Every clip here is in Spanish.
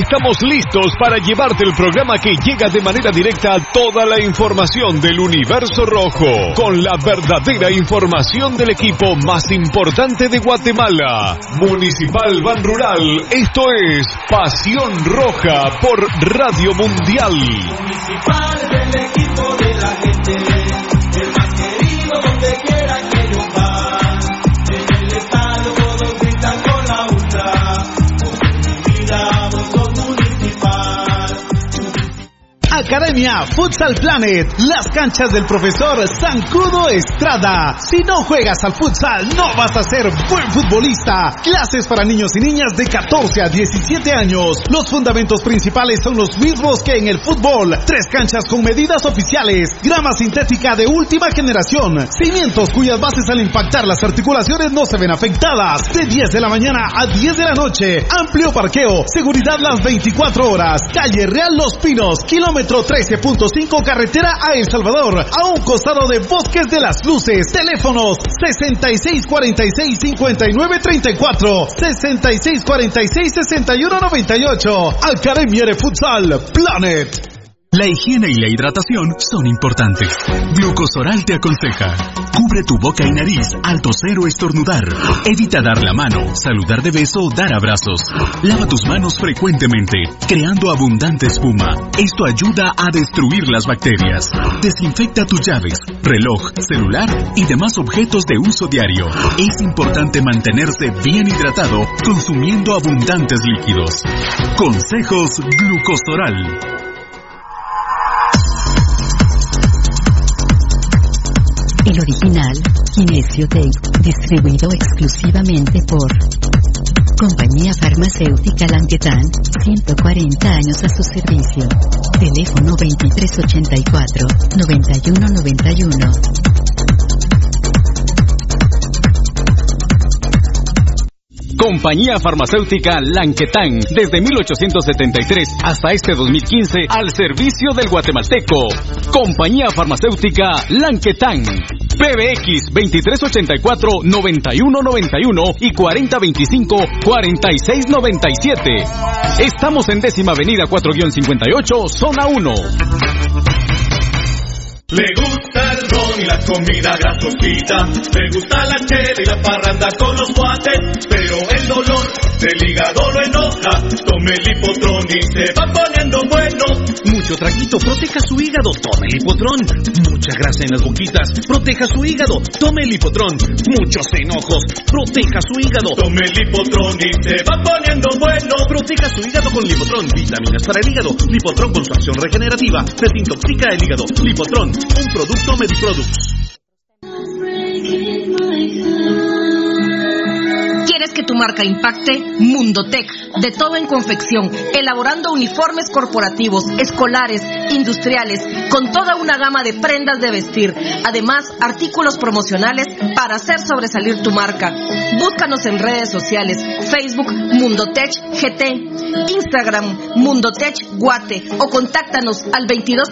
Estamos listos para llevarte el programa que llega de manera directa a toda la información del Universo Rojo, con la verdadera información del equipo más importante de Guatemala. Municipal Ban Rural, esto es Pasión Roja por Radio Mundial. Municipal del equipo de la gente, el más querido donde quiera que ellos van. En el estadio todos gritan con la ultra, por mi vida vos sos Municipal. Academia Futsal Planet, las canchas del profesor Zancudo Estrada. Si no juegas al futsal, no vas a ser buen futbolista. Clases para niños y niñas de 14 a 17 años. Los fundamentos principales son los mismos que en el fútbol. 3 canchas con medidas oficiales. Grama sintética de última generación. Cimientos cuyas bases al impactar las articulaciones no se ven afectadas. De 10 de la mañana a 10 de la noche. Amplio parqueo. Seguridad las 24 horas. Calle Real Los Pinos, kilómetro 13.5 carretera a El Salvador, a un costado de Bosques de las Luces. Teléfonos 6646-5934, 6646-6198. Academia de Futsal Planet. La higiene y la hidratación son importantes. Glucosoral te aconseja: cubre tu boca y nariz al toser o estornudar. Evita dar la mano, saludar de beso o dar abrazos. Lava tus manos frecuentemente, creando abundante espuma. Esto ayuda a destruir las bacterias. Desinfecta tus llaves, reloj, celular y demás objetos de uso diario. Es importante mantenerse bien hidratado, consumiendo abundantes líquidos. Consejos Glucosoral. El original, Kinesio Tape, distribuido exclusivamente por Compañía Farmacéutica Languetan, 140 años a su servicio. Teléfono 2384-9191. Compañía Farmacéutica Languetan, desde 1873 hasta este 2015, al servicio del guatemalteco. Compañía Farmacéutica Languetan. PBX 2384-9191 y 4025-4697. Estamos en 10ª Avenida 4-58, Zona 1. Le gusta el ron y la comida grasosita, le gusta la chela y la parranda con los cuates, pero el dolor del hígado lo enoja. Tome Lipotrón y se va poniendo bueno. Mucho traguito, proteja su hígado, tome Lipotrón. Mucha grasa en las boquitas, proteja su hígado, tome Lipotrón. Muchos enojos, proteja su hígado, tome Lipotrón y se va poniendo bueno. Proteja su hígado con Lipotrón, vitaminas para el hígado. Lipotrón con su acción regenerativa, desintoxica el hígado. Lipotrón, un producto Mediproducts. ¿Quieres que tu marca impacte? Mundotech, de todo en confección, elaborando uniformes corporativos, escolares, industriales, con toda una gama de prendas de vestir. Además, artículos promocionales para hacer sobresalir tu marca. Búscanos en redes sociales: Facebook Mundotech GT, Instagram Mundotech Guate, o contáctanos al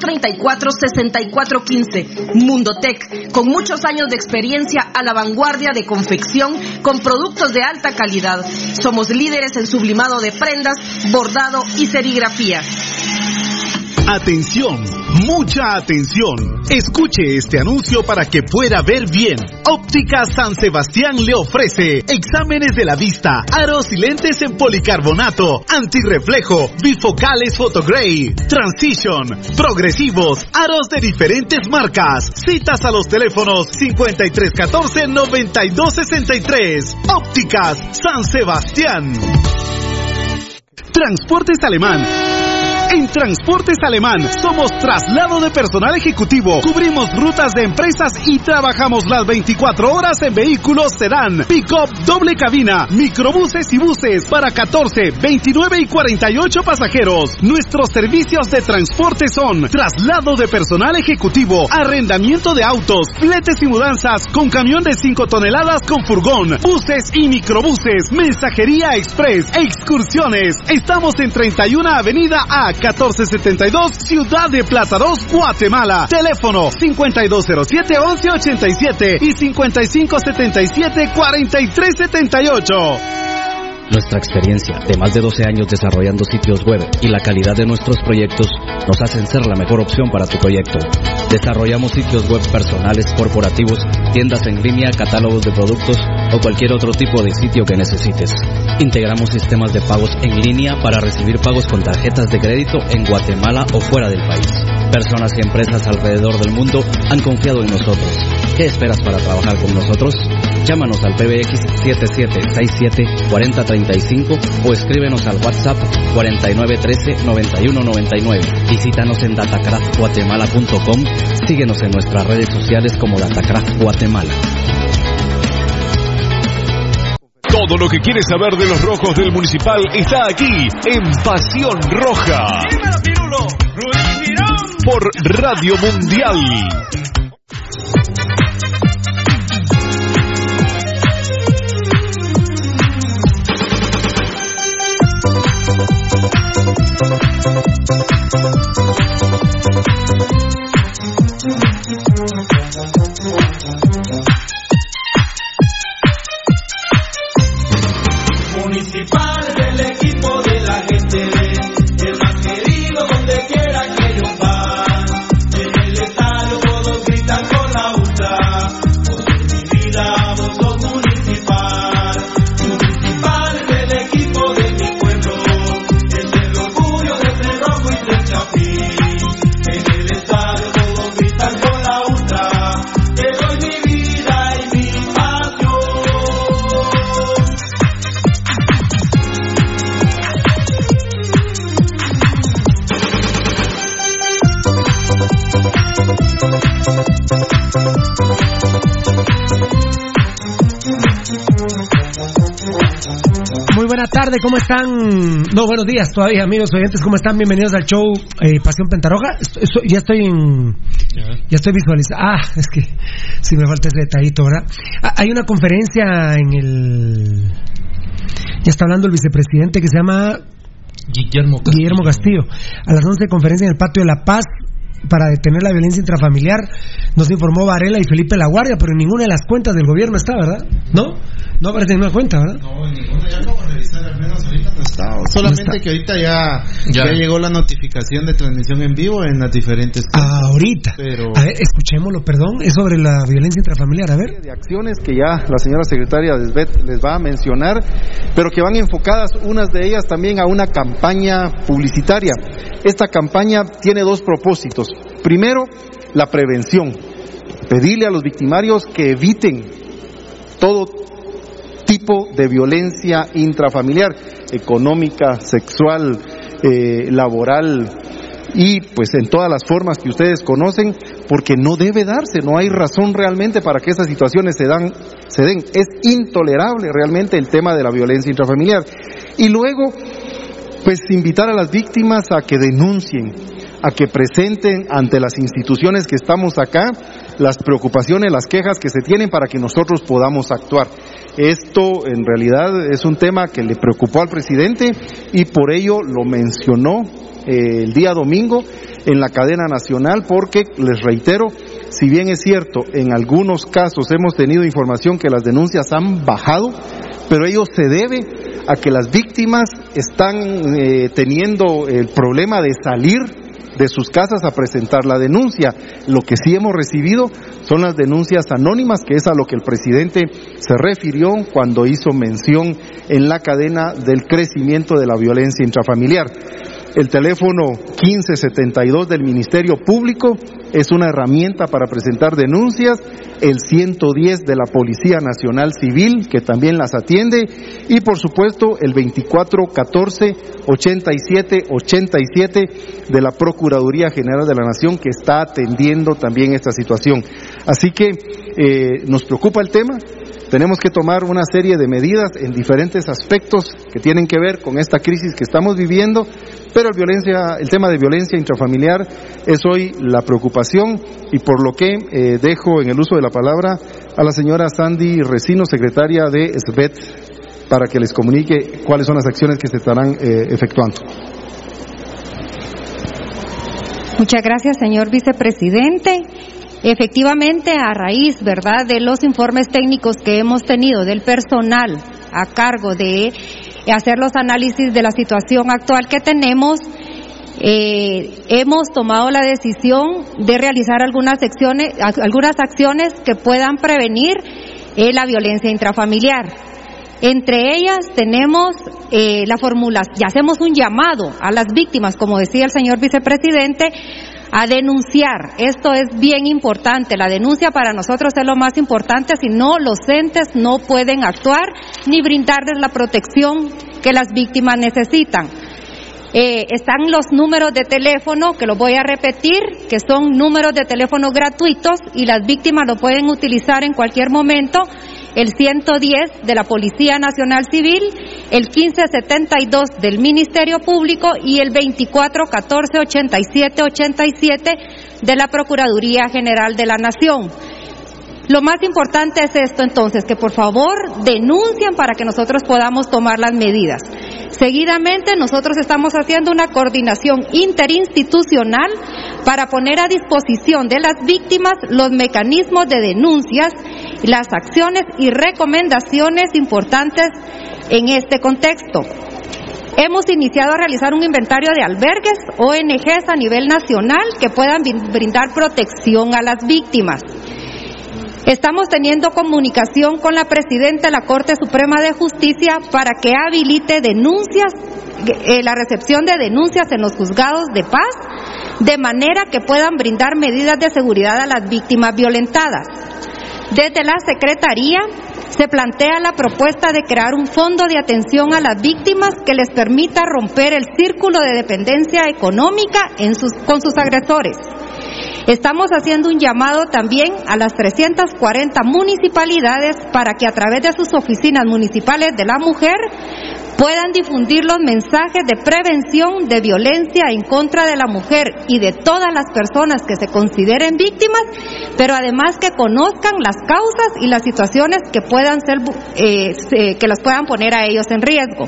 2234-6415. Mundotech, con muchos años de experiencia a la vanguardia de confección con productos de alta calidad. Somos líderes en sublimado de prendas, bordado y serigrafía. Atención, mucha atención. Escuche este anuncio para que pueda ver bien. Óptica San Sebastián le ofrece exámenes de la vista, aros y lentes en policarbonato, antirreflejo, bifocales Photogray, Transition, progresivos, aros de diferentes marcas. Citas a los teléfonos 5314-9263. Ópticas San Sebastián. Transportes Alemán. En Transportes Alemán somos traslado de personal ejecutivo, cubrimos rutas de empresas y trabajamos las 24 horas en vehículos sedán, pick-up, doble cabina, microbuses y buses para 14, 29 y 48 pasajeros. Nuestros servicios de transporte son traslado de personal ejecutivo, arrendamiento de autos, fletes y mudanzas con camión de 5 toneladas con furgón, buses y microbuses, mensajería express, excursiones. Estamos en 31 Avenida A 1472, Ciudad de Plaza 2, Guatemala. Teléfono 5207-1187 y 5577-4378. Nuestra experiencia de más de 12 años desarrollando sitios web y la calidad de nuestros proyectos nos hacen ser la mejor opción para tu proyecto. Desarrollamos sitios web personales, corporativos, tiendas en línea, catálogos de productos o cualquier otro tipo de sitio que necesites. Integramos sistemas de pagos en línea para recibir pagos con tarjetas de crédito en Guatemala o fuera del país. Personas y empresas alrededor del mundo han confiado en nosotros. ¿Qué esperas para trabajar con nosotros? Llámanos al PBX 7767-4035 o escríbenos al WhatsApp 4913-9199. Visítanos en datacraftguatemala.com. Síguenos en nuestras redes sociales como Datacraft Guatemala. Todo lo que quieres saber de los rojos del Municipal está aquí en Pasión Roja. Por Radio Mundial. Municipal del equipo de la gente, el más querido donde quiera que ellos van. En el estadio todos gritan con la ultra, por mi vida vos sos municipal. Municipal del equipo de mi pueblo, es el orgullo de ser rojo y ser chapín. En el estadio todos gritan con la ultra, te doy mi vida y mi pasión. Muy buena tarde, ¿cómo están? No, buenos días todavía, amigos oyentes, ¿cómo están? Bienvenidos al show Pasión Pentarroja. Ya estoy visualizando. Es que sí me falta ese detallito, ¿verdad? Hay una conferencia ya está hablando el vicepresidente que se llama Guillermo Castillo. A las 11 conferencia en el Patio de la Paz para detener la violencia intrafamiliar. Nos informó Varela y Felipe La Guardia, pero en ninguna de las cuentas del gobierno está, ¿verdad? ¿No? No aparece en ninguna cuenta, ¿verdad? No, en ninguna. Ya acabo de revisar, al menos ahorita no está. Solamente no está. Que ahorita ya llegó la notificación de transmisión en vivo en las diferentes cuentas. Ahorita. Pero... A ver, escuchémoslo, perdón. Es sobre la violencia intrafamiliar, a ver. De acciones que ya la señora secretaria de SBET les va a mencionar, pero que van enfocadas, unas de ellas también a una campaña publicitaria. Esta campaña tiene dos propósitos. Primero, la prevención. Pedirle a los victimarios que eviten todo tipo de violencia intrafamiliar, económica, sexual, laboral y pues en todas las formas que ustedes conocen, porque no debe darse, no hay razón realmente para que esas situaciones se den. Es intolerable realmente el tema de la violencia intrafamiliar. Y luego, pues invitar a las víctimas a que denuncien, a que presenten ante las instituciones que estamos acá las preocupaciones, las quejas que se tienen para que nosotros podamos actuar. Esto en realidad es un tema que le preocupó al presidente y por ello lo mencionó el día domingo en la cadena nacional, porque les reitero, si bien es cierto, en algunos casos hemos tenido información que las denuncias han bajado, pero ello se debe a que las víctimas están teniendo el problema de salir de sus casas a presentar la denuncia. Lo que sí hemos recibido son las denuncias anónimas, que es a lo que el presidente se refirió cuando hizo mención en la cadena del crecimiento de la violencia intrafamiliar. El teléfono 1572 del Ministerio Público es una herramienta para presentar denuncias, el 110 de la Policía Nacional Civil, que también las atiende, y por supuesto el 2414-8787 de la Procuraduría General de la Nación, que está atendiendo también esta situación. Así que nos preocupa el tema. Tenemos que tomar una serie de medidas en diferentes aspectos que tienen que ver con esta crisis que estamos viviendo, pero el tema de violencia intrafamiliar es hoy la preocupación, y por lo que dejo en el uso de la palabra a la señora Sandy Resino, secretaria de SBET, para que les comunique cuáles son las acciones que se estarán efectuando. Muchas gracias, señor vicepresidente. Efectivamente, a raíz, ¿verdad?, de los informes técnicos que hemos tenido del personal a cargo de hacer los análisis de la situación actual que tenemos, hemos tomado la decisión de realizar algunas acciones que puedan prevenir la violencia intrafamiliar. Entre ellas tenemos la formulación, y hacemos un llamado a las víctimas, como decía el señor vicepresidente, a denunciar. Esto es bien importante. La denuncia para nosotros es lo más importante, si no, los entes no pueden actuar ni brindarles la protección que las víctimas necesitan. Están los números de teléfono, que los voy a repetir, que son números de teléfono gratuitos y las víctimas lo pueden utilizar en cualquier momento: el 110 de la Policía Nacional Civil, el 1572 del Ministerio Público y el 2414-8787 de la Procuraduría General de la Nación. Lo más importante es esto, entonces, que por favor denuncien para que nosotros podamos tomar las medidas. Seguidamente nosotros estamos haciendo una coordinación interinstitucional para poner a disposición de las víctimas los mecanismos de denuncias, las acciones y recomendaciones importantes en este contexto. Hemos iniciado a realizar un inventario de albergues, ONGs a nivel nacional que puedan brindar protección a las víctimas. Estamos teniendo comunicación con la presidenta de la Corte Suprema de Justicia para que habilite denuncias, la recepción de denuncias en los juzgados de paz, de manera que puedan brindar medidas de seguridad a las víctimas violentadas. Desde la Secretaría se plantea la propuesta de crear un fondo de atención a las víctimas que les permita romper el círculo de dependencia económica con sus agresores. Estamos haciendo un llamado también a las 340 municipalidades para que a través de sus oficinas municipales de la mujer puedan difundir los mensajes de prevención de violencia en contra de la mujer y de todas las personas que se consideren víctimas, pero además que conozcan las causas y las situaciones que puedan ser, que los puedan poner a ellos en riesgo.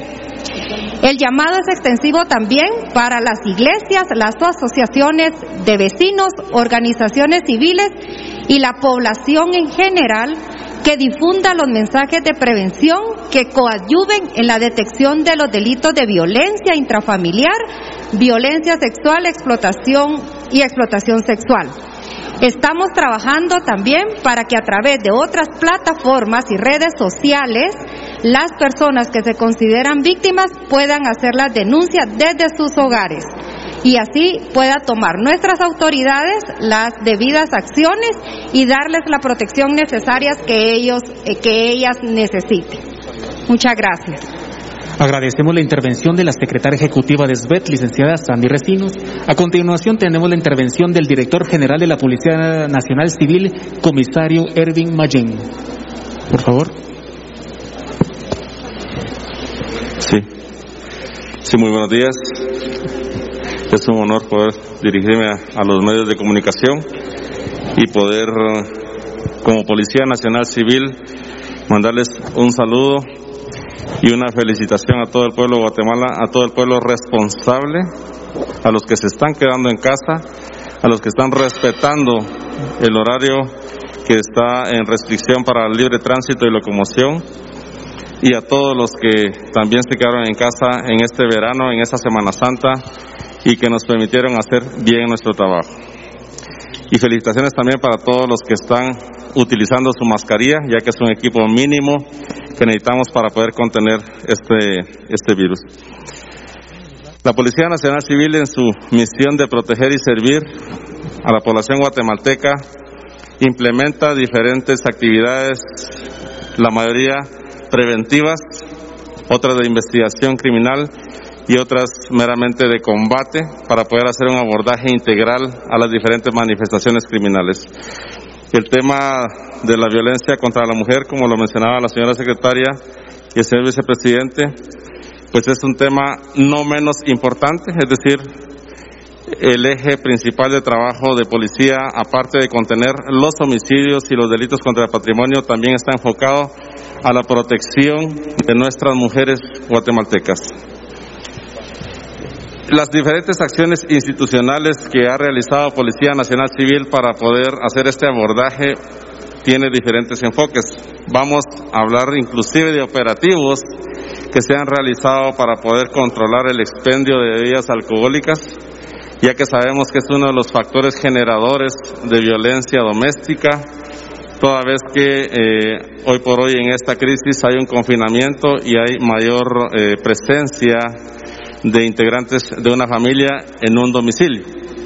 El llamado es extensivo también para las iglesias, las asociaciones de vecinos, organizaciones civiles y la población en general, que difunda los mensajes de prevención que coadyuven en la detección de los delitos de violencia intrafamiliar, violencia sexual, explotación y explotación sexual. Estamos trabajando también para que a través de otras plataformas y redes sociales las personas que se consideran víctimas puedan hacer las denuncias desde sus hogares y así pueda tomar nuestras autoridades las debidas acciones y darles la protección necesaria que ellas necesiten. Muchas gracias. Agradecemos la intervención de la secretaria ejecutiva de SBET, licenciada Sandy Recinos. A continuación tenemos la intervención del director general de la Policía Nacional Civil, comisario Ervin Mayen. Por favor. Sí, muy buenos días. Es un honor poder dirigirme a los medios de comunicación y poder, como Policía Nacional Civil, mandarles un saludo y una felicitación a todo el pueblo de Guatemala, a todo el pueblo responsable, a los que se están quedando en casa, a los que están respetando el horario que está en restricción para el libre tránsito y locomoción, y a todos los que también se quedaron en casa en este verano, en esta Semana Santa, y que nos permitieron hacer bien nuestro trabajo. Y felicitaciones también para todos los que están utilizando su mascarilla, ya que es un equipo mínimo que necesitamos para poder contener este virus. La Policía Nacional Civil, en su misión de proteger y servir a la población guatemalteca, implementa diferentes actividades, la mayoría preventivas, otras de investigación criminal y otras meramente de combate, para poder hacer un abordaje integral a las diferentes manifestaciones criminales. El tema de la violencia contra la mujer, como lo mencionaba la señora secretaria y el señor vicepresidente, pues es un tema no menos importante, es decir, el eje principal de trabajo de policía, aparte de contener los homicidios y los delitos contra el patrimonio, también está enfocado a la protección de nuestras mujeres guatemaltecas. Las diferentes acciones institucionales que ha realizado Policía Nacional Civil para poder hacer este abordaje tiene diferentes enfoques. Vamos a hablar inclusive de operativos que se han realizado para poder controlar el expendio de bebidas alcohólicas, ya que sabemos que es uno de los factores generadores de violencia doméstica, toda vez que hoy por hoy en esta crisis hay un confinamiento y hay mayor presencia de integrantes de una familia en un domicilio.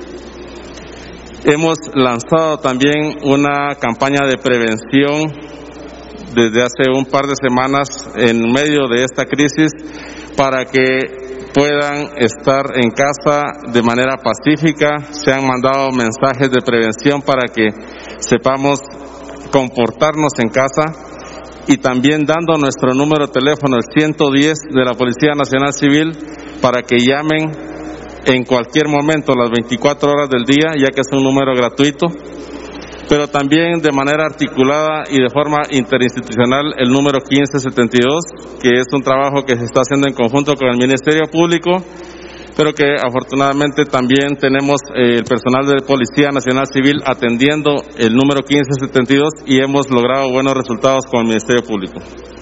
Hemos lanzado también una campaña de prevención desde hace un par de semanas en medio de esta crisis para que puedan estar en casa de manera pacífica. Se han mandado mensajes de prevención para que sepamos comportarnos en casa y también dando nuestro número de teléfono, el 110 de la Policía Nacional Civil, para que llamen en cualquier momento, las 24 horas del día, ya que es un número gratuito, pero también de manera articulada y de forma interinstitucional el número 1572, que es un trabajo que se está haciendo en conjunto con el Ministerio Público, pero que afortunadamente también tenemos el personal de Policía Nacional Civil atendiendo el número 1572 y hemos logrado buenos resultados con el Ministerio Público.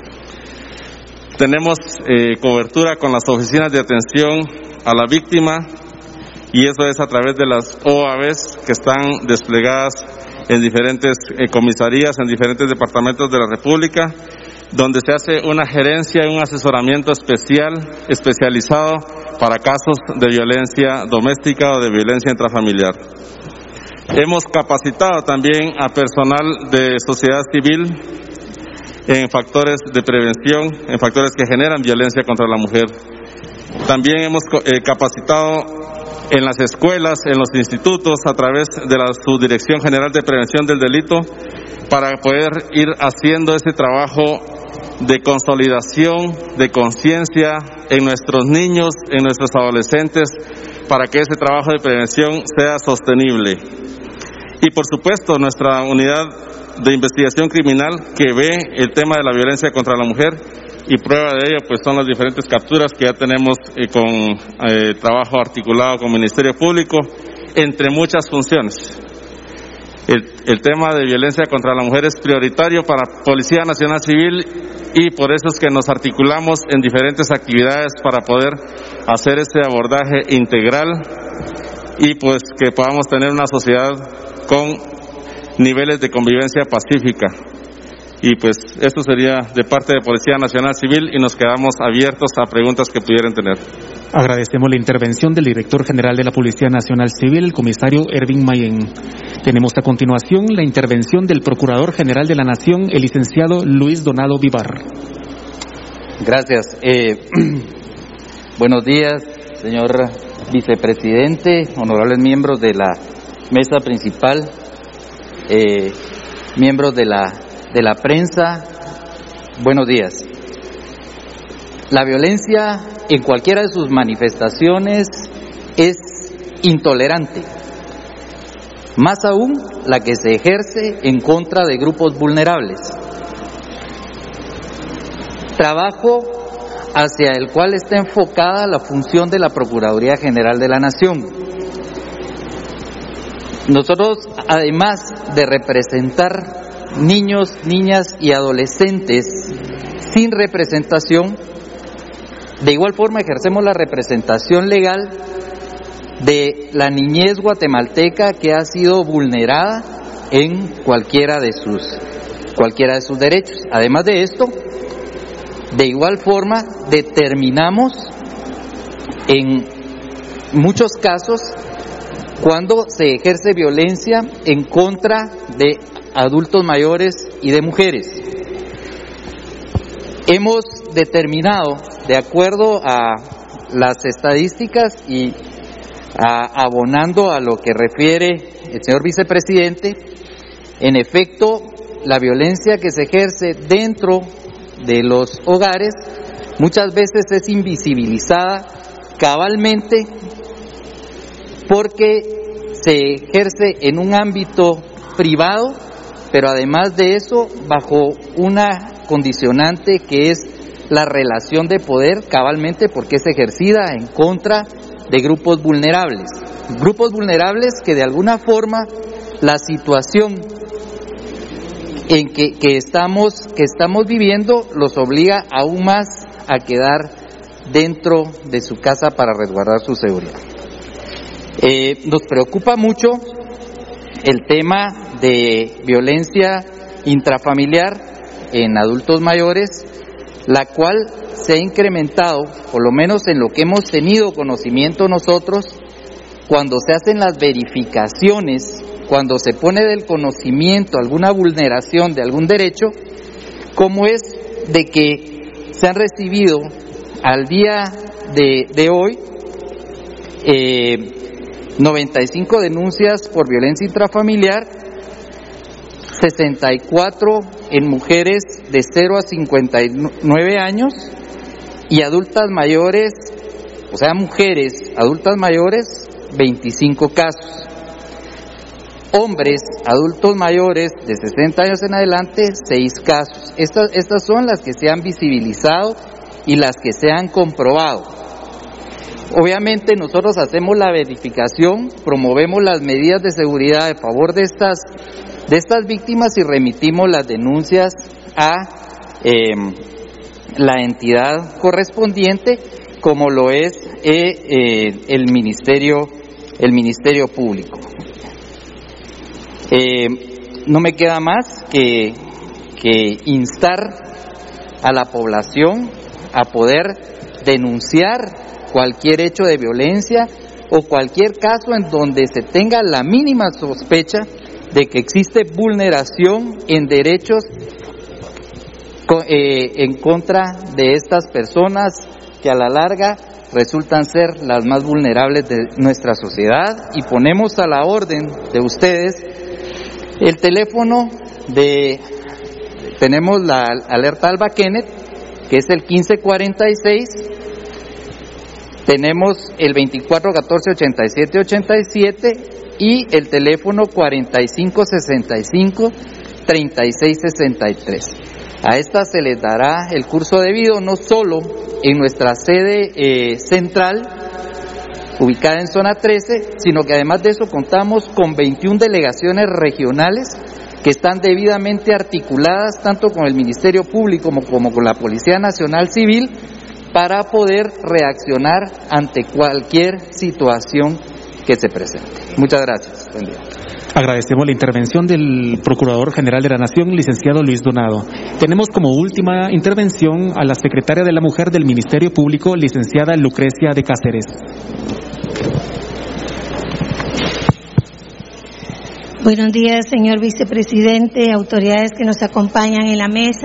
Tenemos cobertura con las oficinas de atención a la víctima y eso es a través de las OAVs que están desplegadas en diferentes comisarías, en diferentes departamentos de la República, donde se hace una gerencia y un asesoramiento especializado para casos de violencia doméstica o de violencia intrafamiliar. Hemos capacitado también a personal de sociedad civil en factores de prevención, en factores que generan violencia contra la mujer. También hemos capacitado en las escuelas, en los institutos, a través de la Subdirección General de Prevención del Delito, para poder ir haciendo ese trabajo de consolidación, de conciencia en nuestros niños, en nuestros adolescentes, para que ese trabajo de prevención sea sostenible. Y por supuesto, nuestra unidad de investigación criminal que ve el tema de la violencia contra la mujer, y prueba de ello pues son las diferentes capturas que ya tenemos con trabajo articulado con el Ministerio Público, entre muchas funciones. El tema de violencia contra la mujer es prioritario para Policía Nacional Civil y por eso es que nos articulamos en diferentes actividades para poder hacer ese abordaje integral y pues que podamos tener una sociedad con niveles de convivencia pacífica. Y pues esto sería de parte de Policía Nacional Civil y nos quedamos abiertos a preguntas que pudieran tener. Agradecemos la intervención del director general de la Policía Nacional Civil, el comisario Ervin Mayén. Tenemos a continuación la intervención del Procurador General de la Nación, el licenciado Luis Donado Vivar. Gracias. Buenos días, señor vicepresidente, honorables miembros de la mesa principal, miembros de la prensa, buenos días. La violencia en cualquiera de sus manifestaciones es intolerante, más aún la que se ejerce en contra de grupos vulnerables. Trabajo hacia el cual está enfocada la función de la Procuraduría General de la Nación. Nosotros, además de representar niños, niñas y adolescentes sin representación, de igual forma ejercemos la representación legal de la niñez guatemalteca que ha sido vulnerada en cualquiera de sus derechos. Además de esto, de igual forma determinamos en muchos casos cuando se ejerce violencia en contra de adultos mayores y de mujeres. Hemos determinado, de acuerdo a las estadísticas y abonando a lo que refiere el señor vicepresidente, en efecto, la violencia que se ejerce dentro de los hogares muchas veces es invisibilizada cabalmente porque se ejerce en un ámbito privado, pero además de eso bajo una condicionante que es la relación de poder, cabalmente porque es ejercida en contra de grupos vulnerables que de alguna forma la situación en que estamos viviendo los obliga aún más a quedar dentro de su casa para resguardar su seguridad. Nos preocupa mucho el tema de violencia intrafamiliar en adultos mayores, la cual se ha incrementado, por lo menos en lo que hemos tenido conocimiento nosotros, cuando se hacen las verificaciones, cuando se pone del conocimiento alguna vulneración de algún derecho, como es de que se han recibido al día de hoy 95 denuncias por violencia intrafamiliar, 64 en mujeres de 0 a 59 años y adultas mayores, o sea, mujeres adultas mayores, 25 casos. Hombres adultos mayores de 60 años en adelante, 6 casos. Estas son las que se han visibilizado y las que se han comprobado. Obviamente nosotros hacemos la verificación, promovemos las medidas de seguridad a favor de estas víctimas y remitimos las denuncias a la entidad correspondiente, como lo es el Ministerio Público. No me queda más que instar a la población a poder denunciar cualquier hecho de violencia o cualquier caso en donde se tenga la mínima sospecha de que existe vulneración en derechos en contra de estas personas que a la larga resultan ser las más vulnerables de nuestra sociedad, y ponemos a la orden de ustedes el teléfono tenemos la alerta Alba Kenneth, que es el 1546, tenemos el 2414-8787 y el teléfono 4565-3663. A esta se les dará el curso debido no solo en nuestra sede central, ubicada en zona 13, sino que además de eso contamos con 21 delegaciones regionales que están debidamente articuladas tanto con el Ministerio Público como con la Policía Nacional Civil para poder reaccionar ante cualquier situación que se presente. Muchas gracias. Buen día. Agradecemos la intervención del Procurador General de la Nación, licenciado Luis Donado. Tenemos como última intervención a la Secretaria de la Mujer del Ministerio Público, licenciada Lucrecia de Cáceres. Buenos días, señor vicepresidente, autoridades que nos acompañan en la mesa,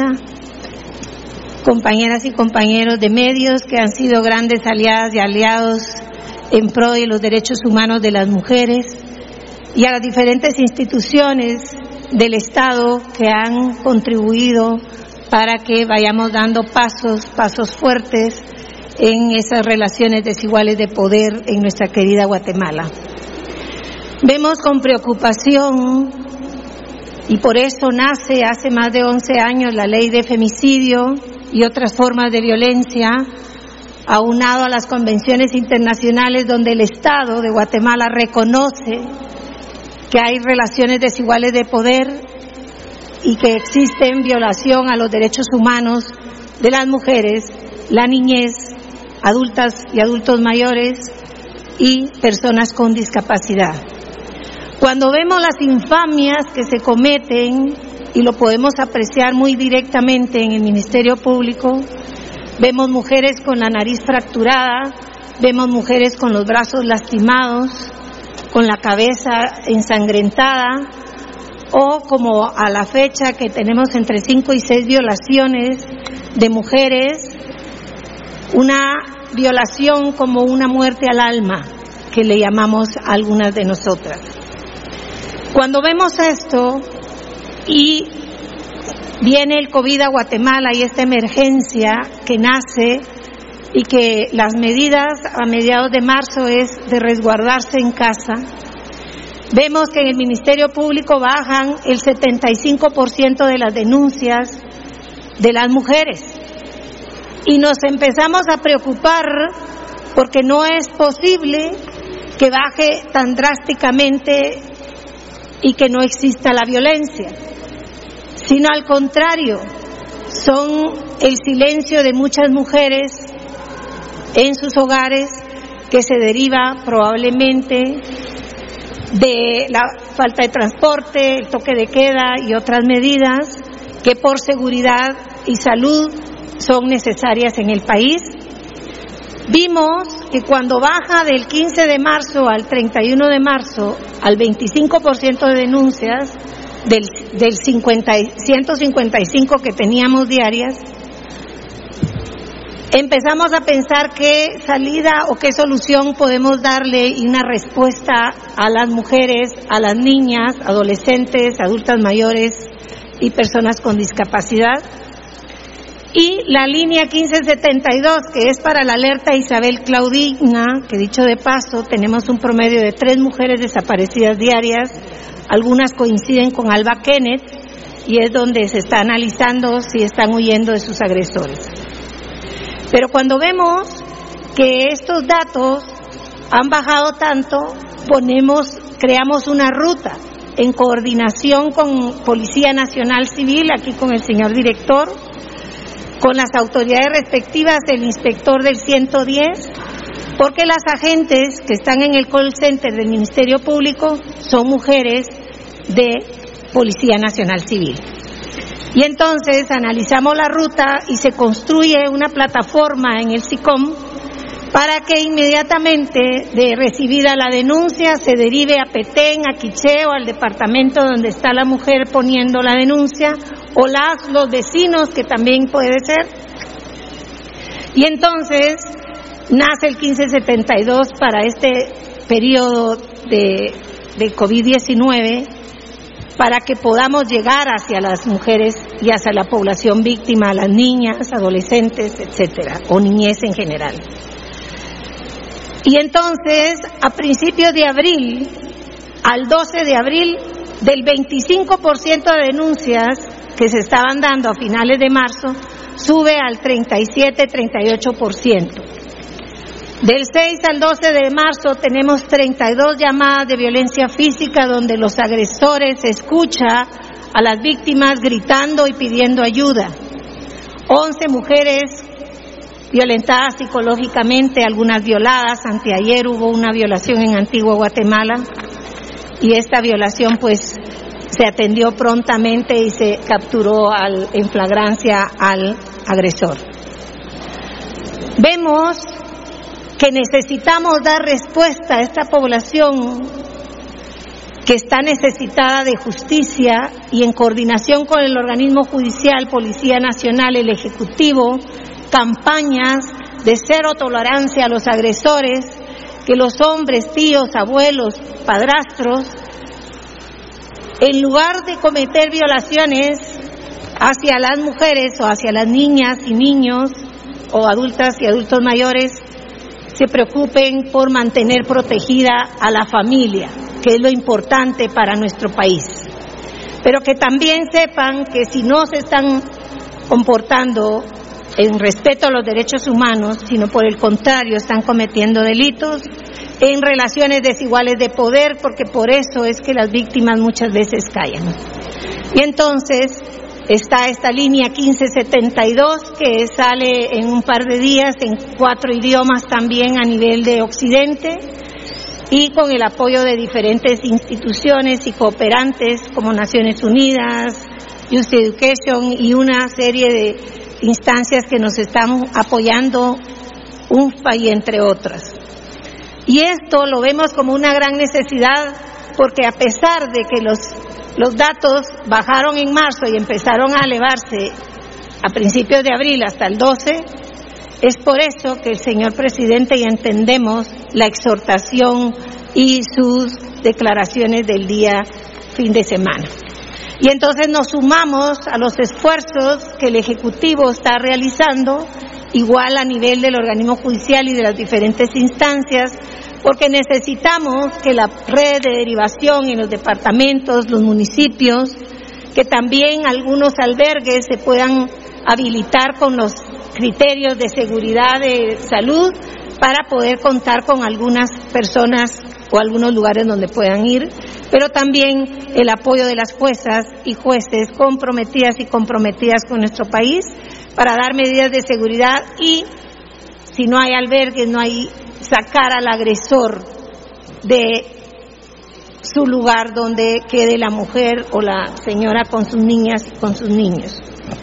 compañeras y compañeros de medios que han sido grandes aliadas y aliados en pro de los derechos humanos de las mujeres, y a las diferentes instituciones del Estado que han contribuido para que vayamos dando pasos fuertes en esas relaciones desiguales de poder en nuestra querida Guatemala. Vemos con preocupación, y por eso nace hace más de 11 años la ley de femicidio y otras formas de violencia, aunado a las convenciones internacionales donde el Estado de Guatemala reconoce que hay relaciones desiguales de poder y que existen violación a los derechos humanos de las mujeres, la niñez, adultas y adultos mayores y personas con discapacidad. Cuando vemos las infamias que se cometen, y lo podemos apreciar muy directamente en el Ministerio Público, vemos mujeres con la nariz fracturada, vemos mujeres con los brazos lastimados, con la cabeza ensangrentada, o como a la fecha que tenemos entre 5 y 6 violaciones de mujeres, una violación como una muerte al alma, que le llamamos a algunas de nosotras. Cuando vemos esto y viene el COVID a Guatemala y esta emergencia que nace y que las medidas a mediados de marzo es de resguardarse en casa, vemos que en el Ministerio Público bajan el 75% de las denuncias de las mujeres y nos empezamos a preocupar porque no es posible que baje tan drásticamente y que no exista la violencia, sino al contrario, son el silencio de muchas mujeres en sus hogares, que se deriva probablemente de la falta de transporte, el toque de queda y otras medidas que por seguridad y salud son necesarias en el país. Vimos que cuando baja del 15 de marzo al 31 de marzo al 25% de denuncias del 155 que teníamos diarias, empezamos a pensar qué salida o qué solución podemos darle y una respuesta a las mujeres, a las niñas, adolescentes, adultas mayores y personas con discapacidad. Y la línea 1572, que es para la alerta Isabel Claudina, que dicho de paso, tenemos un promedio de 3 mujeres desaparecidas diarias, algunas coinciden con Alba Kenneth, y es donde se está analizando si están huyendo de sus agresores. Pero cuando vemos que estos datos han bajado tanto, creamos una ruta en coordinación con Policía Nacional Civil, aquí con el señor director, con las autoridades respectivas, el inspector del 110, porque las agentes que están en el call center del Ministerio Público son mujeres de Policía Nacional Civil. Y entonces analizamos la ruta y se construye una plataforma en el SICOM para que inmediatamente de recibida la denuncia se derive a Petén, a Quiché o al departamento donde está la mujer poniendo la denuncia, o los vecinos, que también puede ser. Y entonces nace el 1572 para este periodo de COVID-19, para que podamos llegar hacia las mujeres y hacia la población víctima, a las niñas, adolescentes, etcétera, o niñez en general. Y entonces, a principios de abril, al 12 de abril, del 25% de denuncias que se estaban dando a finales de marzo, sube al 37-38%. Del 6 al 12 de marzo tenemos 32 llamadas de violencia física donde los agresores escuchan a las víctimas gritando y pidiendo ayuda. 11 mujeres violentadas psicológicamente, algunas violadas. Anteayer hubo una violación en Antigua Guatemala y esta violación pues se atendió prontamente y se capturó en flagrancia al agresor. Vemos que necesitamos dar respuesta a esta población que está necesitada de justicia, y en coordinación con el organismo judicial, Policía Nacional, el Ejecutivo, campañas de cero tolerancia a los agresores, que los hombres, tíos, abuelos, padrastros, en lugar de cometer violaciones hacia las mujeres o hacia las niñas y niños o adultas y adultos mayores, se preocupen por mantener protegida a la familia, que es lo importante para nuestro país. Pero que también sepan que si no se están comportando en respeto a los derechos humanos, sino por el contrario están cometiendo delitos en relaciones desiguales de poder, porque por eso es que las víctimas muchas veces callan. Y entonces está esta línea 1572 que sale en un par de días en 4 idiomas también a nivel de Occidente, y con el apoyo de diferentes instituciones y cooperantes como Naciones Unidas, Just Education y una serie de instancias que nos están apoyando, UNFPA y entre otras. Y esto lo vemos como una gran necesidad, porque a pesar de que los datos bajaron en marzo y empezaron a elevarse a principios de abril hasta el 12, es por eso que el señor presidente, ya entendemos la exhortación y sus declaraciones del día fin de semana. Y entonces nos sumamos a los esfuerzos que el Ejecutivo está realizando, igual a nivel del organismo judicial y de las diferentes instancias, porque necesitamos que la red de derivación en los departamentos, los municipios, que también algunos albergues se puedan habilitar con los criterios de seguridad de salud para poder contar con algunas personas o algunos lugares donde puedan ir, pero también el apoyo de las juezas y jueces comprometidas y comprometidas con nuestro país para dar medidas de seguridad y, si no hay albergues, no hay sacar al agresor de su lugar donde quede la mujer o la señora con sus niñas y con sus niños.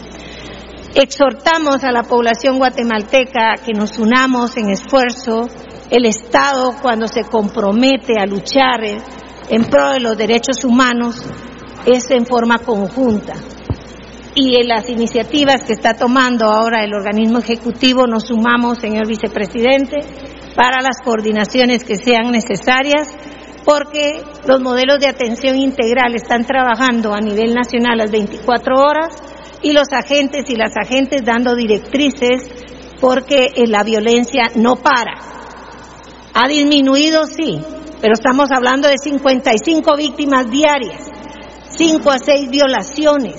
Exhortamos a la población guatemalteca que nos unamos en esfuerzo. El Estado, cuando se compromete a luchar en pro de los derechos humanos, es en forma conjunta. Y en las iniciativas que está tomando ahora el organismo ejecutivo nos sumamos, señor vicepresidente, para las coordinaciones que sean necesarias, porque los modelos de atención integral están trabajando a nivel nacional las 24 horas y los agentes y las agentes dando directrices, porque la violencia no para. Ha disminuido, sí, pero estamos hablando de 55 víctimas diarias, 5 a 6 violaciones.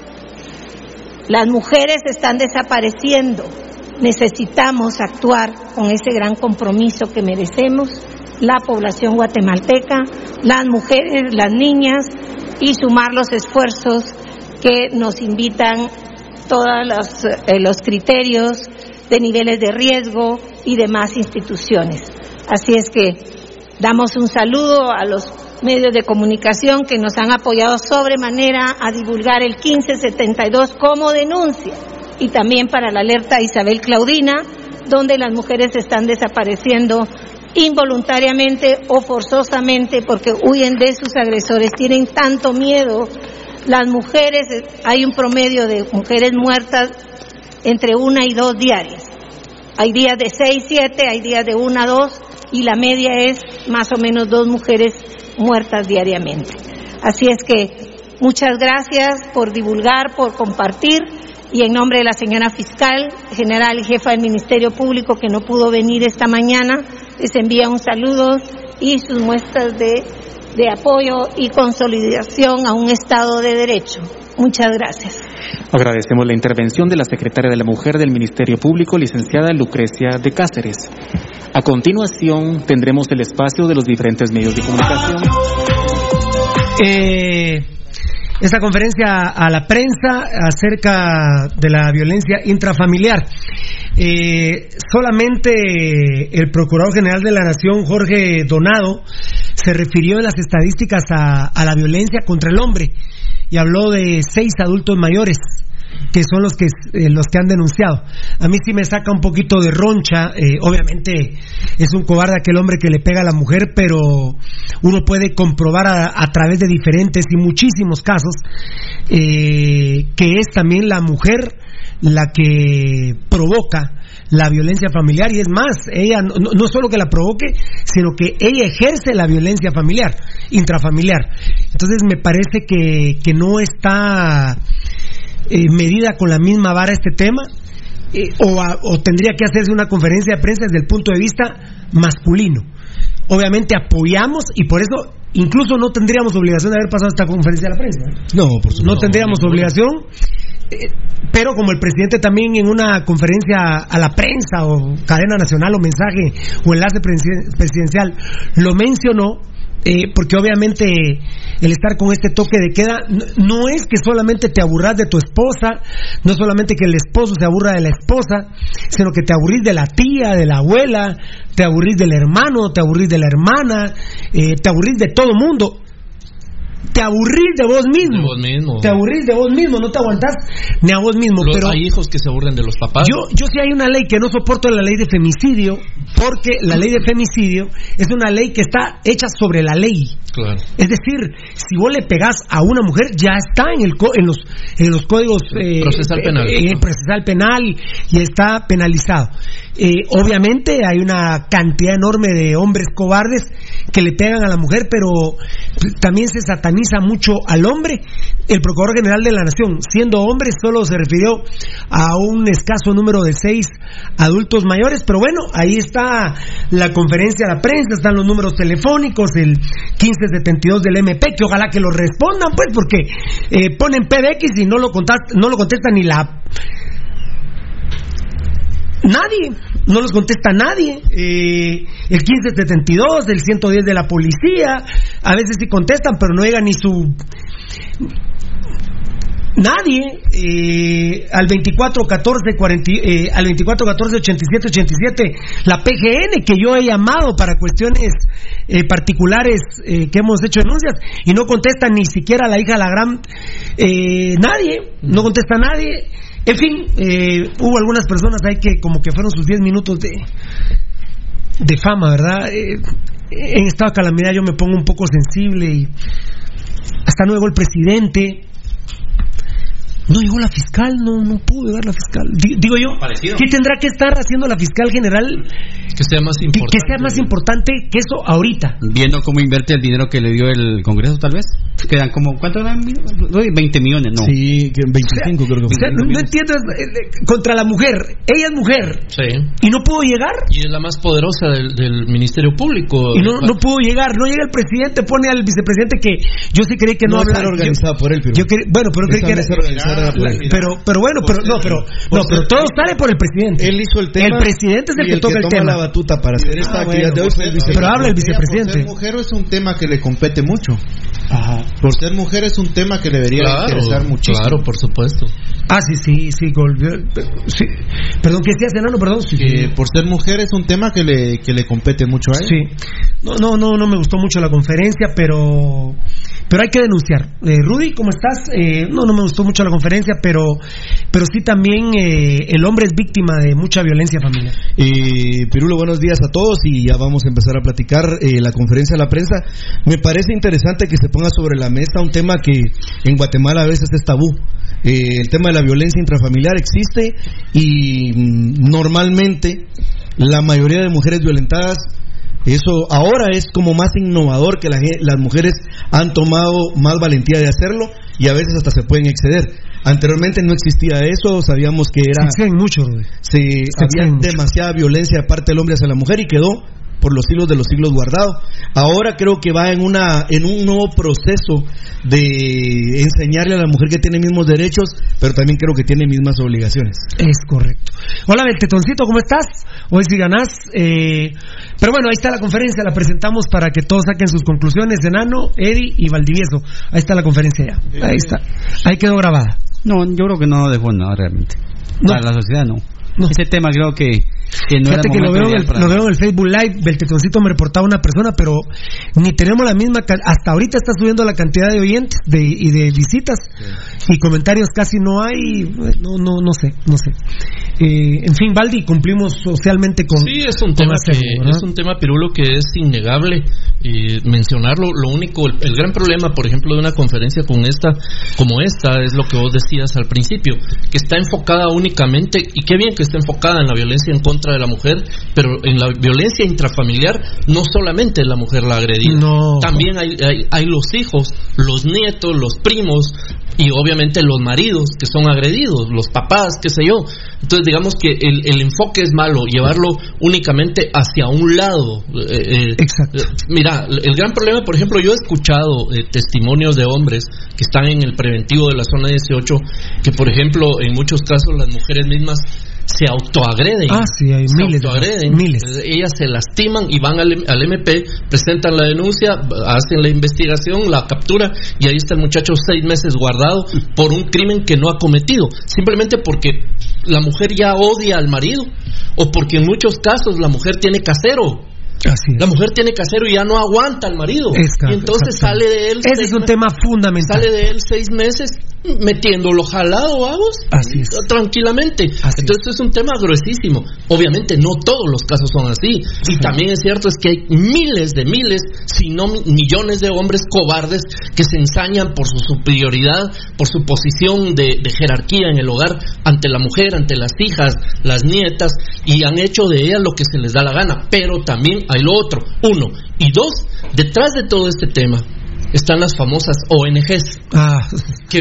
Las mujeres están desapareciendo. Necesitamos actuar con ese gran compromiso que merecemos la población guatemalteca, las mujeres, las niñas, y sumar los esfuerzos que nos invitan todos los criterios de niveles de riesgo y demás instituciones. Así es que damos un saludo a los medios de comunicación que nos han apoyado sobremanera a divulgar el 1572 como denuncia, y también para la alerta Isabel Claudina, donde las mujeres están desapareciendo involuntariamente o forzosamente porque huyen de sus agresores, tienen tanto miedo. Las mujeres, hay un promedio de mujeres muertas entre 1 y 2 diarias. Hay días de 6, 7, hay días de 1 a 2, y la media es más o menos 2 mujeres muertas diariamente. Así es que muchas gracias por divulgar, por compartir, y en nombre de la señora fiscal general y jefa del Ministerio Público, que no pudo venir esta mañana, les envía un saludo y sus muestras de apoyo y consolidación a un Estado de Derecho. Muchas gracias. Agradecemos la intervención de la secretaria de la Mujer del Ministerio Público, licenciada Lucrecia de Cáceres. A continuación tendremos el espacio de los diferentes medios de comunicación. Esta conferencia a la prensa acerca de la violencia intrafamiliar. Solamente el Procurador General de la Nación, Jorge Donado, se refirió en las estadísticas a la violencia contra el hombre y habló de 6 adultos mayores que son los que han denunciado. A mí sí me saca un poquito de roncha. Obviamente es un cobarde aquel hombre que le pega a la mujer, pero uno puede comprobar a través de diferentes y muchísimos casos que es también la mujer la que provoca la violencia familiar, y es más, ella no solo que la provoque, sino que ella ejerce la violencia familiar, intrafamiliar. Entonces me parece que no está medida con la misma vara este tema, o tendría que hacerse una conferencia de prensa desde el punto de vista masculino. Obviamente apoyamos, y por eso incluso no tendríamos obligación de haber pasado esta conferencia de la prensa. No, por supuesto. No tendríamos obligación, pero como el presidente también en una conferencia a la prensa o cadena nacional o mensaje o enlace presidencial lo mencionó, porque obviamente el estar con este toque de queda no es que solamente te aburras de tu esposa, no solamente que el esposo se aburra de la esposa, sino que te aburrís de la tía, de la abuela, te aburrís del hermano, te aburrís de la hermana, te aburrís de todo mundo. Te aburrís de vos mismo. Te aburrís de vos mismo, no te aguantás ni a vos mismo. Pero hay hijos que se aburren de los papás. Yo sí hay una ley que no soporto, la ley de femicidio, porque la ley de femicidio es una ley que está hecha sobre la ley. Claro. Es decir, si vos le pegás a una mujer, ya está en los códigos procesal penal. Procesal penal, y está penalizado. Obviamente hay una cantidad enorme de hombres cobardes que le pegan a la mujer, pero también se sataniza mucho al hombre. El Procurador General de la Nación, siendo hombre, solo se refirió a un escaso número de 6 adultos mayores, pero bueno, ahí está la conferencia a la prensa, están los números telefónicos, el 1572 del MP, que ojalá que lo respondan, pues, porque ponen PBX y no lo contesta ni la... Nadie. no los contesta nadie. El 1572, el 110 de la policía, a veces sí contestan, pero no llega ni su... Nadie. Al 2414 al 2414 8787, la PGN, que yo he llamado para cuestiones particulares, que hemos hecho denuncias, y no contesta ni siquiera la hija de la gran... nadie, no contesta nadie. En fin, hubo algunas personas ahí que como que fueron sus 10 minutos de fama, ¿verdad? En estado de calamidad yo me pongo un poco sensible, y hasta no llegó el presidente. No llegó la fiscal, no pudo llegar la fiscal. Digo yo, ¿qué tendrá que estar haciendo la fiscal general que sea más importante? Que sea más importante que eso ahorita. Viendo cómo invierte el dinero que le dio el Congreso, tal vez. Quedan como, ¿cuánto eran? 20 millones, ¿no? Sí, 25 creo que fue. No entiendo, contra la mujer. Ella es mujer. Sí. ¿Y no pudo llegar? Y es la más poderosa del Ministerio Público. Y no pudo llegar. No llega el presidente, pone al vicepresidente, que yo sí creí que no hablaba. No organizada por él, pero... Bueno, pero creí que era... Pero todo sale por el presidente. Él hizo el tema. El presidente es el que toca el tema. La batuta para hacer esta actividad de hoy. Pero habla el vicepresidente. Por ser mujer es un tema que le compete mucho. Ajá. Por ser mujer es un tema que le debería interesar muchísimo. Claro, por supuesto. Sí. Perdón, ¿qué decías, enano? Perdón. Que por ser mujer es un tema que le compete mucho a él. Sí. No me gustó mucho la conferencia, pero hay que denunciar. Rudy, ¿cómo estás? No me gustó mucho la conferencia, pero sí también el hombre es víctima de mucha violencia familiar. Pirulo, buenos días a todos, y ya vamos a empezar a platicar la conferencia de la prensa. Me parece interesante que se ponga sobre la mesa un tema que en Guatemala a veces es tabú. El tema de la violencia intrafamiliar existe, y normalmente la mayoría de mujeres violentadas, eso ahora es como más innovador, que las mujeres han tomado más valentía de hacerlo, y a veces hasta se pueden exceder. Anteriormente no existía eso, sabíamos que era... Se exceden mucho, había demasiada violencia de parte del hombre hacia la mujer, y quedó por los siglos de los siglos guardado. Ahora creo que va en un nuevo proceso de enseñarle a la mujer que tiene mismos derechos, pero también creo que tiene mismas obligaciones. Es correcto. Hola, Beltetoncito, ¿cómo estás? Hoy sí ganás. Pero bueno, ahí está la conferencia, la presentamos para que todos saquen sus conclusiones. Enano, Eddie y Valdivieso. Ahí está la conferencia ya. Ahí está. Ahí quedó grabada. No, yo creo que no dejó nada realmente. Para la sociedad no. Ese tema creo que no. Fíjate que lo veo en el Facebook Live. Beltetoncito me reportaba una persona, pero ni tenemos la misma. Hasta ahorita está subiendo la cantidad de oyentes y de visitas, y comentarios casi no hay. No sé. En fin, Valdi, cumplimos socialmente con... Sí, es un tema Pirulo, que es innegable mencionarlo. Lo único, el gran problema, por ejemplo, de una conferencia como esta, es lo que vos decías al principio, que está enfocada únicamente, y qué bien que está enfocada en la violencia en contra de la mujer, pero en la violencia intrafamiliar no solamente la mujer la agredida, también hay los hijos, los nietos, los primos, y obviamente los maridos que son agredidos, los papás, qué sé yo. Entonces digamos que el enfoque es malo, llevarlo únicamente hacia un lado. Exacto. Mira, el gran problema, por ejemplo, yo he escuchado testimonios de hombres que están en el preventivo de la zona 18, que por ejemplo en muchos casos las mujeres mismas se autoagreden. Sí, hay miles. Ellas se lastiman y van al MP, presentan la denuncia, hacen la investigación, la captura, y ahí está el muchacho 6 meses guardado por un crimen que no ha cometido, simplemente porque la mujer ya odia al marido, o porque en muchos casos la mujer tiene casero. La mujer tiene casero y ya no aguanta al marido, y entonces sale de él. Ese es un tema fundamental. Sale de él 6 meses metiéndolo jalado, vamos, tranquilamente. Entonces es un tema gruesísimo. Obviamente no todos los casos son así, y también es cierto que hay miles, si no millones de hombres cobardes que se ensañan por su superioridad, por su posición de jerarquía en el hogar ante la mujer, ante las hijas, las nietas, y han hecho de ellas lo que se les da la gana. Pero también hay lo otro, 1 y 2, detrás de todo este tema están las famosas ONGs que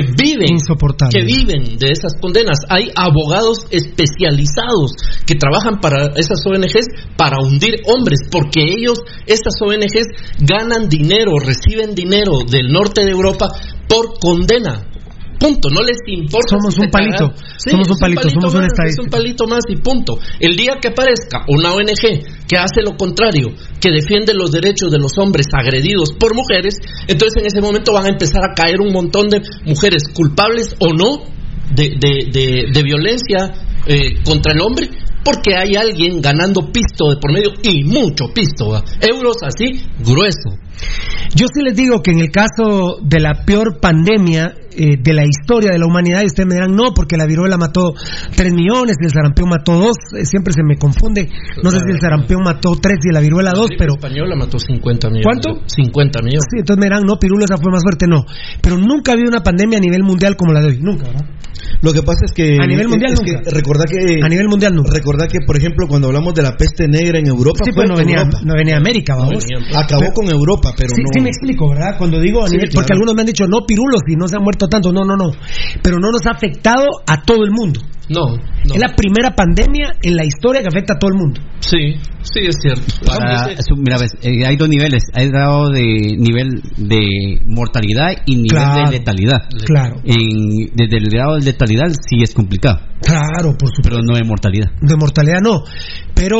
viven de esas condenas. Hay abogados especializados que trabajan para esas ONGs para hundir hombres, porque estas ONGs ganan dinero, reciben dinero del norte de Europa por condena. Punto, no les importa. Somos un palito, somos un palito, somos una estadística. Es un palito más y punto. El día que aparezca una ONG que hace lo contrario, que defiende los derechos de los hombres agredidos por mujeres, entonces en ese momento van a empezar a caer un montón de mujeres culpables o no de violencia contra el hombre, porque hay alguien ganando pisto de por medio, y mucho pisto, ¿va? Euros así, grueso. Yo sí les digo que en el caso de la peor pandemia de la historia de la humanidad, y ustedes me dirán, no, porque la viruela mató 3 millones y el sarampión mató 2, siempre se me confunde, no sé si el sarampión mató 3 y la viruela 2, pero... La española mató 50 millones. ¿Cuánto? 50 millones. Sí, entonces me dirán, no, Pirulo, esa fue más fuerte, no. Pero nunca ha habido una pandemia a nivel mundial como la de hoy, nunca, ¿verdad? Lo que pasa es que... A nivel mundial nunca. Recordá que... A nivel mundial nunca. Recordá que, por ejemplo, cuando hablamos de la peste negra en Europa... Sí, pues no venía a América, vamos. Acabó con Europa, pero sí, no... Sí me explico, ¿verdad? Cuando digo a nivel... Claro. Porque algunos me han dicho, no, Pirulo, si no se han muerto tanto. No. Pero no nos ha afectado a todo el mundo. No. Es la primera pandemia en la historia que afecta a todo el mundo. Sí, es cierto. Mira, ves, hay 2 niveles. Hay grado de nivel de mortalidad y nivel de letalidad. Claro. Desde el grado de letalidad sí es complicado. Claro, por supuesto. Pero no de mortalidad. De mortalidad no. Pero...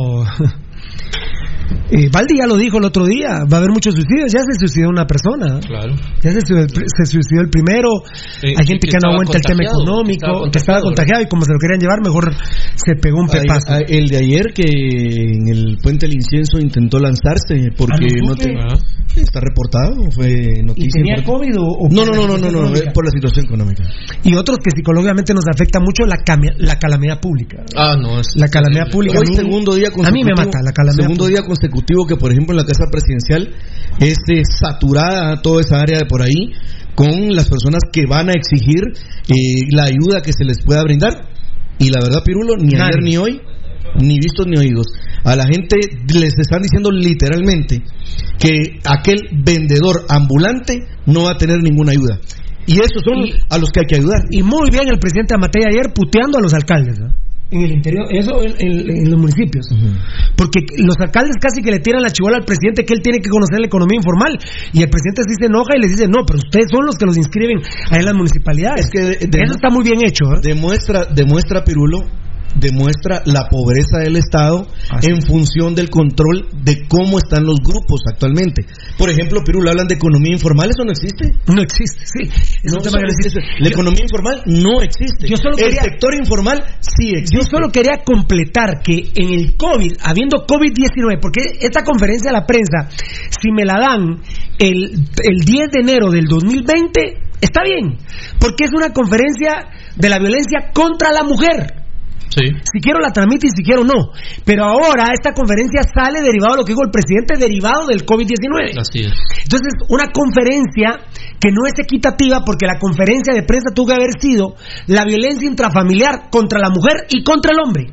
Valdi ya lo dijo el otro día, va a haber muchos suicidios. Ya se suicidó una persona. Claro. Ya se suicidó el primero. Hay gente que no aguanta el tema económico, que estaba contagiado y como se lo querían llevar, mejor se pegó un pepazo. El de ayer que en el Puente del Incienso intentó lanzarse porque está reportado, fue noticia. ¿Y tenía COVID o no, por la situación económica. Y otros que psicológicamente nos afecta mucho la calamidad pública. La calamidad pública. Hoy segundo día consecutivo. A mí me mata la calamidad segundo día consecutivo que, por ejemplo, en la Casa Presidencial es saturada toda esa área de por ahí con las personas que van a exigir la ayuda que se les pueda brindar. Y la verdad, Pirulo, ni ayer ni hoy, ni vistos ni oídos. A la gente les están diciendo literalmente que aquel vendedor ambulante no va a tener ninguna ayuda. Y esos son a los que hay que ayudar. Y muy bien el presidente Amatei ayer puteando a los alcaldes, ¿no? En el interior, eso en los municipios. Porque los alcaldes casi que le tiran la chibola al presidente que él tiene que conocer la economía informal. Y el presidente sí se enoja y les dice, no, pero ustedes son los que los inscriben ahí en las municipalidades. Es que eso está muy bien hecho, ¿eh? Demuestra, Pirulo, demuestra la pobreza del Estado en función del control de cómo están los grupos actualmente. Por ejemplo, Pirulo, hablan de economía informal, ¿eso no existe? No existe, sí. La economía informal no existe. El sector informal sí existe. Yo solo quería completar que en el COVID, habiendo COVID-19, porque esta conferencia de la prensa, si me la dan el 10 de enero del 2020, está bien, porque es una conferencia de la violencia contra la mujer. Sí. Si quiero la tramite y si quiero no. Pero ahora esta conferencia sale derivado de lo que dijo el presidente, derivado del COVID-19. Así es. Entonces, una conferencia que no es equitativa, porque la conferencia de prensa tuvo que haber sido la violencia intrafamiliar contra la mujer y contra el hombre.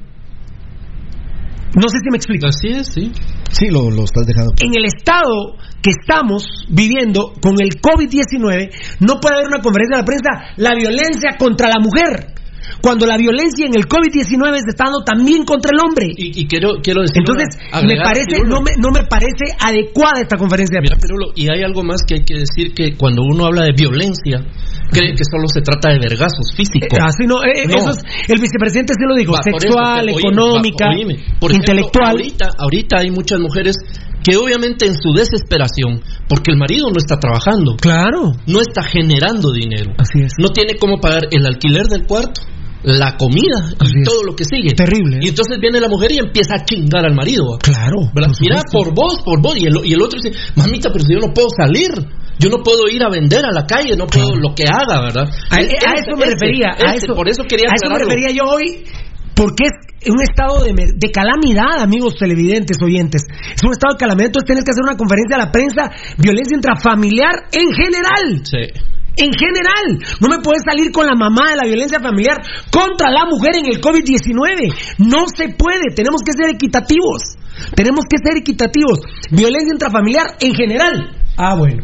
No sé si me explico. Así es, sí. Sí, lo estás dejando. En el estado que estamos viviendo con el COVID-19, no puede haber una conferencia de prensa, la violencia contra la mujer, cuando la violencia en el COVID-19 se está dando también contra el hombre. Y quiero decir, entonces no me parece adecuada esta conferencia de prensa. Pirulo, y hay algo más que hay que decir, que cuando uno habla de violencia cree que solo se trata de vergazos físicos. No. Eso es, el vicepresidente sí lo dijo, sexual, económica, por intelectual. Ejemplo, ahorita hay muchas mujeres que obviamente en su desesperación, porque el marido no está trabajando, claro, no está generando dinero, así es, no tiene cómo pagar el alquiler del cuarto, la comida y todo lo que sigue. Terrible. Y entonces viene la mujer y empieza a chingar al marido. Claro. Mira, por vos. Y el otro dice, mamita, pero si yo no puedo salir, yo no puedo ir a vender a la calle, no puedo lo que haga, ¿verdad? A eso me refería. Por eso quería aclararlo. A eso me refería yo hoy, porque es un estado de calamidad, amigos televidentes, oyentes. Es un estado de calamidad, entonces tienes que hacer una conferencia a la prensa, violencia intrafamiliar en general. Sí. En general, no me puedes salir con la mamá de la violencia familiar contra la mujer en el COVID-19. No se puede, tenemos que ser equitativos. Violencia intrafamiliar en general. Bueno.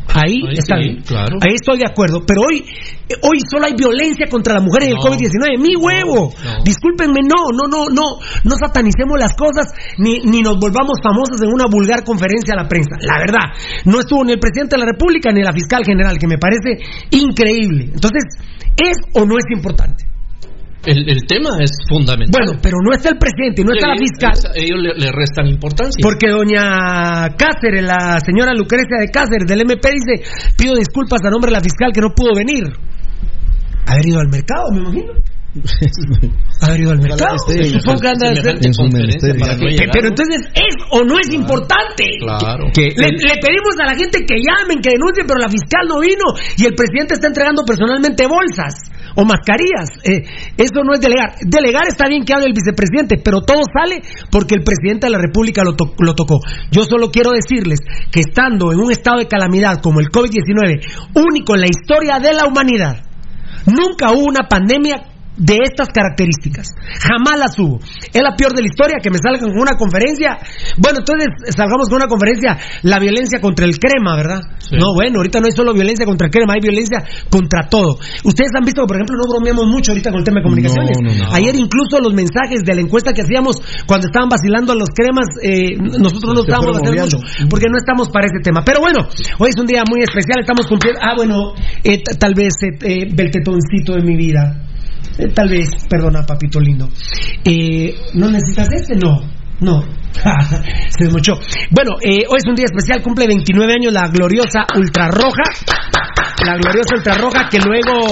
Ahí está bien. Claro. Ahí estoy de acuerdo. Pero hoy solo hay violencia contra la mujer en el COVID-19. ¡Mi huevo! No. Discúlpenme, no satanicemos las cosas ni nos volvamos famosos en una vulgar conferencia a la prensa. La verdad, no estuvo ni el presidente de la República ni la fiscal general, que me parece increíble. Entonces, ¿es o no es importante? El tema es fundamental. Bueno, pero no está el presidente, no está la fiscal. Ellos le restan importancia. Porque doña Cáceres, la señora Lucrecia de Cáceres del MP, dice: pido disculpas a nombre de la fiscal que no pudo venir. Haber ido al mercado, me imagino. Haber ido al mercado. Supongo que anda a hacer en su ministerio. Pero entonces, ¿es o no es importante? Claro. Le pedimos a la gente que llamen, que denuncien, pero la fiscal no vino y el presidente está entregando personalmente bolsas o mascarillas. Eso no es delegar. Delegar está bien que hable el vicepresidente, pero todo sale porque el presidente de la República lo tocó. Yo solo quiero decirles que estando en un estado de calamidad como el COVID-19, único en la historia de la humanidad, nunca hubo una pandemia de estas características, jamás las hubo. Es la peor de la historia que me salgan con una conferencia. Bueno, entonces salgamos con una conferencia, la violencia contra el crema, ¿verdad? Sí. No, bueno, ahorita no hay solo violencia contra el crema, hay violencia contra todo. Ustedes han visto que, por ejemplo, no bromeamos mucho ahorita con el tema de comunicaciones. No. Ayer incluso los mensajes de la encuesta que hacíamos cuando estaban vacilando a los cremas, nosotros no estábamos vacilando mucho, porque no estamos para ese tema. Pero bueno, hoy es un día muy especial, estamos cumpliendo. Tal vez Beltetoncito de mi vida. Tal vez, perdona, papito lindo. ¿No necesitas este? No. Se desmochó. Bueno, hoy es un día especial, cumple 29 años la gloriosa Ultrarroja. La gloriosa Ultrarroja que luego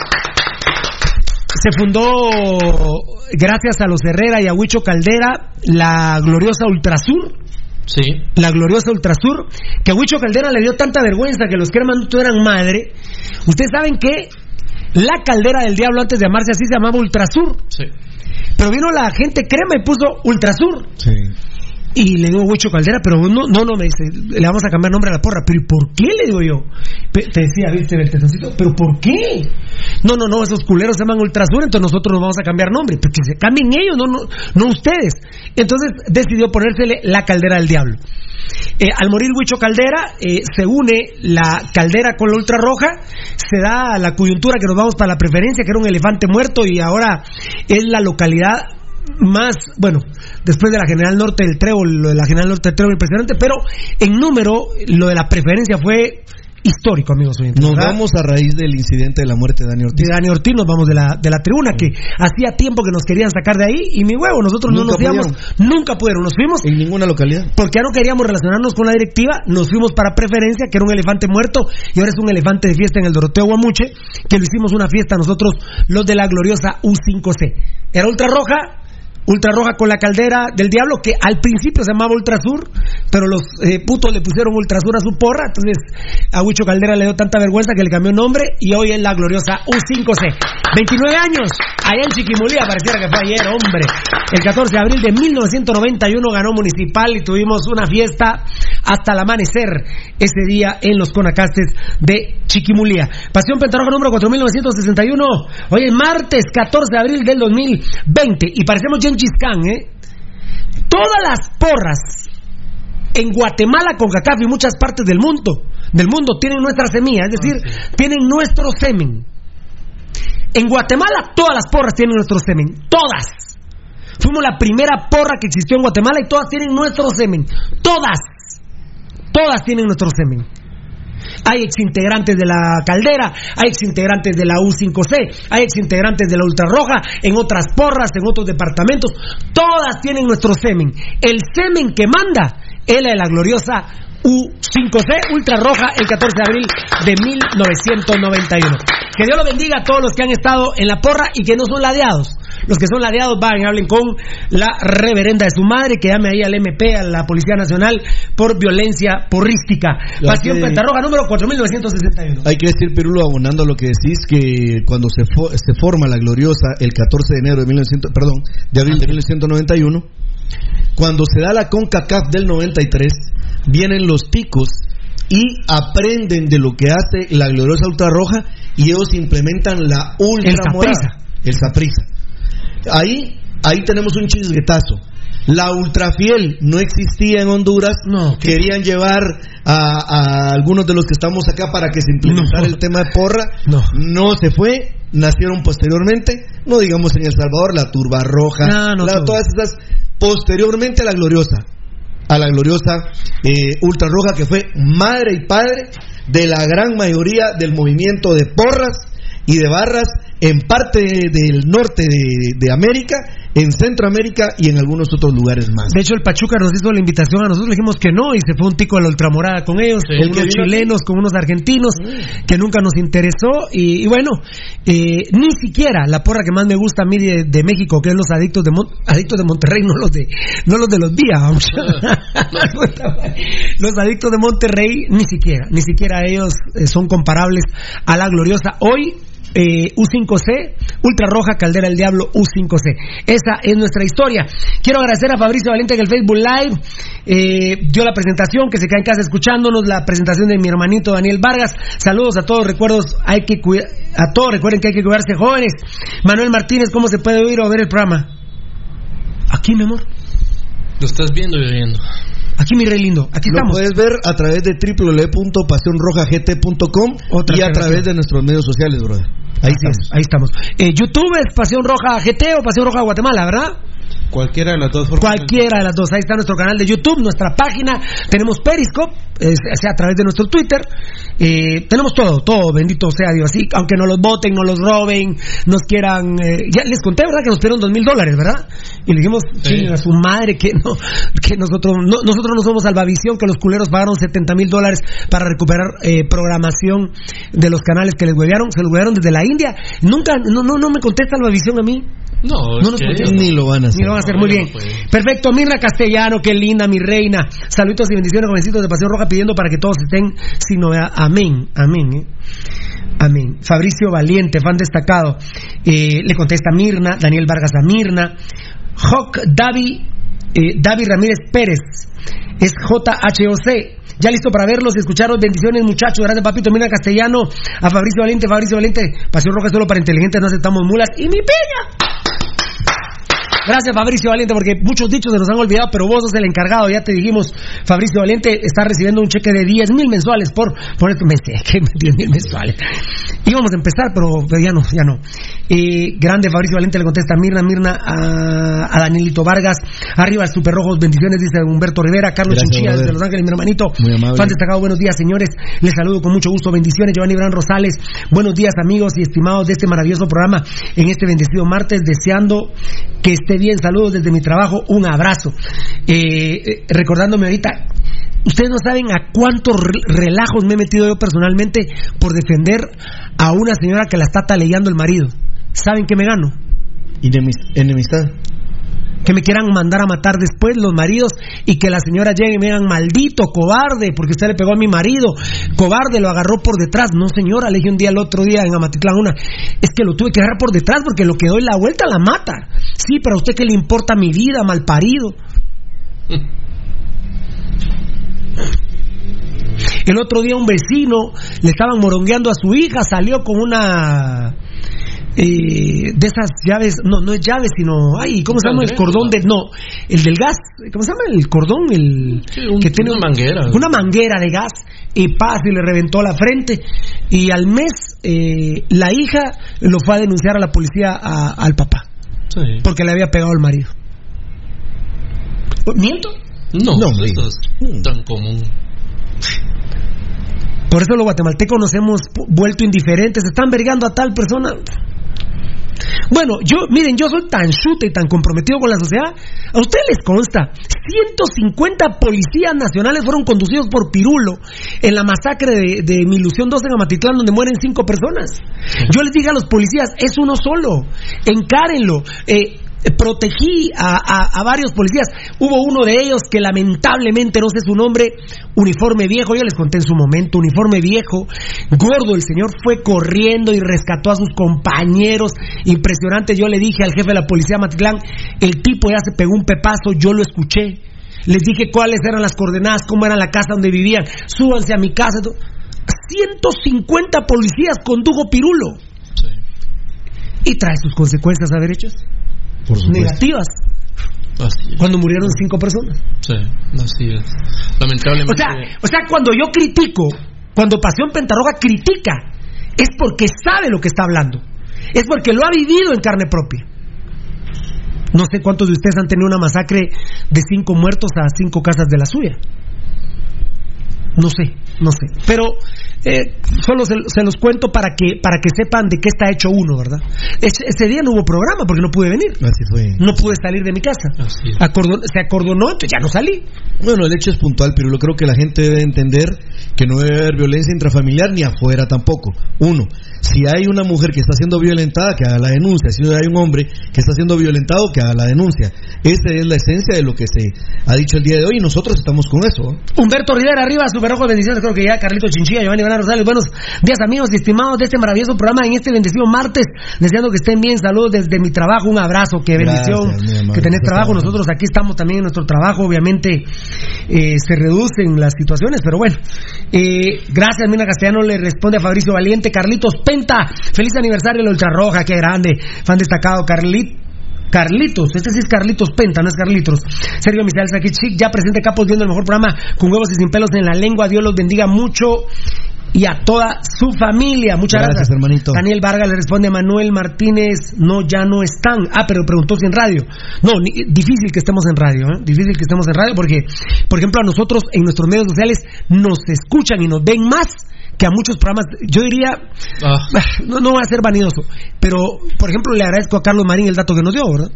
se fundó gracias a los Herrera y a Huicho Caldera, la gloriosa Ultrasur. Sí. La gloriosa Ultrasur, que a Huicho Caldera le dio tanta vergüenza que los cremas no tuvieran madre. Ustedes saben que la Caldera del Diablo, antes de llamarse así, se llamaba Ultrasur. Sí. Pero vino la gente crema y puso Ultrasur. Sí. Y le digo, Huicho Caldera, pero no, me dice, le vamos a cambiar nombre a la porra. Pero ¿y por qué? Le digo yo. Te decía, viste, Beltetoncito, ¿pero por qué? No, esos culeros se llaman Ultrasur, entonces nosotros nos vamos a cambiar nombre. Pero que se cambien ellos, no ustedes. Entonces decidió ponérsele la Caldera del Diablo. Al morir Huicho Caldera, se une la Caldera con la Ultrarroja, se da la coyuntura que nos vamos para la preferencia, que era un elefante muerto, y ahora es la localidad más, bueno, después de la General Norte del Trébol, lo de la General Norte del Trébol impresionante, pero en número, lo de la preferencia fue histórico, amigos oyentes. Nos vamos a raíz del incidente de la muerte de Dani Ortiz. De Dani Ortiz nos vamos de la tribuna, que hacía tiempo que nos querían sacar de ahí, y mi huevo, nosotros no nos íbamos, nunca pudieron, nos fuimos en ninguna localidad, porque ya no queríamos relacionarnos con la directiva, nos fuimos para preferencia, que era un elefante muerto, y ahora es un elefante de fiesta en el Doroteo Guamuche, que lo hicimos una fiesta nosotros, los de la gloriosa U5C. Era Ultrarroja con la Caldera del Diablo, que al principio se llamaba Ultrasur, pero los putos le pusieron Ultrasur a su porra, entonces a Huicho Caldera le dio tanta vergüenza que le cambió nombre y hoy es la gloriosa U5C. 29 años, allá en Chiquimulía, pareciera que fue ayer, hombre. El 14 de abril de 1991 ganó Municipal y tuvimos una fiesta hasta el amanecer ese día en los Conacastes de Chiquimulía. Pasión Pentarroja número 4961, hoy es martes 14 de abril del 2020 y parecemos Gengis Khan, Todas las porras en Guatemala, CONCACAF y muchas partes del mundo tienen nuestra semilla, es decir, tienen nuestro semen. En Guatemala todas las porras tienen nuestro semen, todas. Fuimos la primera porra que existió en Guatemala y todas tienen nuestro semen, todas tienen nuestro semen. Hay exintegrantes de la Caldera, hay exintegrantes de la U5C, hay exintegrantes de la Ultrarroja, en otras porras, en otros departamentos, todas tienen nuestro semen. El semen que manda es la de la gloriosa U5C Ultrarroja, el 14 de abril de 1991. Que Dios lo bendiga a todos los que han estado en la porra y que no son ladeados. Los que son ladeados van y hablen con la reverenda de su madre, que llame ahí al MP, a la Policía Nacional, por violencia porrística. Pasión Pentarroja número 4961. Hay que decir, Pirulo, abonando lo que decís, que cuando se forma la gloriosa el 14 de enero de abril de 1991, cuando se da la CONCACAF del 93, vienen los ticos y aprenden de lo que hace la gloriosa Ultrarroja y ellos implementan la Ultramorada, el Saprissa. Ahí tenemos un chisguetazo. La ultrafiel no existía en Honduras. Querían llevar a algunos de los que estamos acá para que se implementara el tema de porra. No se fue. Nacieron posteriormente. No digamos en El Salvador, la Turba Roja. Todas esas. Posteriormente a la gloriosa Ultra Roja, que fue madre y padre de la gran mayoría del movimiento de porras y de barras en parte del norte de América, en Centroamérica y en algunos otros lugares más. De hecho, el Pachuca nos hizo la invitación a nosotros, le dijimos que no, y se fue un tico de la ultramorada con ellos, con unos chilenos, con unos argentinos, que nunca nos interesó, y bueno, ni siquiera la porra que más me gusta a mí de México, que es los adictos de Monterrey, no los de los días, vamos. Los adictos de Monterrey, ni siquiera ellos son comparables a la gloriosa. Hoy U5C, Ultra Roja, Caldera del Diablo, U5C. Esa es nuestra historia. Quiero agradecer a Fabricio Valente, que el Facebook Live dio la presentación, que se queda en casa escuchándonos, la presentación de mi hermanito Daniel Vargas. Saludos a todos, recuerden que hay que cuidarse, jóvenes. Manuel Martínez, ¿cómo se puede oír o ver el programa? Aquí, mi amor. Lo estás viendo y oyendo. Aquí, mi rey lindo, aquí estamos. Lo puedes ver a través de www.pasionrojagt.com y a través de nuestros medios sociales, brother. Ahí estamos. YouTube es Pasión Roja GT o Pasión Roja Guatemala, ¿verdad? Cualquiera de las dos formas. Cualquiera de las dos. Ahí está nuestro canal de YouTube, nuestra página. Tenemos Periscope, a través de nuestro Twitter. Tenemos todo, bendito sea Dios. Así, aunque nos los voten, nos los roben, nos quieran. Ya les conté, ¿verdad? Que nos pidieron $2,000, ¿verdad? Y le dijimos, a su madre, que nosotros no somos Salvavisión, que los culeros pagaron $70,000 para recuperar programación de los canales que les huevearon. Se los huevearon desde la India. Nunca, no me contesta Salvavisión a mí. No ni lo van a hacer. Muy bien. Perfecto. Mirna Castellano, qué linda, mi reina. Saludos y bendiciones, jovencitos de Pasión Roja, pidiendo para que todos estén sin novedad. Amén. Fabricio Valiente, fan destacado. Le contesta Mirna, Daniel Vargas a Mirna. David Ramírez Pérez, es JHOC. Ya listo para verlos y escucharlos. Bendiciones, muchachos. Gracias, papito. Mirna Castellano, a Fabricio Valiente. Pasión Roja es solo para inteligentes, no aceptamos mulas. Y mi piña. Gracias, Fabricio Valiente, porque muchos dichos se nos han olvidado, pero vos sos el encargado, ya te dijimos. Fabricio Valiente está recibiendo un cheque de 10,000 mensuales por este mes. ¿Qué 10,000 mensuales? Íbamos a empezar, pero ya no. Grande Fabricio Valiente, le contesta Mirna a Danielito Vargas. Arriba el Super Rojos, bendiciones, dice Humberto Rivera. Carlos Chinchilla desde Los Ángeles, mi hermanito. Muy amable. Fan destacado, buenos días, señores. Les saludo con mucho gusto, bendiciones. Giovanni Bran Rosales, buenos días, amigos y estimados de este maravilloso programa en este bendecido martes, deseando que esté bien. Saludos desde mi trabajo, un abrazo. Recordándome ahorita, ustedes no saben a cuántos relajos me he metido yo personalmente por defender a una señora que la está taleando el marido. ¿Saben qué me gano? Enemistad. Que me quieran mandar a matar después los maridos y que la señora llegue y me digan, maldito cobarde, porque usted le pegó a mi marido, cobarde, lo agarró por detrás. No, señora, le dije el otro día en Amatitlán es que lo tuve que agarrar por detrás porque lo que doy la vuelta la mata. Sí, pero a usted qué le importa mi vida, malparido. El otro día un vecino le estaban morongueando a su hija, salió con una de esas llaves, no es llave, sino, ¿cómo se llama? El cordón el del gas, ¿cómo se llama? El cordón, que tiene una manguera de gas, y le reventó la frente, y al mes la hija lo fue a denunciar a la policía al papá, porque le había pegado al marido. ¿Miento? No, eso es tan común. Por eso los guatemaltecos nos hemos vuelto indiferentes. Están vergando a tal persona. Bueno, yo soy tan chute y tan comprometido con la sociedad. A ustedes les consta, 150 policías nacionales fueron conducidos por Pirulo en la masacre de Mi Ilusión 2 en Amatitlán, donde mueren 5 personas. Yo les dije a los policías, es uno solo, encárenlo. Protegí a varios policías. Hubo uno de ellos que lamentablemente no sé su nombre, uniforme viejo, yo les conté en su momento, uniforme viejo, gordo, el señor fue corriendo y rescató a sus compañeros, impresionante. Yo le dije al jefe de la policía de Amatitlán, el tipo ya se pegó un pepazo, yo lo escuché, les dije cuáles eran las coordenadas, cómo era la casa donde vivían, súbanse a mi casa. 150 policías condujo Pirulo, y trae sus consecuencias haber hechos negativas. Cuando murieron 5 personas. Sí, así es. Lamentablemente. O sea, cuando yo critico, cuando Pasión Pentarroja critica, es porque sabe lo que está hablando. Es porque lo ha vivido en carne propia. No sé cuántos de ustedes han tenido una masacre de 5 muertos a 5 casas de la suya. No sé. Pero solo se los cuento para que sepan de qué está hecho uno, ¿verdad? Ese día no hubo programa porque no pude venir. Así fue. No pude salir de mi casa. Se acordonó, entonces ya no salí. Bueno, el hecho es puntual, pero yo creo que la gente debe entender que no debe haber violencia intrafamiliar ni afuera tampoco. Uno, si hay una mujer que está siendo violentada, que haga la denuncia. Si hay un hombre que está siendo violentado, que haga la denuncia. Esa es la esencia de lo que se ha dicho el día de hoy y nosotros estamos con eso. Humberto Rivera, arriba, Superojo, bendiciones. Creo que ya Carlito Chinchilla, Giovanni Iván Rosales. Buenos días, amigos y estimados de este maravilloso programa en este bendecido martes. Deseando que estén bien. Saludos desde mi trabajo. Un abrazo. Qué bendición. Gracias, que tenés trabajo. Nosotros aquí estamos también en nuestro trabajo. Obviamente se reducen las situaciones, pero bueno. Gracias, Mina Castellano. Le responde a Fabricio Valiente. Carlitos Penta, feliz aniversario de la Ultrarroja. Qué grande. Fan destacado, Carlitos, este sí es Carlitos Penta, no es Carlitos. Sergio Misael Sakic, ya presente Capos, viendo el mejor programa con huevos y sin pelos en la lengua. Dios los bendiga mucho y a toda su familia. Muchas gracias, hermanito. Daniel Vargas le responde a Manuel Martínez, no, ya no están. Pero preguntó si en radio. No, difícil que estemos en radio, difícil que estemos en radio porque, por ejemplo, a nosotros en nuestros medios sociales nos escuchan y nos ven más que a muchos programas. Yo diría, no voy a ser vanidoso, pero por ejemplo le agradezco a Carlos Marín el dato que nos dio, ¿verdad?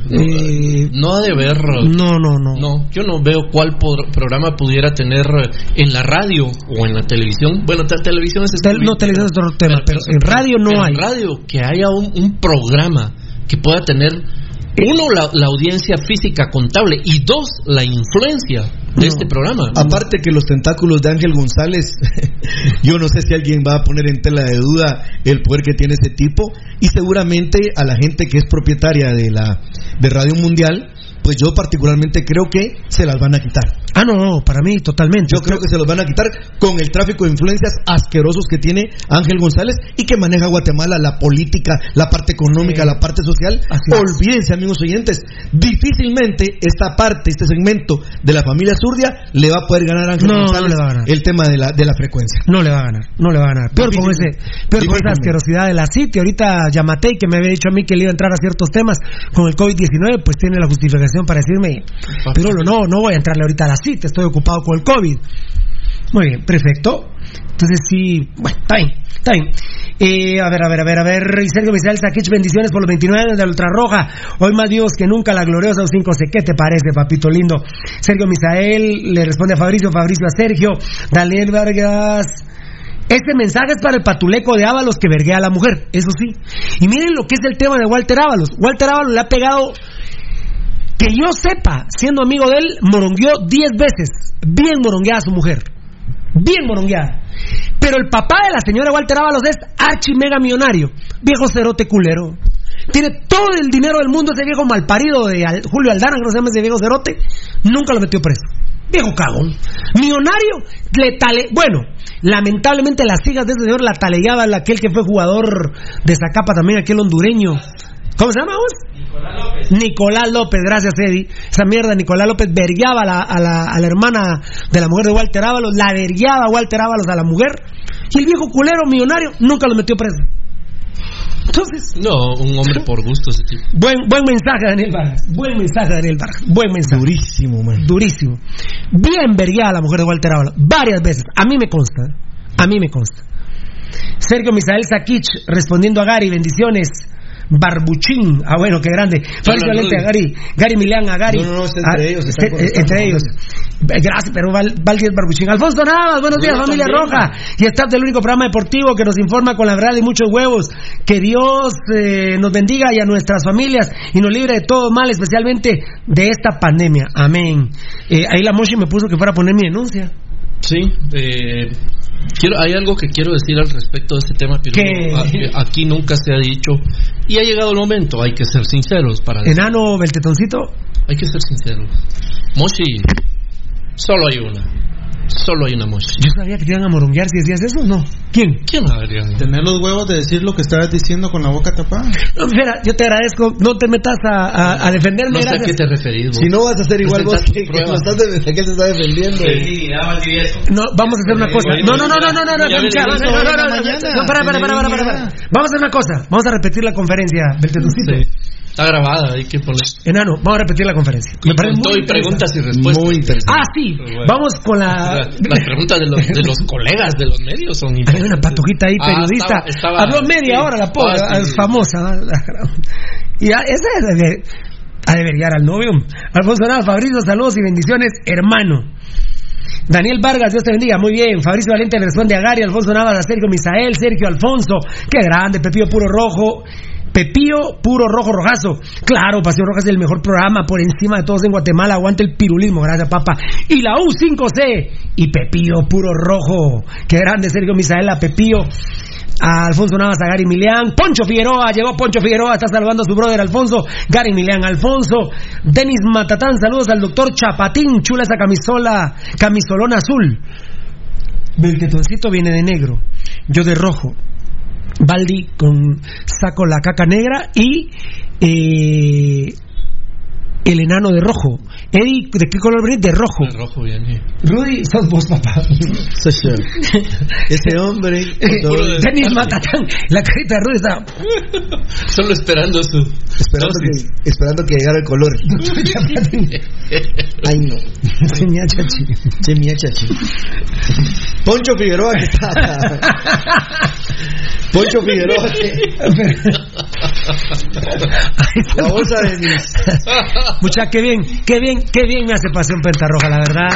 Sí. No ha de ver. No, yo no veo cuál programa pudiera tener en la radio o en la televisión. Bueno, televisión es televisión es otro tema, pero en radio no hay. En radio que haya un programa que pueda tener uno, la audiencia física contable, y dos, la influencia de este programa. Aparte que los tentáculos de Ángel González, yo no sé si alguien va a poner en tela de duda el poder que tiene ese tipo, y seguramente a la gente que es propietaria de Radio Mundial, pues yo particularmente creo que se las van a quitar. No, para mí totalmente. Yo creo que se los van a quitar con el tráfico de influencias asquerosos que tiene Ángel González y que maneja Guatemala, la política, la parte económica, la parte social. Olvídense, amigos oyentes, difícilmente este segmento de la familia Zurdia le va a poder ganar a Ángel González, no le va a ganar. El tema de la frecuencia. No le va a ganar. Peor con esa asquerosidad de la City. Ahorita Yamatei, que me había dicho a mí que le iba a entrar a ciertos temas con el COVID-19, pues tiene la justificación para decirme, pero no voy a entrarle ahorita a la cita, estoy ocupado con el COVID. Muy bien, perfecto. Entonces sí, bueno, está bien. A ver. Y Sergio Misael Sakic, bendiciones por los 29 años de la Ultrarroja. Hoy más vivos que nunca, la gloriosa U5C. ¿Qué te parece, papito lindo? Sergio Misael le responde a Fabricio a Sergio. Daniel Vargas. Este mensaje es para el patuleco de Ábalos que verguea a la mujer, eso sí. Y miren lo que es el tema de Walter Ábalos. Walter Ábalos le ha pegado, que yo sepa, siendo amigo de él, morongueó 10 veces. Bien morongueada a su mujer. Bien morongueada. Pero el papá de la señora Walter Ábalos es archi mega millonario. Viejo cerote culero. Tiene todo el dinero del mundo, ese viejo malparido de Julio Aldana, que no se llama ese viejo cerote. Nunca lo metió preso. Viejo cagón. Millonario, bueno, lamentablemente las hijas de ese señor la taleaba aquel que fue jugador de Zacapa también, aquel hondureño. ¿Cómo se llama vos? Nicolás López, gracias Eddie. Esa mierda, Nicolás López verguiaba a la hermana de la mujer de Walter Ábalos, la verguiaba Walter Ábalos a la mujer, y el viejo culero millonario nunca lo metió preso. Entonces, no, un hombre por gusto ese tipo. Buen mensaje, Daniel Vargas. Buen mensaje. Durísimo, man. Durísimo. Bien verguiada la mujer de Walter Ábalos, varias veces. A mí me consta. Sergio Misael Sakic respondiendo a Gary, bendiciones. Barbuchín, bueno, qué grande. Valente a Gary Milán, a Gary. No, entre ellos. Entre ellos. Gracias, pero Valdés Barbuchín. Alfonso Navas, buenos días, familia Roja. Y staff del único programa deportivo que nos informa con la verdad y muchos huevos. Que Dios nos bendiga y a nuestras familias y nos libre de todo mal, especialmente de esta pandemia. Amén. Ahí la Moshi me puso que fuera a poner mi denuncia. Sí, hay algo que quiero decir al respecto de este tema, pero aquí nunca se ha dicho y ha llegado el momento, hay que ser sinceros para decir. Enano Beltetoncito, hay que ser sinceros. Moshi, solo hay una Moshi. Yo sabía que te iban a moronguear si decías eso, ¿no? ¿Quién? ¿Quién habría? Tener los huevos de decir lo que estabas diciendo con la boca tapada. No, espera, yo te agradezco. No te metas a defenderme. No sé a qué te referís vos. Si no vas a hacer igual vos que te está defendiendo. Sí, no, vamos a hacer una cosa. No. Para. Vamos a hacer una cosa. Vamos a repetir la conferencia, Beltetucito. Sí. Está grabada, hay que poner. Enano, vamos a repetir la conferencia. Me parece muy preguntas y respuestas. Muy interesante. Ah, sí. Bueno. Vamos con las preguntas de los colegas de los medios son importantes. Hay una patujita ahí, periodista. Habló media hora la pobre, famosa. Y esa es a deberíar al novio. Alfonso Nava, Fabricio, saludos y bendiciones, hermano. Daniel Vargas, Dios te bendiga, muy bien. Fabricio Valente le responde a Gary, Alfonso Nava, a Sergio Misael, Sergio Alfonso, qué grande, Pepillo Puro Rojo, rojazo. Claro, Pasión Roja es el mejor programa por encima de todos en Guatemala. Aguante el pirulismo, gracias, papá. Y la U5C y Pepillo Puro Rojo. Qué grande, Sergio Misaela, Pepillo. A Alfonso Navas, a Gary Milián. Poncho Figueroa, llegó Poncho Figueroa, está saludando a su brother Alfonso. Gary Milián, Alfonso. Denis Matatán, saludos al doctor Chapatín. Chula esa camisolona azul. Beltetoncito viene de negro, yo de rojo. Baldi con saco la caca negra y el enano de rojo. Eddie, ¿de qué color venís? De rojo. De rojo, bien. Rudy, sos vos, papá. Ese hombre. Denis Matatán. La carita de Rudy está. Solo esperando esperando que llegara el color. Ay, no. Chemiachachi. Poncho Figueroa que está. Poncho Figueroa que. La bolsa de mis. Mucha, qué bien me hace Pasión Pentarroja, la verdad.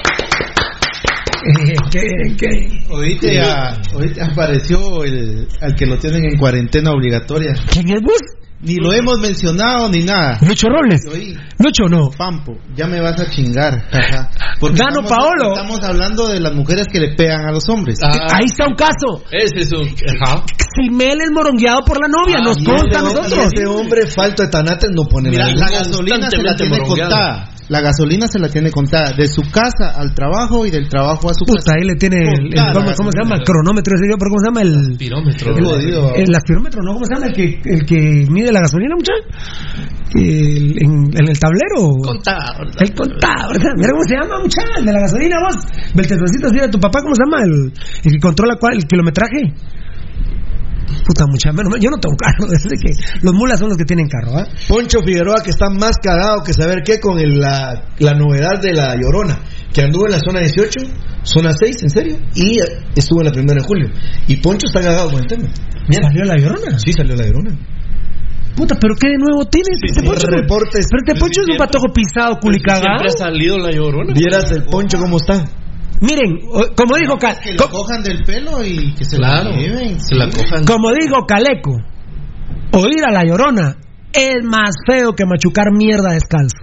Ahorita apareció al que lo tienen en cuarentena obligatoria. ¿Quién es vos? Ni lo hemos mencionado ni nada. Lucho Robles. Lucho no. Pampo, ya me vas a chingar. Gano Paolo. Estamos hablando de las mujeres que le pegan a los hombres. Ahí está un caso. Ese es un. Simel es morongueado por la novia, nos consta a nosotros. Ese hombre falto de tanates no pone nada. La gasolina se la tiene contada. La gasolina se la tiene contada de su casa al trabajo y del trabajo a su casa. Ahí le tiene ¿cómo se llama? El cronómetro ese, pero ¿cómo se llama? El aspirómetro. El aspirómetro, ¿no? ¿Cómo se llama? El que mide la gasolina, muchacho. En el tablero. Contador. El contador. Mira cómo se llama, muchacho. El de la gasolina, vos. Beltetocito, así de tu papá, ¿cómo se llama? El que controla el kilometraje. Puta mucha menos, yo no tengo carro, desde que los mulas son los que tienen carro, ¿eh? Poncho Figueroa que está más cagado que saber qué con la novedad de la Llorona, que anduvo en la zona 18, zona 6, en serio, y estuvo en la 1 de julio. Y Poncho está cagado con el tema. ¿Salió la Llorona? Sí, salió la Llorona. Puta, pero qué de nuevo tienes este Poncho. Reportes. Pero este Poncho es un patojo pisado, culicagado. Siempre ha salido la Llorona. Vieras el Poncho cómo está. Miren, como dijo que la cojan del pelo y que se la lleven. Se la cojan. Como dijo Caleco, oír a la Llorona es más feo que machucar mierda descalzo.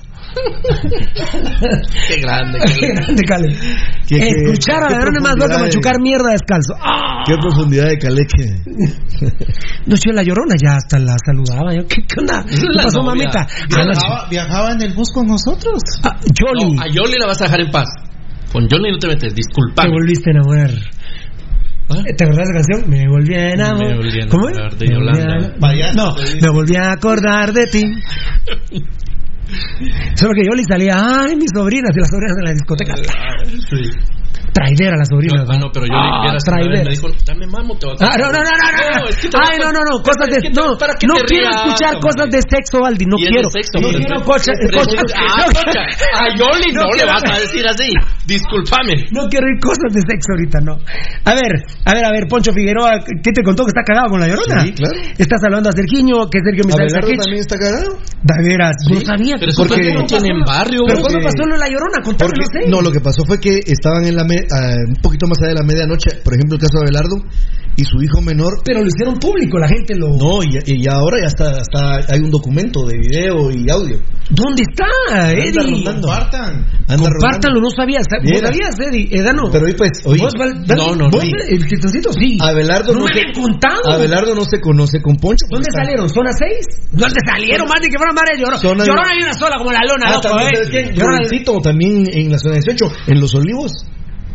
Qué grande, Cale. Escuchar a la Llorona es más feo que machucar mierda descalzo. Qué profundidad de Caleque. No, yo la Llorona ya hasta la saludaba. ¿Qué onda? ¿Qué pasó, mamita? Viajaba en el bus con nosotros. Yoli. No, a Yoli la vas a dejar en paz. Con Johnny no te metes, disculpa. Te volviste a enamorar. ¿Te acordás de esa canción? Me volví a enamorar. ¿Cómo es? De Yolanda. No, me volví a acordar de ti. Solo que Yoli salía, ay, mis sobrinas, y las sobrinas en la discoteca. Sí. Traidera la sobrina. No, pero yo traidera. Me dijo, dame mamo, te va a no. Ay, no, cosas de no quiero escuchar cosas de sexo, Valdi, no quiero. No quiero cocha. A Yoli no le vas a decir así. Discúlpame. No quiero ir cosas de sexo ahorita, no. A ver, Poncho Figueroa, ¿qué te contó que está cagado con la Llorona? Sí, claro. Estás hablando a Sergiño, que Sergio me está también está cagado. De veras, no sabía. Pero porque no tienen barrio. Pero ¿cuándo pasó lo de la Llorona? Contame, no sé. No, lo que pasó fue que estaban en un poquito más allá de la medianoche, por ejemplo el caso de Abelardo y su hijo menor. Pero lo hicieron público, la gente lo... No, y ahora ya está hay un documento de video y audio. ¿Dónde está, Eddie? Compártanlo, no sabías. ¿Vos sabías, Eddie? Edano. Pero hoy pues, oye. No. El chitoncito sí. Abelardo no me habían contado. Abelardo no se conoce con Poncho. ¿Dónde salieron? ¿Zona 6? ¿Dónde salieron? Más de que fueron madre de Llorona. Llorona hay una sola, como la lona, loco, También en la zona 18, en Los Olivos.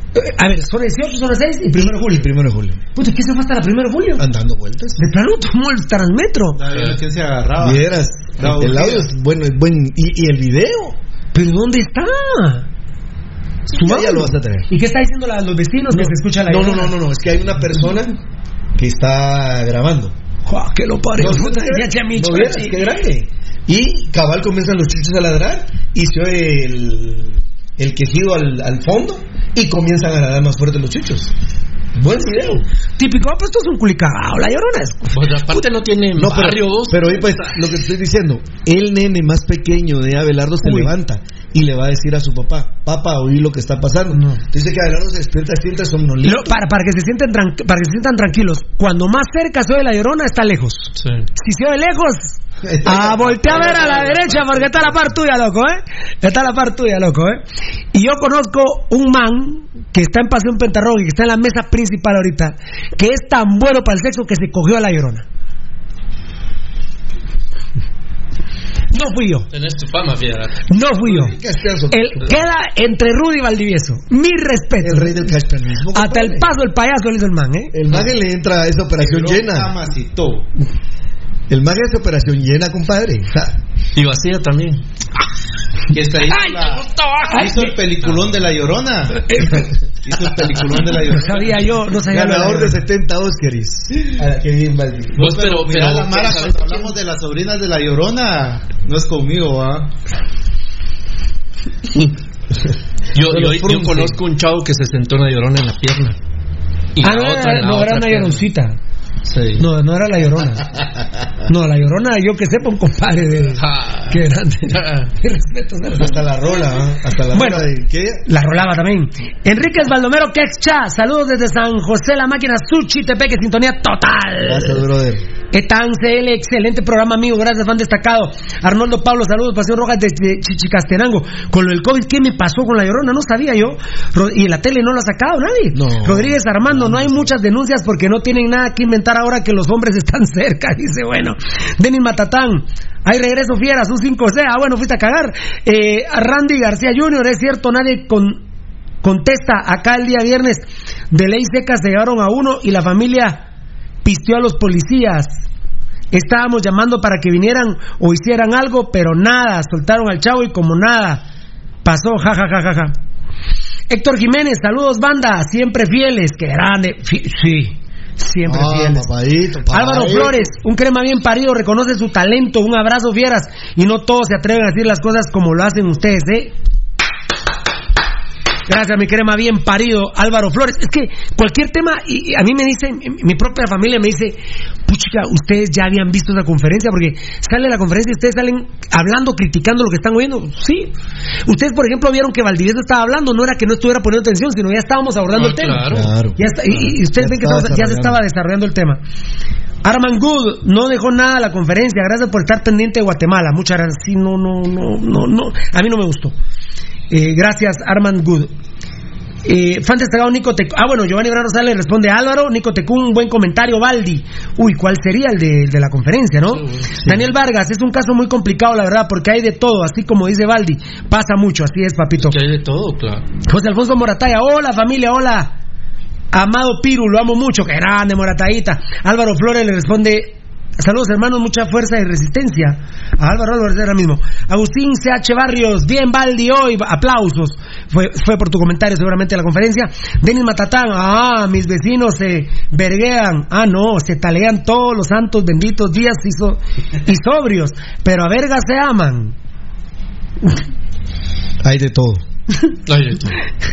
A ver, zona 18, zona 6 y 1 de julio. Y 1 de julio. Puta, ¿qué se fue hasta la 1 de julio? Andando vueltas. De plano tomó el Transmetro. ¿Quién se agarraba? Vieras, el audio es bueno, y el video. ¿Pero dónde está? Ya lo vas a tener. ¿Y qué está diciendo los vecinos que se escucha la Llorona? No, es que hay una persona que está grabando. ¡Que lo parió! ¡Qué grande! Y cabal comienzan los chuchos a ladrar y se oye el quejido al fondo y comienzan a ladrar más fuerte los chuchos. Buen video. Típico, pues esto es un culicagao, la Llorona es. Pues aparte no tiene barrios. Pero ahí pues, lo que estoy diciendo, el nene más pequeño de Abelardo se levanta y le va a decir a su papá, oí lo que está pasando. Dice que Abelardo se despierta somnoliento. Para que se sientan tranquilos, cuando más cerca se oye la Llorona, está lejos. Sí. Si se oye lejos, voltea a ver a la derecha porque está la par tuya, loco, Está la par tuya, loco, Y yo conozco un man que está en Pasión Pentarroga y que está en la mesa principal ahorita, que es tan bueno para el sexo que se cogió a la Llorona. No fui yo. Tenés tu fama, fiera. No fui yo. Queda entre Rudy y Valdivieso. Mi respeto. El rey del caspernismo. Hasta el paso del payaso le hizo el man, El man le entra a esa operación llena. El man es operación llena, compadre. Y vacía también. Que está hizo el peliculón de la Llorona. Hizo el peliculón de la Llorona. No sabía Ganador de 70 Óscares. Qué bien, Valdi. Pero la Mara, cuando hablamos de las sobrinas de la Llorona, no es conmigo, Yo conozco un chavo que se sentó una Llorona en la pierna. Y la otra en la otra era una Lloroncita. Sí. No era la Llorona. No, la Llorona, yo que sepa, un compadre de. Qué grande. Respeto. Hasta la rola, bueno, rola de ¿qué? La rolaba también. Enríquez Baldomero Quexcha, saludos desde San José, la máquina Suchi, Tepeque, sintonía total. Gracias, brother. Etan CL, excelente programa, amigo, gracias, fan destacado. Arnoldo Pablo, saludos, Pasión Roja de Chichicastenango. Con lo del COVID, ¿qué me pasó con la Llorona? No sabía yo. Y en la tele no lo ha sacado nadie. No. Rodríguez Armando, no hay muchas denuncias porque no tienen nada que inventar ahora que los hombres están cerca, dice, bueno. Denis Matatán, ahí regreso fieras, un 5C, bueno, fuiste a cagar. Randy García Jr., es cierto, nadie contesta. Acá el día viernes de ley seca se llevaron a uno y la familia pisteó a los policías. Estábamos llamando para que vinieran o hicieran algo, pero nada, soltaron al chavo y como nada pasó, jajajaja. Héctor Jiménez, saludos banda, siempre fieles, qué grande, sí, siempre fieles. Papadito. Álvaro Flores, un crema bien parido, reconoce su talento, un abrazo fieras, y no todos se atreven a decir las cosas como lo hacen ustedes, Gracias, mi crema bien parido, Álvaro Flores. Es que cualquier tema, y a mí me dicen, mi propia familia me dice, puchica, ustedes ya habían visto esa conferencia, porque sale la conferencia y ustedes salen hablando, criticando lo que están oyendo. Sí. Ustedes, por ejemplo, vieron que Valdivieso estaba hablando, no era que no estuviera poniendo atención, sino ya estábamos abordando el tema. Claro. Ya está, y ustedes ven que ya se estaba desarrollando el tema. Arman Good, no dejó nada la conferencia, gracias por estar pendiente de Guatemala. Muchas gracias. Sí, no, a mí no me gustó. Gracias, Armand Good. Fan destacado Nico Tecún. Bueno, Giovanni Brano Sale responde a Álvaro. Nico Tecún, buen comentario, Valdi. Uy, ¿cuál sería el de la conferencia, no? Sí. Daniel Vargas, es un caso muy complicado, la verdad, porque hay de todo, así como dice Valdi. Pasa mucho, así es, papito. Que hay de todo, claro. José Alfonso Morataya, hola familia, hola. Amado Piru, lo amo mucho, qué grande Moratayita. Álvaro Flores le responde: saludos hermanos, mucha fuerza y resistencia. A Álvaro ahora mismo. Agustín CH Barrios, bien Valdi hoy, aplausos. Fue por tu comentario seguramente en la conferencia. Denis Matatán, mis vecinos se verguean. No, se talean todos los santos benditos días y sobrios, pero a verga se aman. Hay de todo. Hay de todo.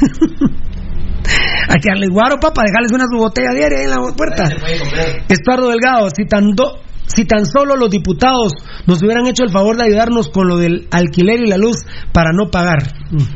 Hay que darles guaro, papá, dejarles una su botella diaria ahí en la puerta. Estuardo Delgado, si tan solo los diputados nos hubieran hecho el favor de ayudarnos con lo del alquiler y la luz para no pagar.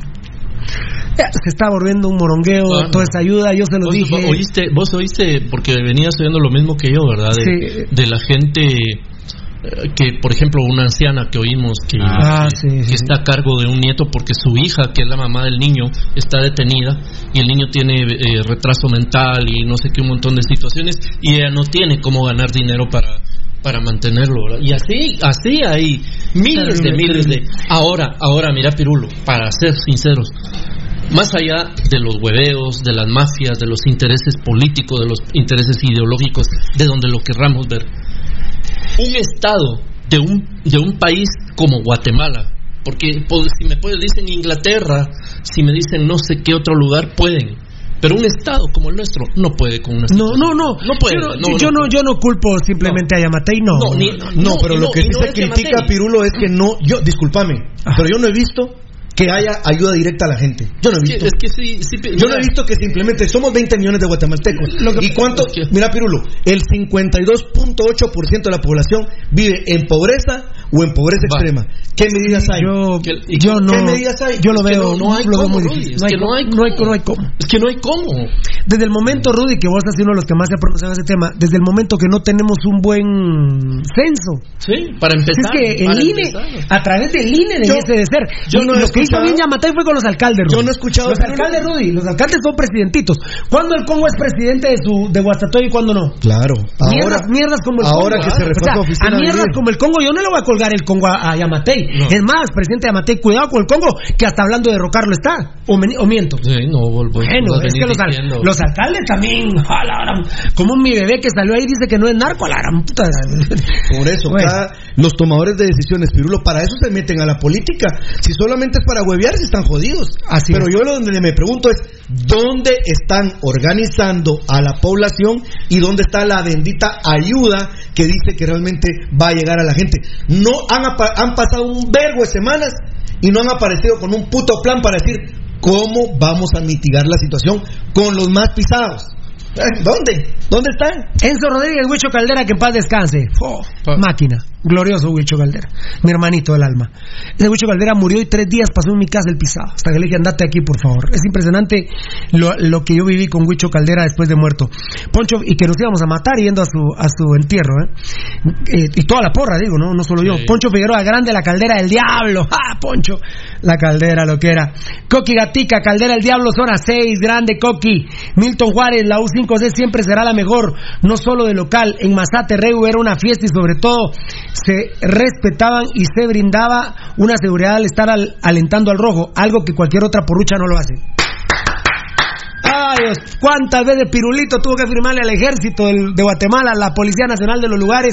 Se está volviendo un morongueo, toda esa ayuda, yo se lo dije. Vos oíste, porque venías oyendo lo mismo que yo, ¿verdad? De la gente que, por ejemplo, una anciana que oímos que está a cargo de un nieto porque su hija, que es la mamá del niño, está detenida y el niño tiene retraso mental y no sé qué, un montón de situaciones, y ella no tiene cómo ganar dinero para mantenerlo, ¿verdad? Y así hay miles de ahora mira, Pirulo, para ser sinceros, más allá de los hueveos, de las mafias, de los intereses políticos, de los intereses ideológicos, de donde lo querramos ver, un Estado de un país como Guatemala, porque si me dicen Inglaterra, si me dicen no sé qué otro lugar, pueden, pero un Estado como el nuestro no puede con una situación. No puede. Yo no culpo simplemente a Yamatei, pero lo que sí se critica, Pirulo, es que discúlpame, pero yo no he visto que haya ayuda directa a la gente. Yo no he visto. Yo no he visto que simplemente somos 20 millones de guatemaltecos. ¿Y cuánto? Mira, Pirulo, el 52.8% de la población vive en pobreza o en pobreza extrema. ¿Qué medidas hay? ¿Qué medidas hay? Yo lo veo, no hay cómo, Rudy. Es que no hay cómo. Es que no hay cómo. Desde el momento, Rudy, que vos estás uno de los que más se ha pronunciado ese tema, desde el momento que no tenemos un buen censo. Sí, para empezar. Es que el INE, a través del INE debiese de ser. Lo que hizo bien Yamatei fue con los alcaldes, Rudy. Yo no he escuchado. Los alcaldes, Rudy, los alcaldes son presidentitos. ¿Cuándo el Congo es presidente de Guastatoya y cuándo no? Claro. Mierdas como el Congo. Ahora que se repasa oficina. A mierdas como el Congo, yo no le voy a colgar el Congo a Yamatei. No. Es más, presidente Yamatei, cuidado con el Congo, que hasta hablando de derrocarlo está. ¿O miento? Sí, bueno, es que los alcaldes también. Como mi bebé que salió ahí dice que no es narco, a la gran puta. Por eso, los tomadores de decisiones, Pirulo, para eso se meten a la política. Si solamente es para huevear, se están jodidos. Pero yo lo donde me pregunto es, ¿dónde están organizando a la población y dónde está la bendita ayuda que dice que realmente va a llegar a la gente? No han pasado un vergo de semanas y no han aparecido con un puto plan para decir cómo vamos a mitigar la situación con los más pisados. ¿Dónde están? Enzo Rodríguez, Huicho Caldera, que en paz descanse. Máquina, glorioso Huicho Caldera, mi hermanito del alma. Ese Huicho Caldera murió y 3 días pasó en mi casa el pisado, hasta que le dije, andate aquí por favor. Es impresionante lo que yo viví con Huicho Caldera después de muerto. Poncho, y que nos íbamos a matar yendo a su entierro, y toda la porra, digo, no solo yo. Poncho Figueroa Grande, la Caldera del Diablo. Poncho, la Caldera, lo que era. Coqui Gatica, Caldera del Diablo, zona 6, grande Coqui. Milton Juárez, la U5C siempre será la mejor, no solo de local. En Mazate Reu era una fiesta y sobre todo se respetaban y se brindaba una seguridad al estar alentando al rojo, algo que cualquier otra porrucha no lo hace. Ay Dios, cuántas veces Pirulito tuvo que firmarle al ejército de Guatemala, a la Policía Nacional de los lugares,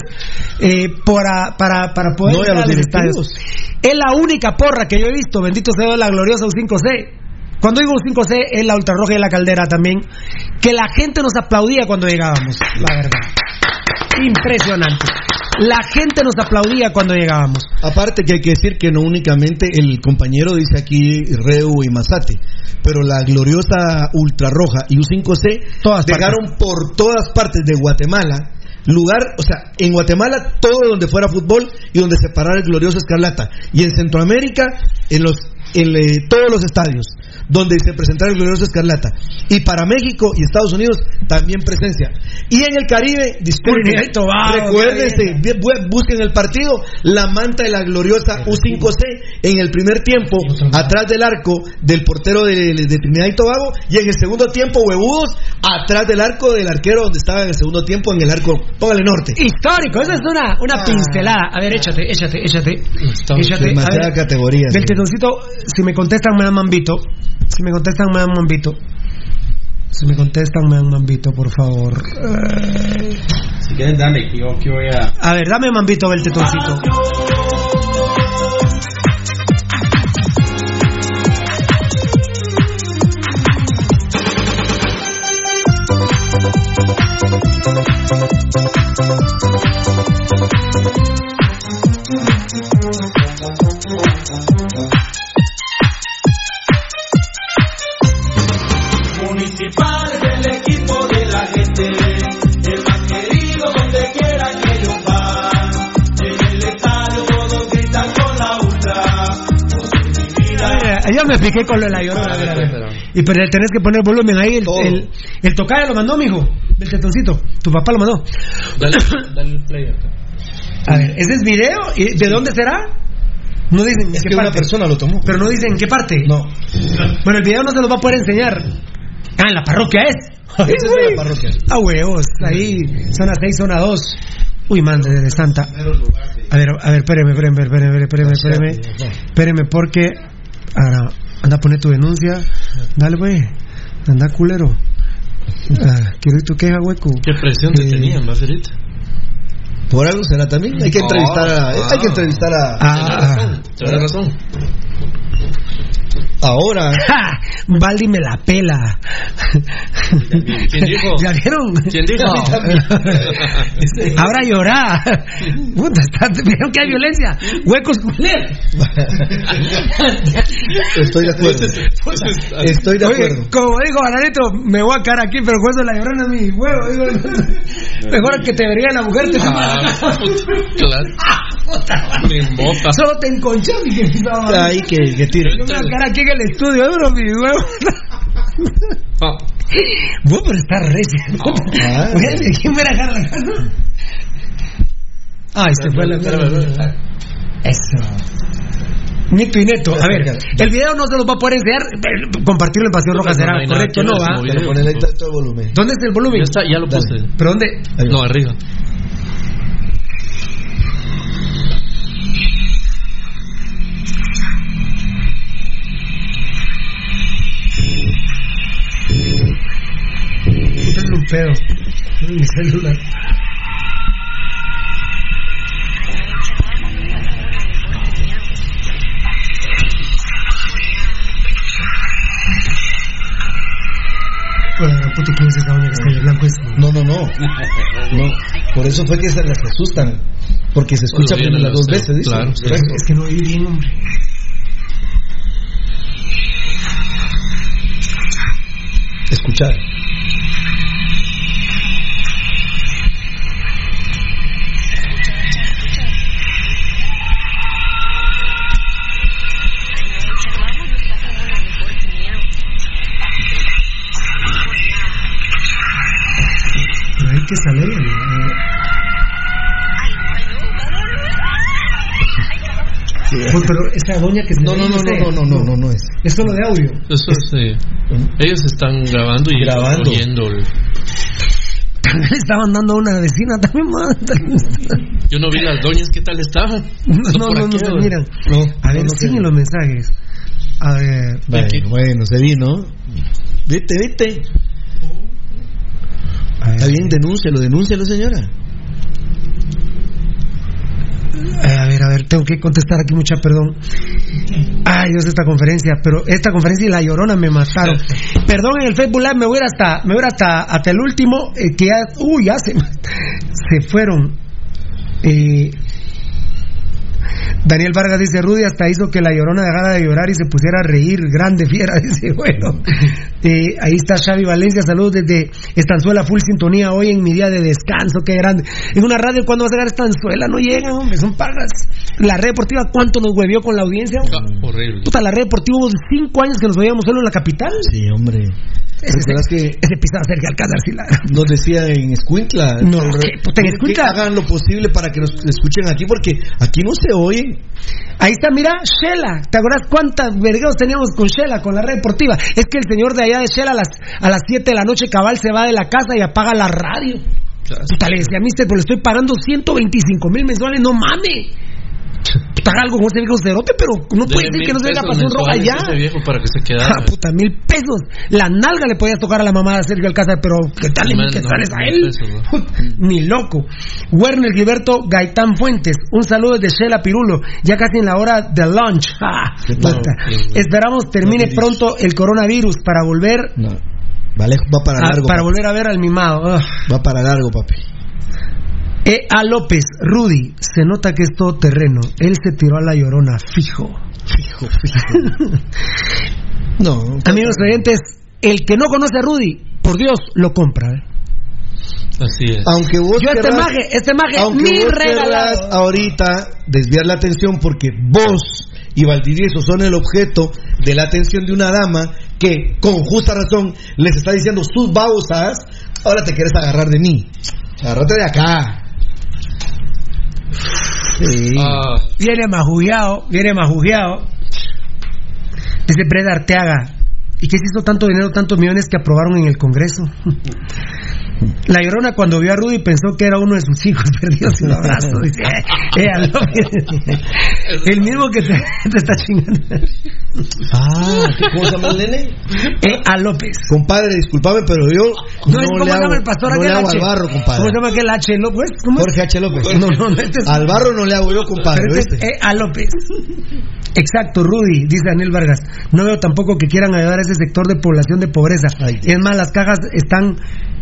para poder ir a los estadios. Es la única porra que yo he visto, bendito sea la gloriosa U5C. Cuando digo U5C es la ultrarroja y la Caldera también, que la gente nos aplaudía cuando llegábamos, la verdad. Impresionante. La gente nos aplaudía cuando llegábamos. Aparte que hay que decir que no únicamente el compañero dice aquí Reu y Mazate, pero la gloriosa ultrarroja y U5C llegaron por todas partes de Guatemala. En Guatemala todo donde fuera fútbol y donde se parara el glorioso Escarlata, y en Centroamérica en todos los estadios donde se presentara el glorioso Escarlata, y para México y Estados Unidos también presencia, y en el Caribe, recuérdense, busquen el partido, la manta de la gloriosa U5C en el primer tiempo atrás del arco del portero de Trinidad y Tobago, y en el segundo tiempo huevudos atrás del arco del arquero donde estaba en el segundo tiempo en el arco, póngale norte. Histórico, esa es una pincelada. A ver, échate. Demasiada categoría. Del tetoncito, si me contestan me dan mambito. Si me contestan me dan mambito, por favor. Si quieren dame, que yo voy a... A ver, dame mambito del tetoncito. Municipal del equipo de la gente, el más querido donde quiera que ellos van. En el estadio todos gritan con la ultra. Yo me piqué con lo de la Llorona. A ver. Y pero tenés que poner volumen ahí. El tocayo lo mandó, mijo. Del tetoncito. Tu papá lo mandó. Dale el play acá. A ver, ¿ese es video? ¿Y de dónde será? No dicen es que una persona lo tomó. Pero no dicen en qué parte. No. Bueno, el video no se lo va a poder enseñar. En la parroquia es. Esa es de la parroquia. Huevos. Ahí, zona 6, zona 2. Uy, madre de santa. A ver, espéreme, porque... Anda, pone tu denuncia. Dale, güey. Anda, culero. Quiero ir tu queja, hueco. ¿Qué presión te tenían, Baferita? Por algo será también. Hay que entrevistar a. Tienes razón. Ahora. Valdi me la pela. ¿Quién dijo? ¿Ya vieron? ¿Quién dijo? Ahora llorá. Puta, ¿vieron que hay violencia? Huecos culeros. Estoy de acuerdo. Estoy de acuerdo. Oye, como dijo Bananito, me voy a quedar aquí, pero con eso la llorona es mi huevo. Mejor que te vería la mujer. Claro. Mi mota. Solo te enconchas y que ahí que tire. Yo me voy a quedar aquí en el estudio, duro mi huevo. Vos, pero está recia. ¿Quién me la agarra? Ay, se fue la mierda. Eso. Nito y Neto. A ver, el video no se los va a poder enseñar. Compartirlo en Pasión Roja será correcto, ¿no? ¿Va? Ponerle todo el volumen. ¿Dónde está el volumen? Ya lo puse. ¿Pero dónde? No, arriba. Un pedo en mi celular. Puta, ¿quién es esa doña que está ahí blanco? No. Por eso fue que se las asustan. Porque se escucha bien las dos veces, ¿dice? Claro. Es que no oí bien, hombre. Escuchar. Que sale pero esa doña que no es. Es solo de audio. Eso sí. Ellos están grabando y oyendo. También le estaban dando a una vecina también. Yo no vi las doñas, ¿qué tal estaban? No, miran. A ver, siguen los mensajes. A ver. Bueno, se vino. Vete. Está bien, denúncialo, señora. A ver, tengo que contestar aquí, mucha perdón. Ay, Dios, esta conferencia y la Llorona me mataron. Perdón, en el Facebook Live me voy a ir hasta el último, que ya se fueron. Daniel Vargas dice, Rudy hasta hizo que la Llorona dejara de llorar y se pusiera a reír, grande fiera, dice, bueno. Ahí está Xavi Valencia, saludos desde Estanzuela, full sintonía hoy en mi día de descanso, qué grande. En una radio, ¿cuándo va a llegar Estanzuela? No llegan, hombre, son pagas. La red deportiva, ¿cuánto nos huevió con la audiencia? Horrible. Puta, la red deportiva hubo 5 años que nos veíamos solo en la capital. Sí, hombre. Ese pisado Sergio Alcázar, sí, nos decía en Escuintla. No, puta, en Escuintla. Que hagan lo posible para que nos escuchen aquí, porque aquí no se oye. Ahí está, mira, Shela. ¿Te acuerdas cuántas vergueos teníamos con Shela, con la red deportiva? Es que el señor de allá de Shela a las 7 de la noche cabal se va de la casa y apaga la radio. Puta, le decía a mister, pero le estoy pagando 125,000 mensuales, no mames. Puta, algo con ese viejo cerote, pero no puede ser que no se venga Pasión Roja allá. Ese viejo para que se quedara. Puta, 1,000 pesos. La nalga le podías tocar a la mamá de Sergio Alcázar, pero ¿qué tal sales a él? Ni loco. Werner Gilberto Gaitán Fuentes, un saludo desde Shela Pirulo, ya casi en la hora de lunch. Esperamos termine pronto el coronavirus para volver. No. Vale, va para largo. Para volver a ver al mimado. Va para largo, papi. A López, Rudy, se nota que es todo terreno. Él se tiró a la Llorona, fijo. No. Amigos oyentes, el que no conoce a Rudy, por Dios, lo compra. Así es. Aunque vos yo este maje ni regalado. Ahorita desviar la atención porque vos y Valdivieso son el objeto de la atención de una dama que con justa razón les está diciendo sus babosas. Ahora te quieres agarrar de mí. Agárrate de acá. Sí. Viene majugueado. Dice Breda Arteaga, ¿y qué se hizo tanto dinero, tantos millones que aprobaron en el Congreso? La Llorona cuando vio a Rudy pensó que era uno de sus hijos perdidos sin abrazo. Dice, el mismo que te está chingando. ¿Cómo se llama el nene? A López. Compadre, discúlpame, pero yo no le hago, el pastor no le hago al barro, compadre. ¿Cómo se llama aquel H? ¿López? Jorge H. López. Al barro no le hago yo, compadre. A López. Exacto, Rudy, dice Daniel Vargas. No veo tampoco que quieran ayudar a ese sector de población de pobreza. Es más, las cajas están...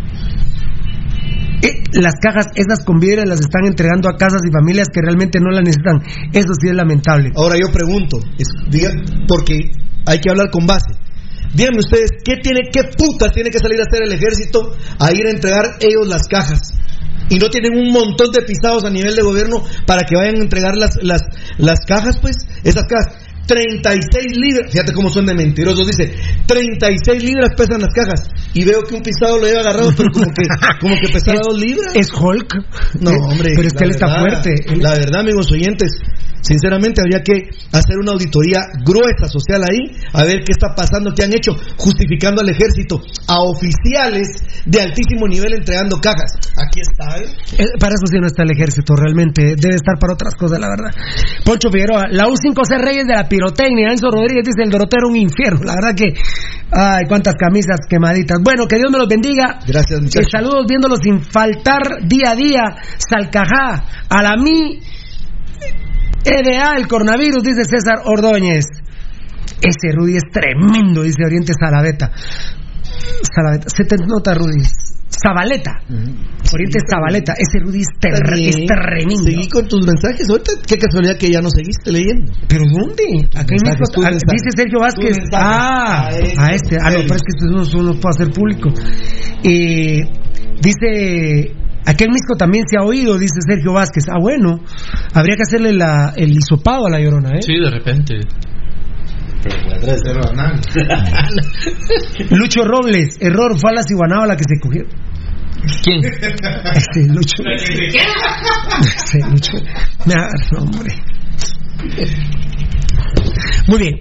las cajas esas con vidrio las están entregando a casas y familias que realmente no las necesitan. Eso sí es lamentable. Ahora yo pregunto, porque hay que hablar con base. Díganme ustedes, ¿qué putas tiene que salir a hacer el ejército a ir a entregar ellos las cajas? Y no tienen un montón de pisados a nivel de gobierno para que vayan a entregar las cajas, pues, esas cajas. 36 libras, fíjate cómo son de mentirosos, dice 36 libras pesan las cajas y veo que un pisado lo lleva agarrado, pero como que pesaba 2 libras. ¿Es Hulk? No, hombre, pero es que él está fuerte. La verdad, amigos oyentes, sinceramente habría que hacer una auditoría gruesa social ahí, a ver qué está pasando, qué han hecho, justificando al ejército, a oficiales de altísimo nivel entregando cajas. Aquí está, para eso sí no está el ejército, realmente debe estar para otras cosas, la verdad. Poncho Figueroa, la U5C Reyes de la pirotecnia. Enzo Rodríguez dice: el Dorotero un infierno. La verdad que, ay, cuántas camisas quemaditas. Bueno, que Dios me los bendiga. Gracias, muchachos. Saludos viéndolos sin faltar día a día. Salcajá, Alamí, EDA, el coronavirus, dice César Ordóñez. Ese Rudy es tremendo, dice Oriente Salaveta. Se te nota, Rudy. Zabaleta. Oriente Zabaleta. Ese Rudy es tremendo. Seguí con tus mensajes. Ahorita, qué casualidad que ya no seguiste leyendo. ¿Pero dónde? Acá mismo dice Sergio Vázquez. No, pero es que esto no puedo hacer público. Dice: aquel misco también se ha oído, dice Sergio Vázquez. Bueno, habría que hacerle el hisopado a la Llorona, Sí, de repente. Lucho Robles, error, fue a la Ciguanaba la que se cogió. ¿Quién? Lucho. Lucho. Hombre. Muy bien.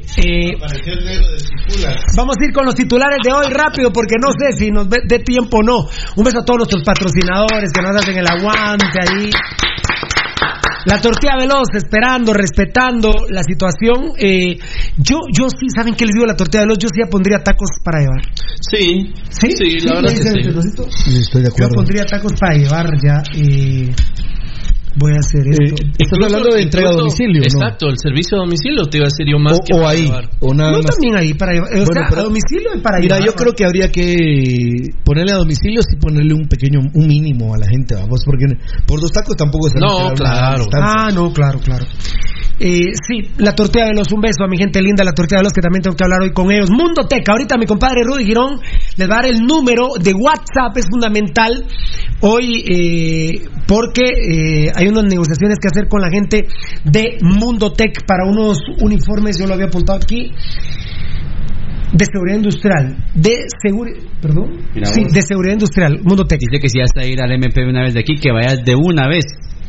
Vamos a ir con los titulares de hoy rápido, porque no sé si nos dé tiempo o no. Un beso a todos nuestros patrocinadores que nos hacen el aguante ahí. La tortilla veloz, esperando, respetando la situación. Yo sí, ¿saben qué les digo? La tortilla veloz, yo sí ya pondría tacos para llevar. Sí, la verdad que sí. Estoy de acuerdo. Yo pondría tacos para llevar ya. Voy a hacer esto. Estás hablando de entrega a domicilio, ¿no? Exacto, el servicio a domicilio te iba a decir yo más que o ahí, llevar. O nada más. También ahí para llevar. A domicilio y para llevar. Mira, yo creo que habría que ponerle a domicilio, sí ponerle un mínimo a la gente, vamos, porque por 2 tacos tampoco se No, claro. Claro. Sí, la tortilla veloz, un beso a mi gente linda, la tortilla veloz, que también tengo que hablar hoy con ellos. Mundo Tech, ahorita mi compadre Rudy Girón les va a dar el número de WhatsApp, es fundamental hoy porque hay unas negociaciones que hacer con la gente de Mundo Tech para unos uniformes, yo lo había apuntado aquí, de seguridad industrial, de seguridad industrial, Mundo Tech. Dice que si vas a ir al MP una vez de aquí, que vayas de una vez.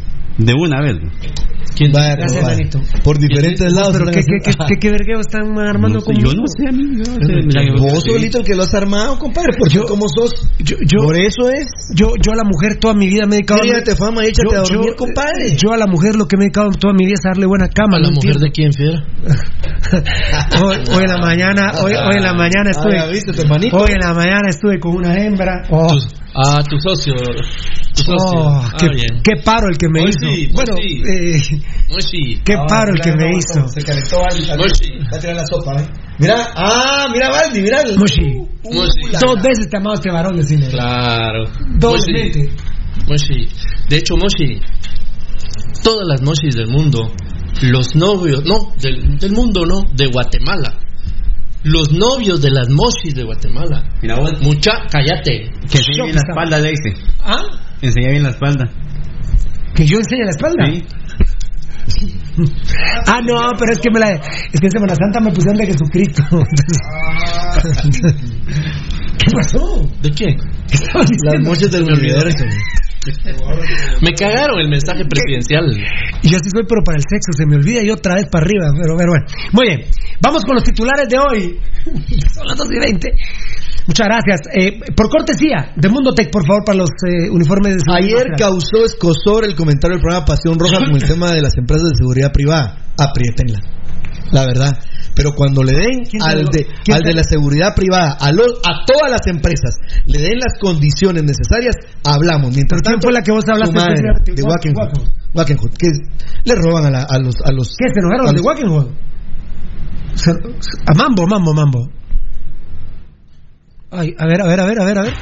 ¿Quién va a Gracias, Danito. Por diferentes lados? ¿Pero qué vergueo están armando? No sé, yo no sé, amigo. Vos solito el que lo has armado, compadre, porque como sos. Por eso es. Yo a la mujer toda mi vida me he dedicado. Créate fama, échate a dormir, compadre. Yo a la mujer lo que me he dedicado toda mi vida es a darle buena cama. ¿A la mujer de quién, fiera? Hoy en la mañana estuve. Hoy en la mañana estuve con una hembra. Tu socio. Qué paro el que me hizo. Bueno, qué paro el que me hizo. Se calentó Valdi también. Va a tirar la sopa, mira Valdi, mira. Moshi. 2 veces te amado este varón, decirle. Claro. 2 veces. Moshi. De hecho, Moshi, todas las Moshis del mundo, los novios, del mundo, de Guatemala. Los novios de las Moshis de Guatemala. Mira vos. Cállate. Que enseñe bien la espalda, le dice. Enseña bien la espalda. ¿Que yo enseñe la espalda? Sí. No, pero es que en Semana Santa me pusieron de Jesucristo. ¿Qué pasó? ¿De qué? Las Moshis del universo. Me cagaron el mensaje presidencial. Y yo sí soy, pero para el sexo se me olvida y otra vez para arriba. Pero bueno. Muy bien. Vamos con los titulares de hoy. Son las 2:20. Muchas gracias. Por cortesía de Mundo Tech, por favor, para los uniformes de seguridad. Ayer causó escozor el comentario del programa Pasión Roja con el tema de las empresas de seguridad privada. Apriétenla, la verdad. Pero cuando le den al de la seguridad privada, a todas las empresas, le den las condiciones necesarias, hablamos. Mientras tanto, ¿quién fue la que vos hablaste? De Wackenhood, que le roban a los... ¿Qué? ¿Se enojaron los de Wackenhood? A Mambo. Ay, a ver.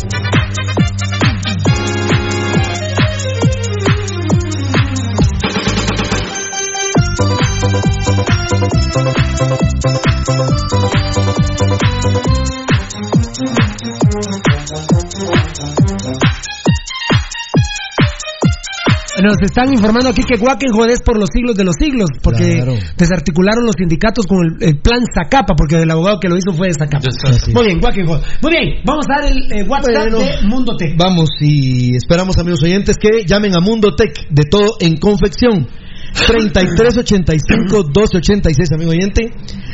Nos están informando aquí que Wackenhood es por los siglos de los siglos, porque desarticularon los sindicatos con el plan Zacapa, porque el abogado que lo hizo fue de Zacapa. Muy bien, Wackenhood. Muy bien, vamos a dar el WhatsApp de Mundo Tech. Vamos, y esperamos, amigos oyentes, que llamen a Mundo Tech, de todo en confección. 3385-1286, amigo oyente.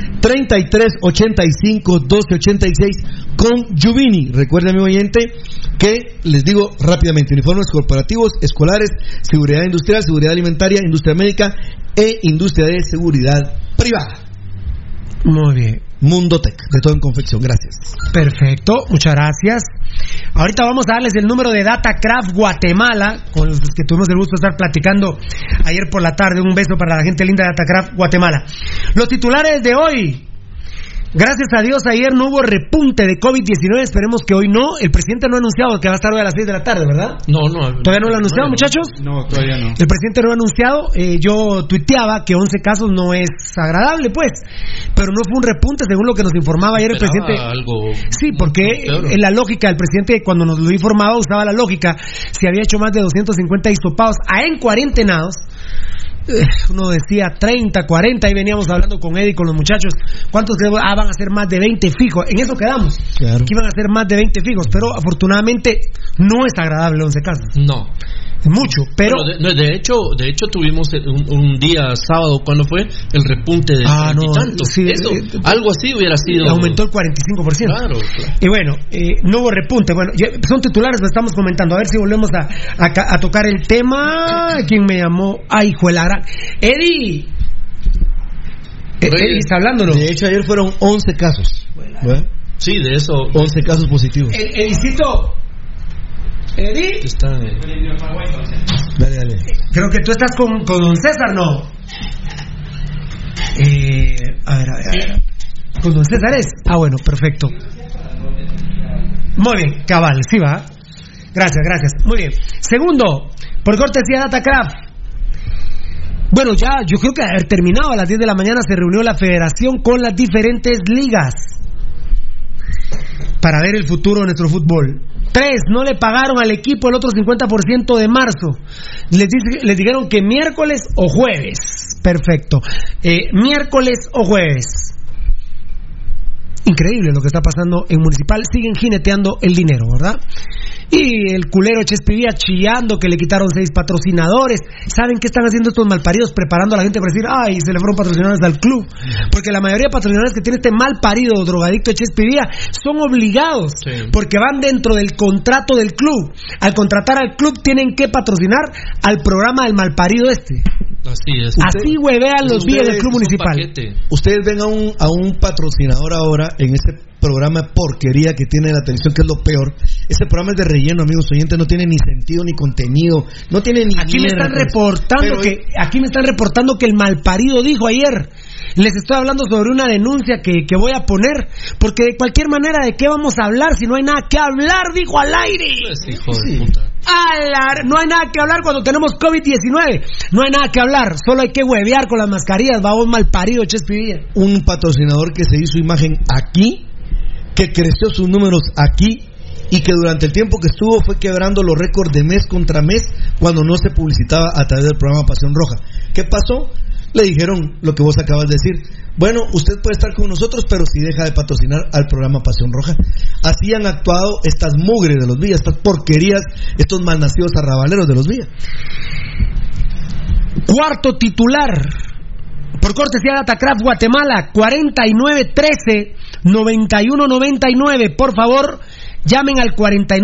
3385-1286 con Juvini. Recuerde, amigo oyente, que les digo rápidamente: uniformes corporativos, escolares, seguridad industrial, seguridad alimentaria, industria médica e industria de seguridad privada. Muy bien. Mundo Tech, de todo en confección. Gracias. Perfecto, muchas gracias. Ahorita vamos a darles el número de Datacraft Guatemala, con los que tuvimos el gusto de estar platicando ayer por la tarde. Un beso para la gente linda de Datacraft Guatemala. Los titulares de hoy. Gracias a Dios ayer no hubo repunte de COVID-19, esperemos que hoy no. El presidente no ha anunciado que va a estar hoy a las 6 de la tarde, ¿verdad? No. ¿Todavía no lo ha anunciado, muchachos? No, todavía no. El presidente no lo ha anunciado. Yo tuiteaba que 11 casos no es agradable, pues. Pero no fue un repunte, según lo que nos informaba ayer el presidente. Algo sí, porque en la lógica, el presidente cuando nos lo informaba usaba la lógica. Si había hecho más de 250 hisopados en cuarentenados, uno decía 30, 40, ahí veníamos hablando con Eddie, con los muchachos, ¿cuántos van a ser más de 20 fijos? En eso quedamos, claro, que iban a ser más de 20 fijos, pero afortunadamente no es agradable 11 casos. No. Mucho, pero de hecho tuvimos un día sábado, cuando fue el repunte de tanto. Sí, algo así hubiera sido. Aumentó el 45%. Claro. Y bueno, no hubo repunte. Bueno, son titulares, lo estamos comentando. A ver si volvemos a tocar el tema. ¿Quién me llamó? Ay, juelara. Eddie. Eddie está hablándonos. De hecho, ayer fueron 11 casos. ¿Bueno? Sí, de eso. 11 casos positivos. Edicito. Eddie. Dale. Creo que tú estás con don César, ¿no? A ver. ¿Con don César es? Ah, bueno, perfecto. Muy bien, cabal, sí va. Gracias. Muy bien. Segundo, por cortesía de Datacraft. Bueno, ya, yo creo que haber terminado a las 10 de la mañana se reunió la federación con las diferentes ligas para ver el futuro de nuestro fútbol. 3, no le pagaron al equipo el otro 50% de marzo. Les dijeron que miércoles o jueves. Perfecto. Miércoles o jueves. Increíble lo que está pasando en Municipal. Siguen jineteando el dinero, ¿verdad? Y el culero Chespivía chillando que le quitaron 6 patrocinadores. ¿Saben qué están haciendo estos malparidos? Preparando a la gente para decir, ay, se le fueron patrocinadores al club. Porque la mayoría de patrocinadores que tiene este malparido drogadicto Chespivía son obligados, porque van dentro del contrato del club. Al contratar al club tienen que patrocinar al programa del malparido este. Así es. Así huevean los billetes del club municipal. Ustedes ven a un patrocinador ahora en ese programa de porquería que tiene la televisión, que es lo peor. Ese programa es de relleno, amigos oyentes, no tiene ni sentido ni contenido, no tiene ni aquí mierda, me están reportando que el malparido dijo ayer. Les estoy hablando sobre una denuncia que voy a poner, porque de cualquier manera, ¿de qué vamos a hablar si no hay nada que hablar? Dijo al aire. Pues, hijo de puta. No hay nada que hablar cuando tenemos COVID-19. No hay nada que hablar, solo hay que huevear con las mascarillas. Babos malparido, Chespivilla. Un patrocinador que se hizo imagen aquí, que creció sus números aquí, y que durante el tiempo que estuvo fue quebrando los récords de mes contra mes cuando no se publicitaba a través del programa Pasión Roja. ¿Qué pasó? Le dijeron lo que vos acabas de decir. Bueno, usted puede estar con nosotros, pero si deja de patrocinar al programa Pasión Roja. Así han actuado estas mugres de los Villas, estas porquerías, estos malnacidos arrabaleros de los Villas. Cuarto titular. por cortesía de Datacraft Guatemala, 4913-9199. Por favor, llamen al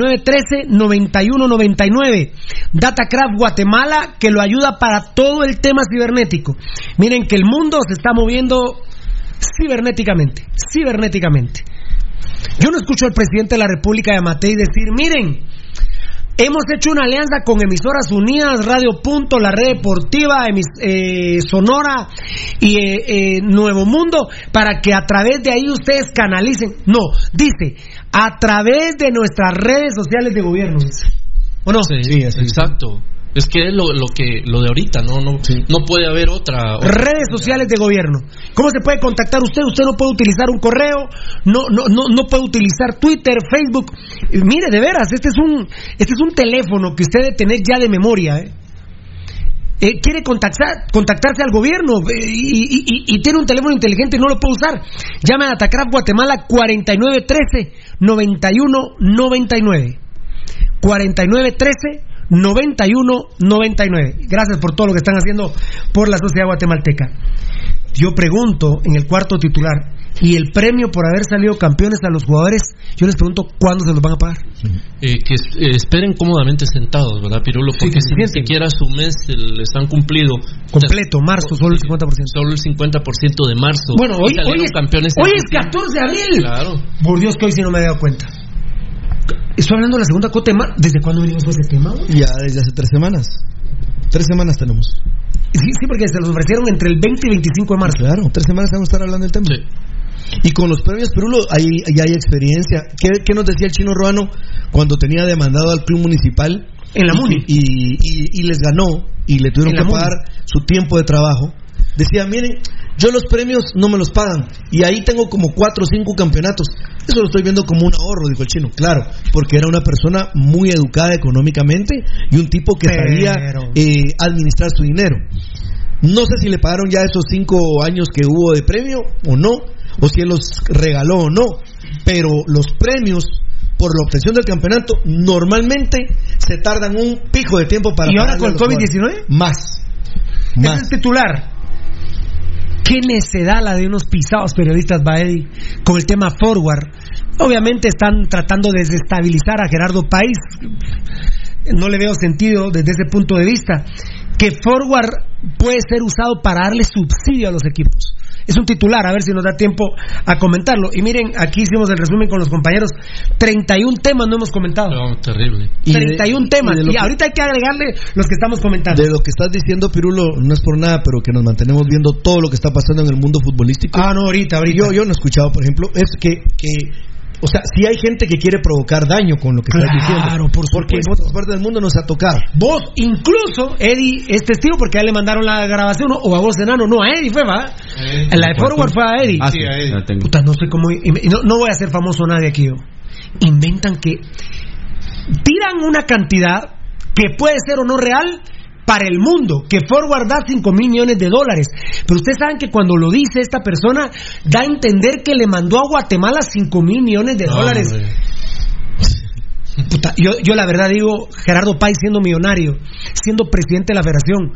4913-9199. Datacraft Guatemala, que lo ayuda para todo el tema cibernético. Miren que el mundo se está moviendo cibernéticamente. Yo no escucho al presidente de la República de Amatei decir, miren, hemos hecho una alianza con Emisoras Unidas, Radio Punto, la Red Deportiva, Sonora y Nuevo Mundo, para que a través de ahí ustedes canalicen. No, dice, a través de nuestras redes sociales de gobierno. ¿O no? Sí, exacto. Es que es lo de ahorita, no puede haber otra redes sociales de gobierno. ¿Cómo se puede contactar usted? Usted no puede utilizar un correo, no puede utilizar Twitter, Facebook. Mire, de veras, este es un teléfono que usted debe tener ya de memoria. Quiere contactarse al gobierno y tiene un teléfono inteligente y no lo puede usar. Llame a Datacraft Guatemala 4913-9199. 4913-9199. Gracias por todo lo que están haciendo por la sociedad guatemalteca. Yo pregunto en el cuarto titular, y el premio por haber salido campeones a los jugadores, yo les pregunto cuándo se los van a pagar. Que esperen cómodamente sentados, ¿verdad, Pirulo? Porque si ni siquiera su mes les han cumplido completo, marzo, solo el 50%. Solo el 50% de marzo. Bueno, hoy es 14 de abril. Claro. Por Dios que hoy sí no me he dado cuenta. Estoy hablando de la segunda cuota de marzo. ¿Desde cuándo venimos con ese tema? Ya desde hace 3 semanas. 3 semanas tenemos. Sí, porque se los ofrecieron entre el 20 y 25 de marzo. Claro, 3 semanas vamos a estar hablando del tema. Sí. Y con los premios Pirulo ya hay experiencia. ¿Qué nos decía el Chino Ruano cuando tenía demandado al club municipal? En la MUNI. Y les ganó y le tuvieron que pagar su tiempo de trabajo. Decía, miren, yo los premios no me los pagan y ahí tengo como 4 o 5 campeonatos. Eso lo estoy viendo como un ahorro, dijo el Chino. Claro, porque era una persona muy educada económicamente y un tipo que sabía administrar su dinero. No sé si le pagaron ya esos 5 años que hubo de premio o no, o si él los regaló o no, pero los premios por la obtención del campeonato normalmente se tardan un pico de tiempo para... ¿Y ahora con el COVID-19? Más. Ese es el titular. Qué necedad la de unos pisados periodistas, Baedi, con el tema Forward. Obviamente están tratando de desestabilizar a Gerardo Páez. No le veo sentido desde ese punto de vista. Que Forward puede ser usado para darle subsidio a los equipos. Es un titular, a ver si nos da tiempo a comentarlo. Y miren, aquí hicimos el resumen con los compañeros. 31 temas no hemos comentado. No, terrible. 31 temas. Y ahorita hay que agregarle los que estamos comentando. De lo que estás diciendo, Pirulo, no es por nada, pero que nos mantenemos viendo todo lo que está pasando en el mundo futbolístico. Ah, no, ahorita. Yo no he escuchado, por ejemplo, es que o sea, si hay gente que quiere provocar daño con lo que estás diciendo. Claro, porque en otras partes del mundo nos ha tocado. Vos, incluso, Eddie es testigo porque a él le mandaron la grabación, o a vos, enano, no, a Eddie fue, ¿va? La de Forward fue a Eddie. Sí, a Eddie. Puta, no sé cómo... No voy a ser famoso nadie aquí, yo. Inventan que... Tiran una cantidad que puede ser o no real para el mundo, que Forward da $5,000 millones. Pero ustedes saben que cuando lo dice esta persona, da a entender que le mandó a Guatemala $5,000 millones. Puta, yo la verdad digo, Gerardo Páez siendo millonario, siendo presidente de la federación,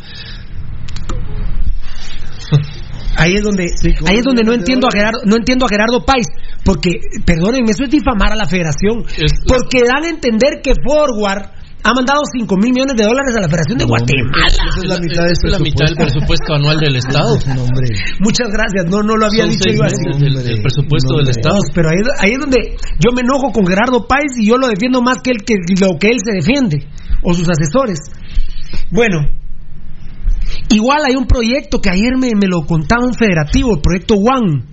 ahí es donde no entiendo a Gerardo Páez, porque, perdónenme, eso es difamar a la federación, porque dan a entender que Forward ha mandado $5,000 millones a la Federación de Guatemala. Esa es la mitad del presupuesto anual del Estado. Muchas gracias. No lo había dicho yo así. El presupuesto del Estado. Pero ahí es donde yo me enojo con Gerardo Páez y yo lo defiendo más que lo que él se defiende, o sus asesores. Bueno, igual hay un proyecto que ayer me lo contaba un federativo, el proyecto ONE,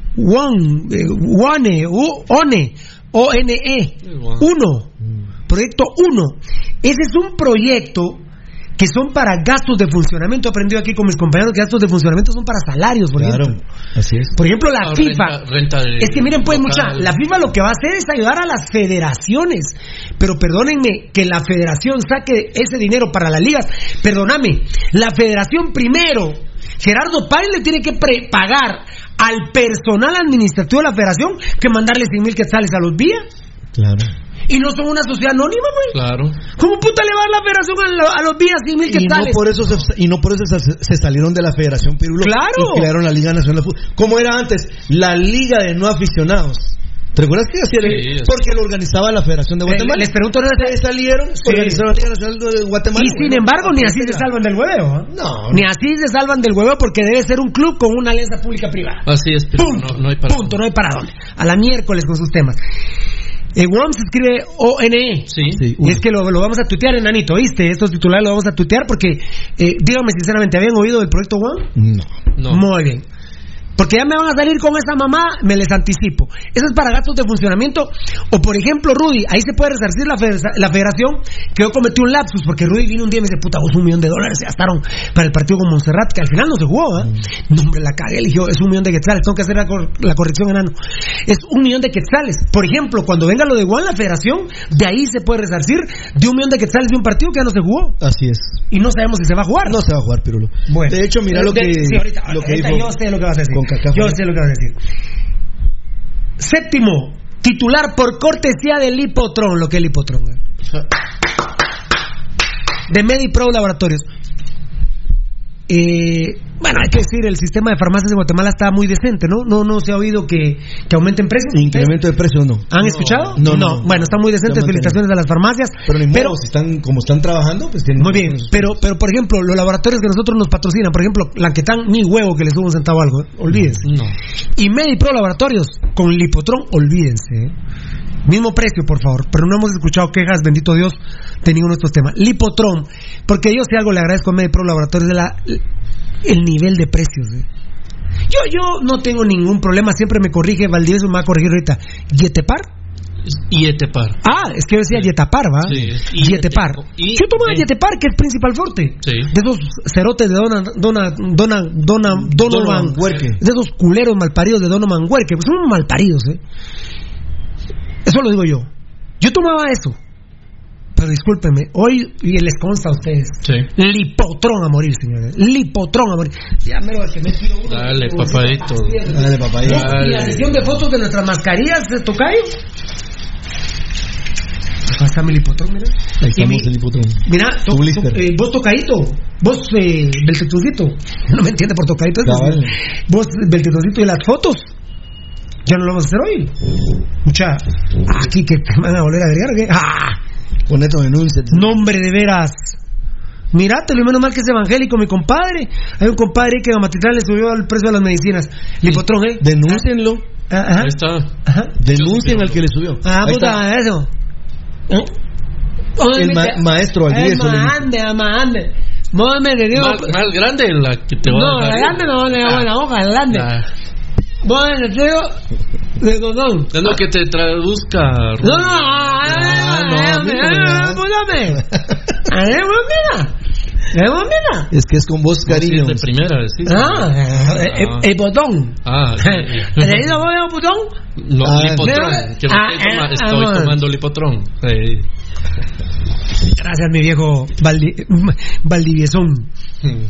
Proyecto 1. Ese es un proyecto que son para gastos de funcionamiento. He aprendido aquí con mis compañeros que gastos de funcionamiento son para salarios, por ejemplo. Así es. Por ejemplo, la FIFA. Es que miren, pues, la FIFA lo que va a hacer es ayudar a las federaciones. Pero perdónenme, que la federación saque ese dinero para las ligas. Perdóname, la federación primero, Gerardo Páez le tiene que pagar al personal administrativo de la federación que mandarle 100,000 quetzales a los días. Claro. Y no son una sociedad anónima, güey. Claro. ¿Cómo puta le va a dar la federación a los días 100,000 quetzales? Y no por eso se salieron de la Federación Pirulo. Claro. Y crearon la Liga Nacional de Fútbol. ¿Cómo era antes? La Liga de No Aficionados. ¿Te recuerdas que hacía? Sí, porque lo organizaba la Federación de Guatemala. Les pregunto, ¿no salieron? Organizaron la Liga Nacional de Guatemala. Y sin embargo, ni así se salvan del hueveo. No. Ni así se salvan del hueveo porque debe ser un club con una alianza pública-privada. Así es, pero no hay para punto, no hay para dónde. A la miércoles con sus temas. WOM se escribe ONE. Sí. Y es que lo vamos a tuitear, enanito, ¿oíste? Estos titulares lo vamos a tuitear porque, díganme sinceramente, ¿habían oído del proyecto WOM? No. Muy bien. Porque ya me van a salir con esa mamá, me les anticipo. Eso es para gastos de funcionamiento. O por ejemplo, Rudy, ahí se puede resarcir la federación que yo cometí un lapsus, porque Rudy vino un día y me dice, puta, vos $1,000,000 se gastaron para el partido con Montserrat, que al final no se jugó, No, hombre, la cagué, eligió, es $1,000,000 de quetzales, tengo que hacer la corrección, enano. Es $1,000,000 de quetzales. Por ejemplo, cuando venga lo de WOM, la federación, de ahí se puede resarcir de $1,000,000 de quetzales de un partido que ya no se jugó. Así es. Y no sabemos si se va a jugar. No se va a jugar, Pirulo. Bueno. De hecho, mira lo que ahorita yo sé lo que vas a decir. Yo sé lo que vas a decir. Séptimo, titular por cortesía del Lipotron. Lo que es Lipotron, de MediPro Laboratorios. Bueno, hay que decir, el sistema de farmacias de Guatemala está muy decente, ¿no? No se ha oído que aumenten precios. Incremento de precios, no. ¿Han escuchado? No. Bueno, está muy decente. Felicitaciones a las farmacias. Pero si como están trabajando, pues tienen... Muy bien, pero por ejemplo, los laboratorios que nosotros nos patrocinan, por ejemplo, Lanquetán, ni huevo que les suba un centavo algo, olvídense. No. Y MediPro Laboratorios, con Lipotron, olvídense. Mismo precio, por favor. Pero no hemos escuchado quejas, bendito Dios, de ninguno de estos temas. Lipotron, porque yo si algo le agradezco a MediPro Laboratorios de el nivel de precios. Yo no tengo ningún problema, siempre me corrige, Valdivieso me va a corregir ahorita. ¿Yetepar? Yetepar. Es que yo decía Yetapar, ¿va? Sí. Yetepar. Yo tomaba Yetepar, que es Principal Forte. Sí. De esos cerotes de Donovan Huerque. De esos culeros malparidos de Donovan Huerque. Pues son malparidos, Eso lo digo yo. Yo tomaba eso. Pero discúlpenme, hoy, y les consta a ustedes, Lipotron a morir, señores. Lipotron a morir. Ya me lo que me tiro uno. Dale, papadito. Y la sesión de fotos de nuestras mascarillas de tocayo. Pásame el Lipotron, mira. Ahí estamos el Lipotron. Mira, vos tocadito, vos Beltetucito. No me entiende por tocadito. Vos Beltetucito y las fotos. Ya no lo vamos a hacer hoy. Mucha, aquí que te van a volver a agregar, Ponete denuncia. Nombre de veras. Mirátelo, y menos mal que es evangélico, mi compadre. Hay un compadre que a Matitlán le subió el precio de las medicinas. Lipotron, Denúncienlo. Ahí está. Denuncien al que le subió. Puta, eso. El maestro al día. Mande. Más grande la que te va a dejar. No, la grande no le da buena hoja, la grande. Bueno, te digo de Godón. Es lo que te traduzca. Es que es con voz cariño. Es de primera, sí. El botón. ¿Le digo botón? Lipotron. Que estoy tomando Lipotron. Gracias, mi viejo Valdiviesón.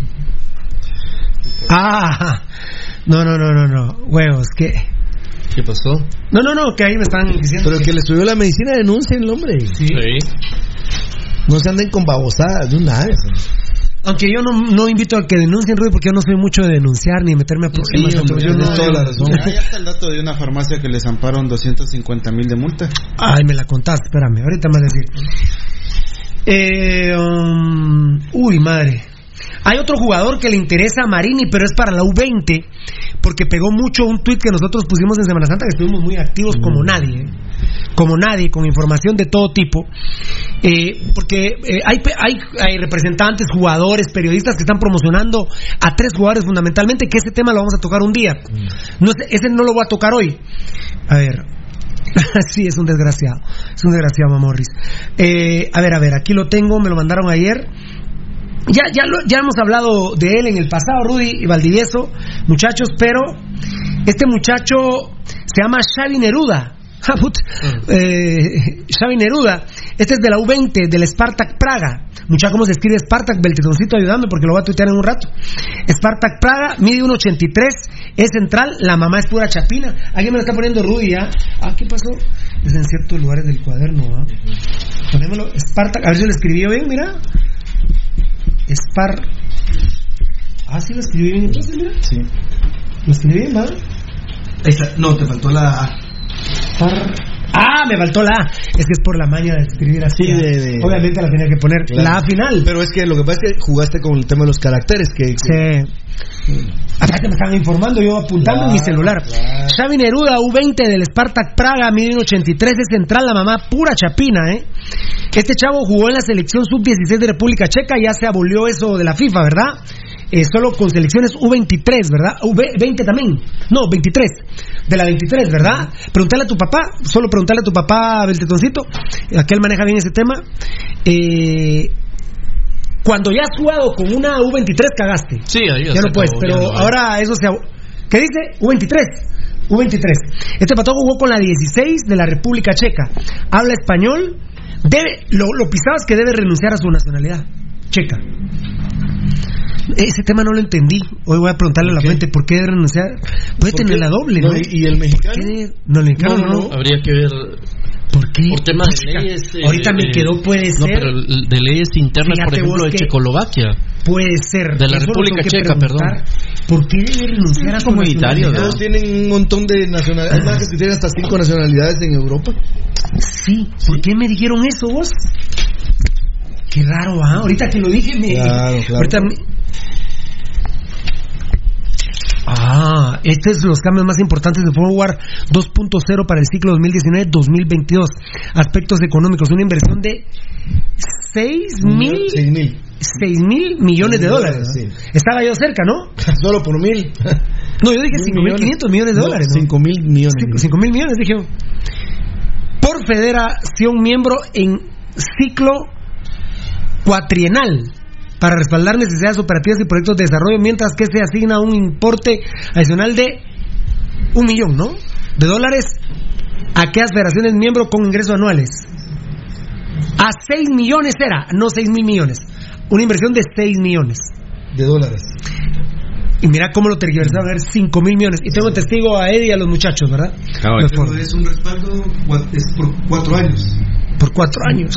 No, huevos, ¿qué? ¿Qué pasó? No, que ahí me están diciendo. Pero que le subió la medicina, denuncien el hombre. Sí. No se anden con babosadas, nada de eso. Aunque yo no invito a que denuncien, Rudy, porque yo no soy mucho de denunciar ni meterme a problemas. Yo no toda la razón. Ahí está el dato de una farmacia que les amparon 250,000 de multa. Ay, me la contaste, espérame, ahorita me vas a decir. Uy, madre. Hay otro jugador que le interesa a Marini, pero es para la U20, porque pegó mucho un tuit que nosotros pusimos en Semana Santa, que estuvimos muy activos como nadie, con información de todo tipo, porque hay representantes, jugadores, periodistas que están promocionando a 3 jugadores fundamentalmente, que ese tema lo vamos a tocar un día. Ese no lo voy a tocar hoy. A ver. Sí, es un desgraciado, Mamorris. A ver, aquí lo tengo, me lo mandaron ayer. Ya hemos hablado de él en el pasado, Rudy y Valdivieso, muchachos, pero este muchacho se llama Xavi Neruda. Xavi Neruda, este es de la U20 del Spartak Praga. Mucha, ¿cómo se escribe Spartak? Beltetoncito, ayúdame porque lo voy a tuitear en un rato. Spartak Praga, mide 1.83, es central, la mamá es pura chapina. Alguien me lo está poniendo Rudy, ¿ah? ¿Qué pasó? Es en ciertos lugares del cuaderno, ¿ah? Ponémelo, Spartak, a ver si lo escribí bien, mira. Sí lo escribí bien entonces, mira. Sí. ¿Lo escribí bien, va? No, te faltó la A. Me faltó la A. Es que es por la maña de escribir así. Sí, obviamente la tenía que poner la A final. Pero es que lo que pasa es que jugaste con el tema de los caracteres. Sí. Aparte me estaban informando, yo apuntando en mi celular. Xavi Neruda, U20 del Spartak Praga, mide 1.83, es central, la mamá pura chapina, Este chavo jugó en la selección sub-16 de República Checa, ya se abolió eso de la FIFA, ¿verdad? Solo con selecciones U23, ¿verdad? U20 también. No, 23. De la 23, ¿verdad? Preguntale a tu papá, solo preguntale a tu papá, Beltetoncito, aquel maneja bien ese tema. Cuando ya has jugado con una U23 cagaste. Sí, ahí ya no puedes, pero ahora eso se... ¿Qué dice? U23. Este pato jugó con la 16 de la República Checa. Habla español. Lo pisado es que debe renunciar a su nacionalidad checa. Ese tema no lo entendí. Hoy voy a preguntarle a la fuente por qué debe renunciar. Puede tener la doble, ¿no? ¿Y el mexicano? No, el mexicano no. Habría que ver. ¿Por qué? Por temas de leyes. Ahorita me quedó, puede ser. No, pero de leyes internas, por ejemplo, de Checoslovaquia. Puede ser. De la República Checa, perdón. ¿Por qué debe renunciar a su nacionalidad? Todos tienen un montón de nacionalidades. Hay más que tienen hasta 5 nacionalidades en Europa. Sí. ¿Por qué me dijeron eso vos? Qué raro, ahorita que lo dije Claro. Ahorita estos son los cambios más importantes de Forward 2.0 para el ciclo 2019-2022. Aspectos económicos, una inversión de 6 mil millones de dólares. Sí. Estaba yo cerca, ¿no? Solo por 1,000. No, yo dije 5.500 millones de dólares. 5,000 millones. 5,000 millones, dije yo. Por federación miembro en ciclo cuatrienal para respaldar necesidades operativas y proyectos de desarrollo, mientras que se asigna un importe adicional de $1 millón, ¿no? De dólares a aquellas federaciones miembros con ingresos anuales. A 6 millones era, no 6,000 millones. Una inversión de 6 millones de dólares. Y mira cómo lo tergiversaron, a ver, 5,000 millones. Y tengo testigo a Eddie y a los muchachos, ¿verdad? Pero es un respaldo, es por 4 años. Por 4 años.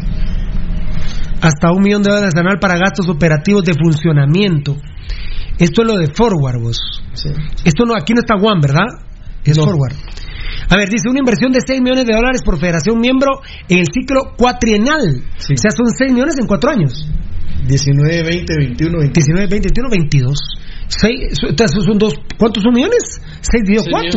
Hasta $1 millón anual para gastos operativos de funcionamiento. Esto es lo de Forward, vos. Sí. Esto no, aquí no está One, ¿verdad? Es no. Forward. A ver, dice una inversión de 6 millones de dólares por federación miembro en el ciclo cuatrienal. Sí. O sea, son 6 millones en 4 años. 19, 20, 21, 22. 19, 20, 21, 22. 6, entonces son 2, ¿cuántos son millones? 6 dividido 4.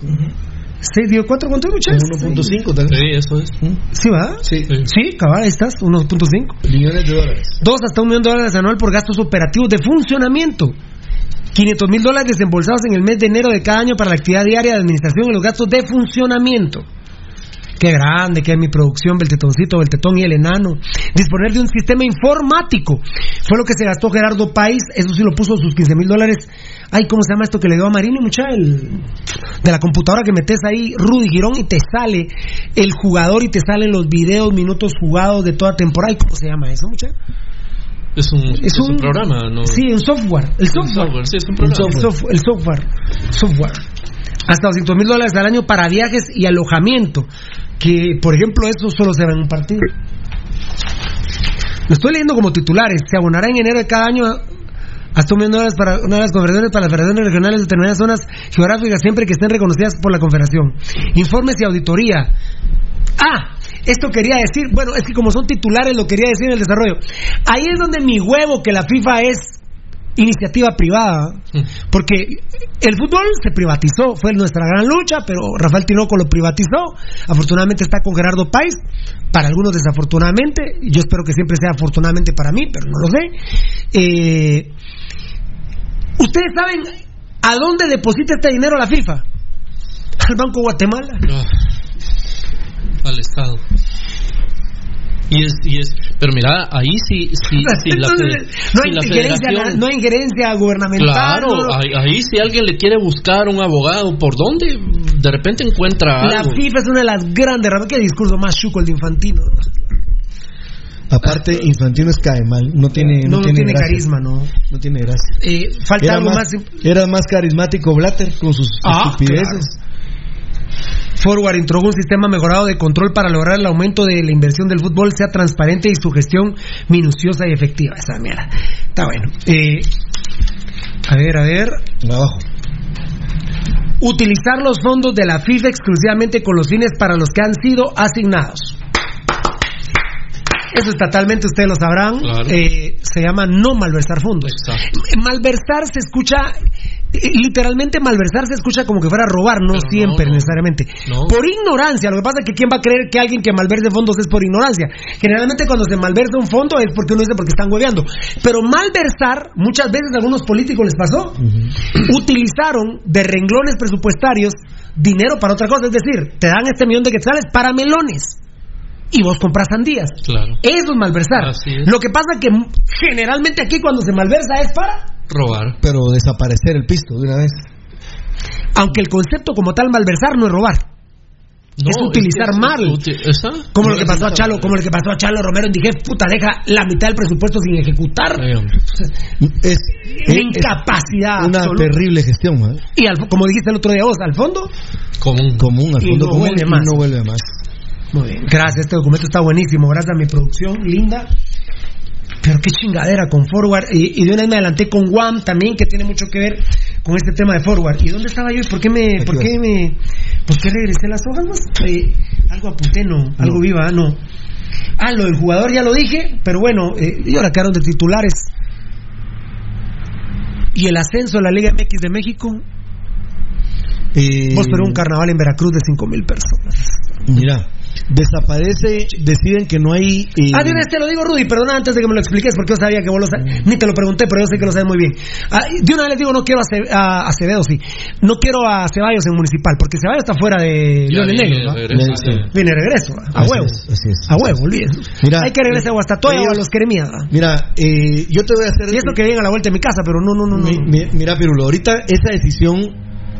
6 dividido 4, ¿cuánto es, muchachos? 1.5 también. Sí, eso es. ¿Sí va? Sí, cabal, ahí estás, 1.5 millones de dólares. 2 hasta $1 millón anual por gastos operativos de funcionamiento. $500,000 desembolsados en el mes de enero de cada año para la actividad diaria de administración y los gastos de funcionamiento. Qué grande que es mi producción, Beltetoncito, Beltetón y el enano. Disponer de un sistema informático. Fue lo que se gastó Gerardo Páez, eso sí lo puso sus $15,000. Ay, ¿cómo se llama esto que le dio a Marini, mucha? De la computadora que metes ahí, Rudy Girón, y te sale el jugador y te salen los videos, minutos jugados de toda temporada. ¿Cómo se llama eso, mucha? Es un programa, ¿no? Sí, un software. El software. Sí, es un programa. El software. Hasta $200,000 al año para viajes y alojamiento. Que, por ejemplo, eso solo se ve en un partido. Lo estoy leyendo como titulares. Se abonará en enero de cada año hasta $1 millón para una de las confederaciones, para las federaciones regionales de determinadas zonas geográficas, siempre que estén reconocidas por la confederación. Informes y auditoría. Esto quería decir, bueno, es que como son titulares lo quería decir en el desarrollo. Ahí es donde mi huevo que la FIFA es iniciativa privada, porque el fútbol se privatizó, fue nuestra gran lucha, pero Rafael Tinoco lo privatizó. Afortunadamente está con Gerardo Páez, para algunos desafortunadamente, yo espero que siempre sea afortunadamente para mí, pero no lo sé. ¿Ustedes saben a dónde deposita este dinero la FIFA? Al Banco Guatemala. Al Estado. Y es, pero mira, ahí sí no hay injerencia gubernamental. Claro, ahí si alguien le quiere buscar un abogado, ¿por dónde? de repente encuentra la algo. FIFA es una de las grandes ramas. Qué discurso más chuco el de Infantino. Aparte, Infantino es cae mal, no tiene carisma, no tiene gracia. Falta era algo más. Era más carismático Blatter con sus estupideces. Claro. Forward introdujo un sistema mejorado de control para lograr el aumento de la inversión del fútbol sea transparente y su gestión minuciosa y efectiva. Esa mierda está bueno. A ver. Abajo. Utilizar los fondos de la FIFA exclusivamente con los fines para los que han sido asignados. Eso estatalmente ustedes lo sabrán. Claro. Se llama no malversar fondos. Exacto. Malversar se escucha, literalmente malversar se escucha como que fuera robar, no pero siempre necesariamente. No. Por ignorancia. Lo que pasa es que ¿quién va a creer que alguien que malverse fondos es por ignorancia? Generalmente cuando se malversa un fondo es porque uno dice porque están hueveando. Pero malversar, muchas veces a algunos políticos les pasó. Utilizaron de renglones presupuestarios dinero para otra cosa. Es decir, te dan este millón de quetzales para melones y vos compras sandías. Claro. Eso es malversar. Es. Lo que pasa es que generalmente aquí cuando se malversa es para robar. Pero desaparecer el pisto de una vez. Aunque el concepto como tal malversar no es robar. No, es utilizar mal. Como lo que pasó a Chalo Romero en Dijef, puta, deja la mitad del presupuesto sin ejecutar. Es incapacidad. Una absoluta. Terrible gestión, ¿eh? Y como dijiste el otro día vos, al fondo común, al fondo común y no vuelve más. Muy bien, gracias, este documento está buenísimo, gracias a mi producción, linda. Pero qué chingadera con Forward. Y de una vez me adelanté con WAM también, que tiene mucho que ver con este tema de Forward. ¿Y dónde estaba yo? ¿Por qué regresé las hojas? Algo apunté, algo viva, no. Lo del jugador ya lo dije, pero bueno, y ahora quedaron de titulares. Y el ascenso de la Liga MX de México. Vos pero un carnaval en Veracruz de 5,000 personas. Mira, desaparece, deciden que no hay... de una vez te lo digo, Rudy, perdona antes de que me lo expliques, porque yo sabía que vos lo sabes, ni te lo pregunté, pero yo sé que lo sabes muy bien. De una vez les digo, no quiero a Acevedo, sí. No quiero a Ceballos en Municipal, porque Ceballos está fuera de León y Negro, ¿no? Viene de regreso, a huevo. A huevo, olvídate. Hay que regresar a Guastatoya o a los Queremías. Mira, yo te voy a hacer... Y esto que viene a la vuelta de mi casa, pero no. Mira, Pirulo, ahorita esa decisión...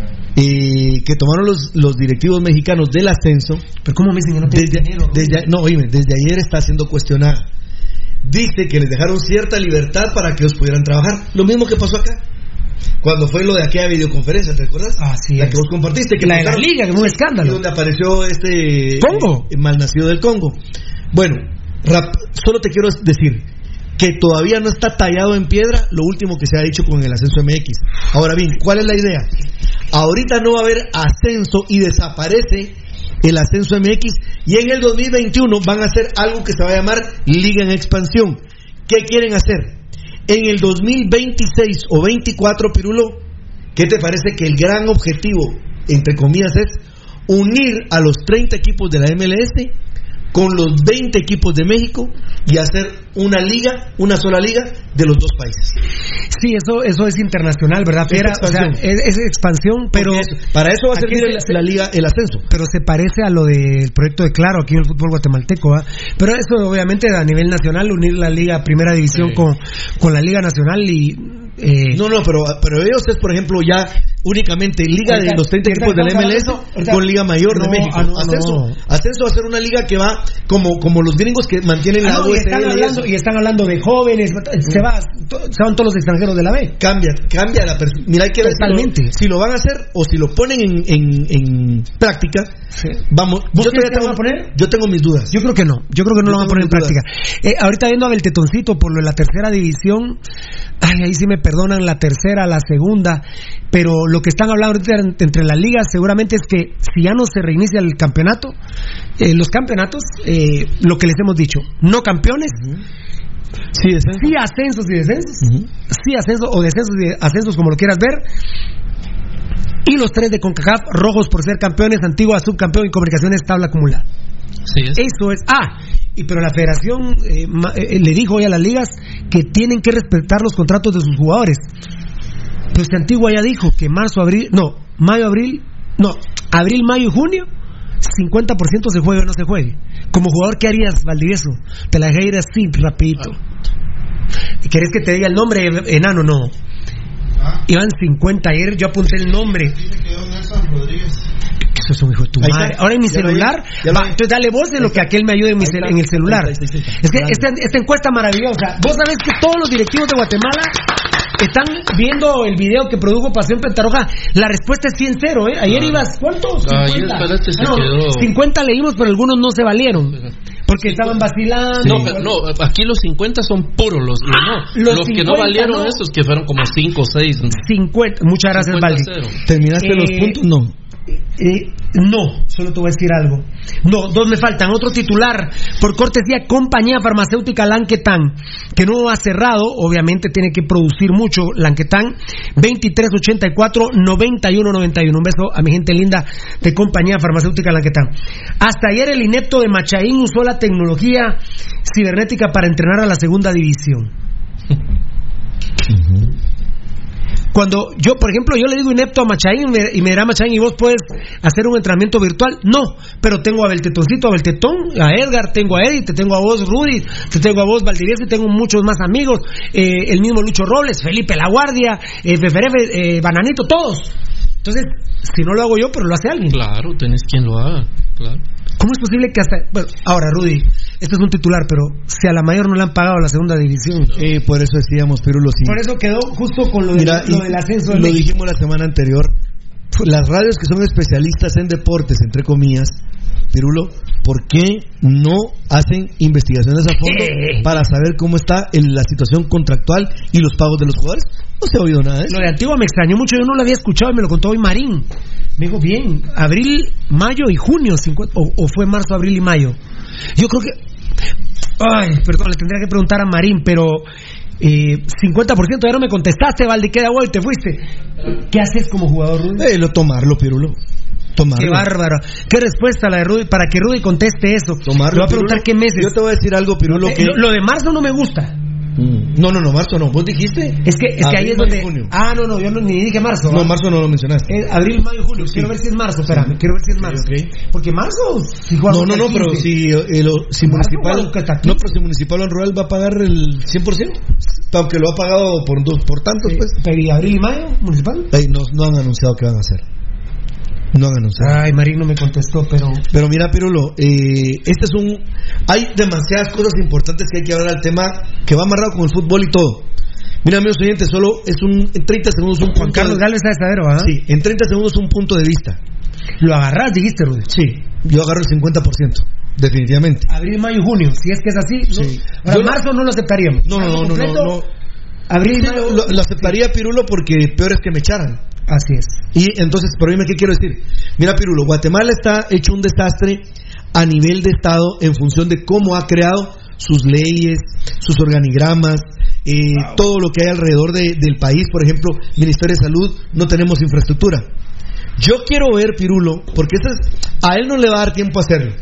que tomaron los directivos mexicanos del ascenso. Pero ¿cómo me dicen que no tienen dinero? Desde ayer está siendo cuestionada. Dice que les dejaron cierta libertad para que ellos pudieran trabajar. Lo mismo que pasó acá cuando fue lo de aquella videoconferencia, ¿te acuerdas? Sí, la que vos compartiste, que la de la liga, que fue un escándalo, donde apareció este Congo, malnacido del Congo. Bueno, solo te quiero decir que todavía no está tallado en piedra lo último que se ha dicho con el ascenso MX. Ahora bien, ¿cuál es la idea? Ahorita no va a haber ascenso y desaparece el ascenso MX, y en el 2021 van a hacer algo que se va a llamar Liga en Expansión. ¿Qué quieren hacer? En el 2026 o 24, Pirulo, ¿qué te parece que el gran objetivo, entre comillas, es unir a los 30 equipos de la MLS con los 20 equipos de México y hacer una sola liga de los dos países? Sí, eso es internacional, ¿verdad? Es expansión, pero para eso va a servir la liga, el ascenso. Pero se parece a lo del proyecto de Claro aquí en el fútbol guatemalteco, ¿va? Pero eso obviamente a nivel nacional, unir la liga primera división con la liga nacional y... No, pero ellos es, por ejemplo, ya únicamente liga de los 30 equipos de la MLS con Liga Mayor de México. Ascenso va a ser una liga que va como los gringos que mantienen la USL. Y están hablando de jóvenes, se van todos los extranjeros de la B. Cambia mira, hay que ver si lo van a hacer o si lo ponen en práctica. Vamos, yo tengo mis dudas. Yo creo que no lo van a poner en práctica. Ahorita viendo a Beltetoncito por lo de la tercera división, ahí sí me perdonan la tercera, la segunda, pero lo que están hablando ahorita entre las ligas seguramente es que si ya no se reinicia el campeonato, los campeonatos, lo que les hemos dicho, no campeones, sí ascensos y descensos, sí ascensos o descensos y ascensos, como lo quieras ver, y los 3 de CONCACAF rojos por ser campeones, Antigua subcampeón y Comunicaciones tabla acumulada. Eso es. Pero la federación le dijo hoy a las ligas que tienen que respetar los contratos de sus jugadores. Pero Antigua ya dijo que abril, mayo y junio 50% se juegue o no se juegue. Como jugador, ¿qué harías, Valdivieso? Te la dejé ir así, rapidito. ¿Querés que te diga el nombre, enano? No. Iban 50 ayer, yo apunté el nombre. Esto es un hijo de tu madre. Ahora en mi celular, entonces dale voz de lo que aquel me ayude en el celular. Es que esta encuesta maravillosa. Vos sabés que todos los directivos de Guatemala están viendo el video que produjo Pasión Pentarroja. La respuesta es 100-0, ¿eh? Ayer ibas, ¿cuántos? 50 leímos, pero algunos no se valieron. Porque estaban vacilando. No, aquí los 50 son puros. Los que no valieron esos, que fueron como 5 o 6. 50. Muchas gracias, Valdi. ¿Terminaste los puntos? No. No, solo te voy a decir algo. No, 2 me faltan. Otro titular, por cortesía, Compañía Farmacéutica Lanquetán, que no ha cerrado, obviamente tiene que producir mucho. Lanquetán, 2384-9191. Un beso a mi gente linda de Compañía Farmacéutica Lanquetán. Hasta ayer el inepto de Machaín usó la tecnología cibernética para entrenar a la segunda división. Cuando yo, por ejemplo, yo le digo inepto a Machaín y me dirá Machaín, ¿y vos puedes hacer un entrenamiento virtual? No, pero tengo a Beltetoncito, a Beltetón, a Edgar, tengo a Eddie, te tengo a vos, Rudy, te tengo a vos, Valdivieso, y tengo muchos más amigos, el mismo Lucho Robles, Felipe La Guardia, Feferefe, Bananito, todos. Entonces, si no lo hago yo, pero lo hace alguien. Claro, tenés quien lo haga, claro. ¿Cómo es posible que hasta... Bueno, ahora, Rudy, esto es un titular, pero si a la mayor no le han pagado la segunda división. Por eso decíamos, Pirulo, sí. Por eso quedó justo con lo del ascenso. Lo dijimos la semana anterior. Las radios que son especialistas en deportes, entre comillas, Pirulo, ¿por qué no hacen investigaciones a fondo para saber cómo está la situación contractual y los pagos de los jugadores? No se ha oído nada de eso. Lo de Antigua me extrañó mucho, yo no lo había escuchado y me lo contó hoy Marín. Me dijo, bien, abril, mayo y junio, o fue marzo, abril y mayo. Yo creo que... Ay, perdón, le tendría que preguntar a Marín, pero... 50%, ya no me contestaste, Valdi, queda y te fuiste. ¿Qué haces como jugador, Rudy? Tomarlo, Pirulo. Tomarlo. Qué bárbaro. Qué respuesta la de Rudy, para que Rudy conteste eso. Tomarlo. Le voy a preguntar qué meses. Yo te voy a decir algo, Pirulo. Lo de marzo no me gusta. No, marzo no. ¿Vos dijiste? Es que ahí es donde... No, yo ni dije marzo. No, marzo no lo mencionaste. Abril, mayo, julio. Sí. Quiero ver si es marzo, espérame. Quiero ver si es marzo. Okay. Porque marzo... Si no, pero si Municipal... No, pero si Municipal o Rural va a pagar el 100%. Aunque lo ha pagado por tantos, pues. Pero ¿y abril y mayo, Municipal? No han anunciado qué van a hacer. No han anunciado. Ay, Marín no me contestó, pero mira, Pirulo, hay demasiadas cosas importantes que hay que hablar al tema que va amarrado con el fútbol y todo. Mira, amigos oyentes, solo es en 30 segundos un punto. Juan Carlos Gálvez está estadero, ¿ah? Sí, en 30 segundos un punto de vista. ¿Lo agarrás, dijiste, Rudy? Sí, yo agarro el 50%, definitivamente. Abril, mayo y junio, si es que es así. Sí. Ahora, marzo no lo aceptaríamos. No. Abril y mayo... Lo aceptaría, Pirulo, porque peor es que me echaran. Así es. Y entonces, pero dime qué quiero decir. Mira, Pirulo, Guatemala está hecho un desastre a nivel de Estado en función de cómo ha creado sus leyes, sus organigramas, todo lo que hay alrededor del país. Por ejemplo, Ministerio de Salud, no tenemos infraestructura. Yo quiero ver, Pirulo, porque a él no le va a dar tiempo a hacerlo.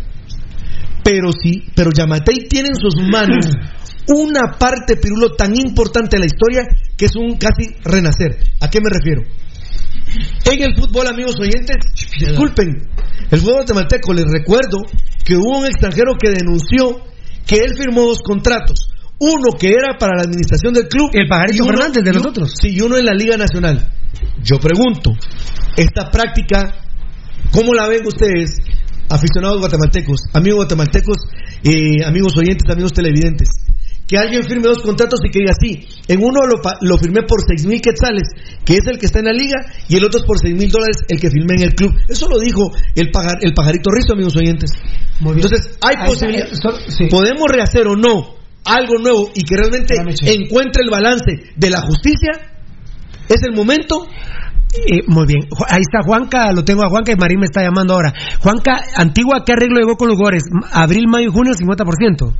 Pero Yamatei tiene en sus manos una parte, Pirulo, tan importante de la historia que es un casi renacer. ¿A qué me refiero? En el fútbol, amigos oyentes, disculpen, el fútbol guatemalteco, les recuerdo que hubo un extranjero que denunció que él firmó 2 contratos. Uno que era para la administración del club, el Pajarito Fernández de nosotros. Sí, y uno en la Liga Nacional. Yo pregunto, esta práctica, ¿cómo la ven ustedes, aficionados guatemaltecos, amigos guatemaltecos, amigos oyentes, amigos televidentes? Que alguien firme 2 contratos y que diga sí, en uno lo firmé por 6,000 quetzales, que es el que está en la liga, y el otro es por $6,000, el que firmé en el club. Eso lo dijo el Pajarito Rizo, amigos oyentes. Entonces, hay posibilidad. Sí. Podemos rehacer o no algo nuevo y que realmente encuentre el balance de la justicia. Es el momento. Muy bien, ahí está Juanca, lo tengo a Juanca y Marín me está llamando ahora. Juanca, Antigua, ¿qué arreglo llegó con los jugadores? Abril, mayo y junio, 50%.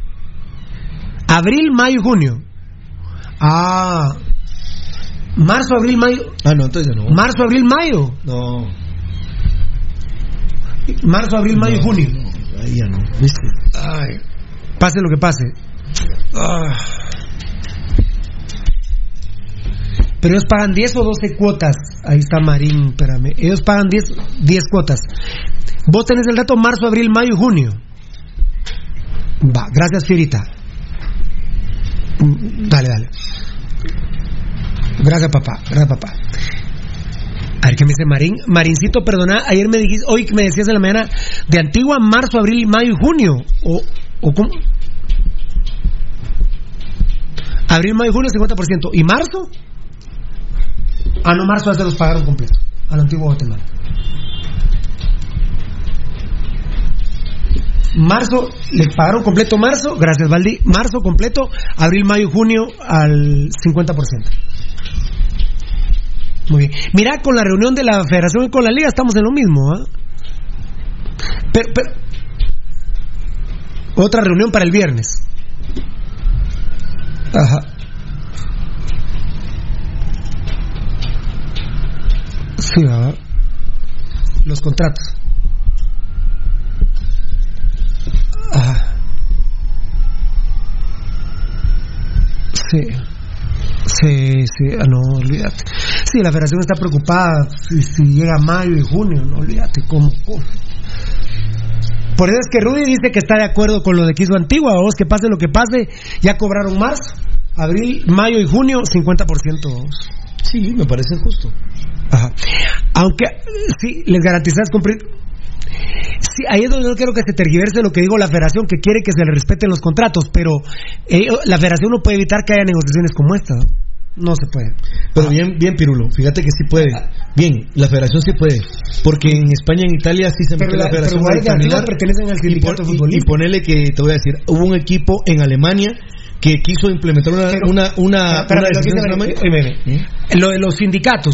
Abril, mayo y junio. Marzo, abril, mayo. No, entonces no. Marzo, abril, mayo. No. Marzo, abril, mayo y junio. No, ahí ya no. ¿Viste? Ay. Pase lo que pase. Pero ellos pagan 10 o 12 cuotas. Ahí está Marín, espérame. Ellos pagan 10 cuotas. Vos tenés el dato marzo, abril, mayo y junio. Va, gracias, Fierita. Dale. Gracias, papá. ver qué me dice Marincito, perdona, ayer me dijiste, hoy me decías en la mañana de Antigua, marzo, abril, mayo y junio. ¿O cómo? Abril, mayo y junio 50%. ¿Y marzo? No, marzo ya se los pagaron completo a la Antigua Guatemala. Marzo, les pagaron completo marzo, gracias Valdi, marzo completo, abril, mayo y junio al 50%. Muy bien. Mira, con la reunión de la Federación y con la Liga estamos en lo mismo, ¿eh? Pero otra reunión para el viernes. Ajá. Sí, ¿verdad? Los contratos. Ajá. Sí. No, olvídate. Sí, la federación está preocupada si llega mayo y junio, no olvídate cómo. Por eso es que Rudy dice que está de acuerdo con lo de que hizo Antigua. Vos, que pase lo que pase, ya cobraron marzo, abril, mayo y junio 50%. Vos. Sí, me parece justo. Ajá. Aunque sí, les garantizas cumplir. Sí, ahí es donde no quiero que se tergiverse lo que digo la federación, que quiere que se le respeten los contratos, pero la federación no puede evitar que haya negociaciones como esta. No se puede. Pero bien, Pirulo, fíjate que sí puede. Bien, la federación sí puede, porque en España, en Italia sí se metió la federación pero pertenecen al sindicato futbolístico. Y ponele que, te voy a decir, hubo un equipo en Alemania que quiso implementar una lo de los sindicatos,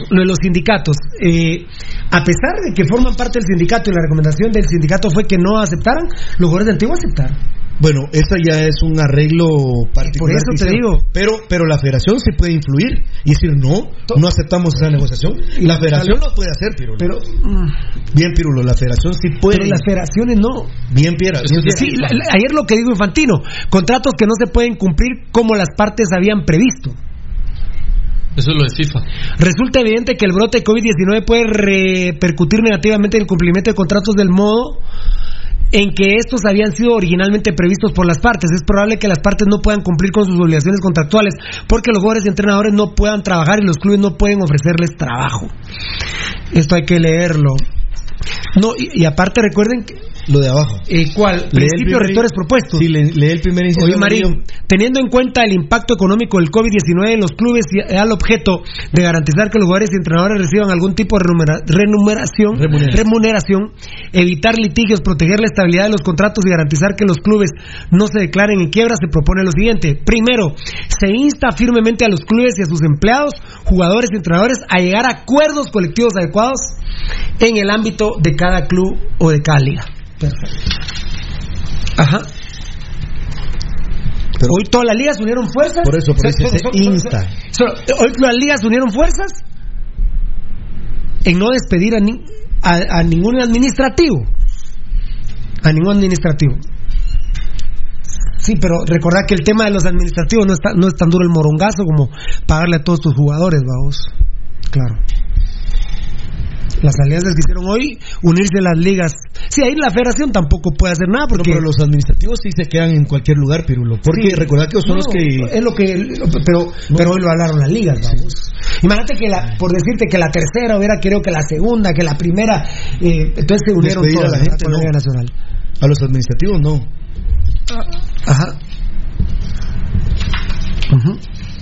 a pesar de que forman parte del sindicato y la recomendación del sindicato fue que no aceptaran, los jugadores de Antigua aceptaron. Bueno, esta ya es un arreglo particular. Por eso te digo. Pero la federación sí puede influir y decir no aceptamos esa negociación. La federación lo puede hacer, Pirulo. Bien, Pirulo, la federación sí puede. Pero las federaciones no. Bien, Piera. Sí, ayer lo que digo Infantino, contratos que no se pueden cumplir como las partes habían previsto. Eso es lo de FIFA. Resulta evidente que el brote de COVID-19 puede repercutir negativamente en el cumplimiento de contratos del modo en que estos habían sido originalmente previstos por las partes. Es probable que las partes no puedan cumplir con sus obligaciones contractuales porque los jugadores y entrenadores no puedan trabajar y los clubes no pueden ofrecerles trabajo. Esto hay que leerlo. No, y aparte recuerden que lo de abajo. ¿Cuál? Principios rectores propuestos. Sí, lee el primer inciso. Oye, Marín, teniendo en cuenta el impacto económico del COVID-19 en los clubes y al objeto de garantizar que los jugadores y entrenadores reciban algún tipo de remuneración, evitar litigios, proteger la estabilidad de los contratos y garantizar que los clubes no se declaren en quiebra, se propone lo siguiente. Primero, se insta firmemente a los clubes y a sus empleados, jugadores y entrenadores a llegar a acuerdos colectivos adecuados en el ámbito de cada club o de cada liga. Perfecto. Ajá. Pero hoy todas las ligas unieron fuerzas. Por eso se insta. Hoy las ligas unieron fuerzas en no despedir a ningún administrativo. A ningún administrativo. Sí, pero recordad que el tema de los administrativos no es tan duro el morongazo como pagarle a todos tus jugadores, vamos. Claro. Las alianzas que hicieron hoy, unirse a las ligas. Sí, ahí la federación tampoco puede hacer nada porque... pero los administrativos sí se quedan en cualquier lugar, Pirulo. Porque sí, recordad que son los que... Es lo que... Pero hoy lo hablaron las ligas, vamos. Imagínate que por decirte que la tercera hubiera querido que la segunda, que la primera... entonces se unieron todas a la gente, con la Liga Nacional. A los administrativos no. Ajá. Uh-huh.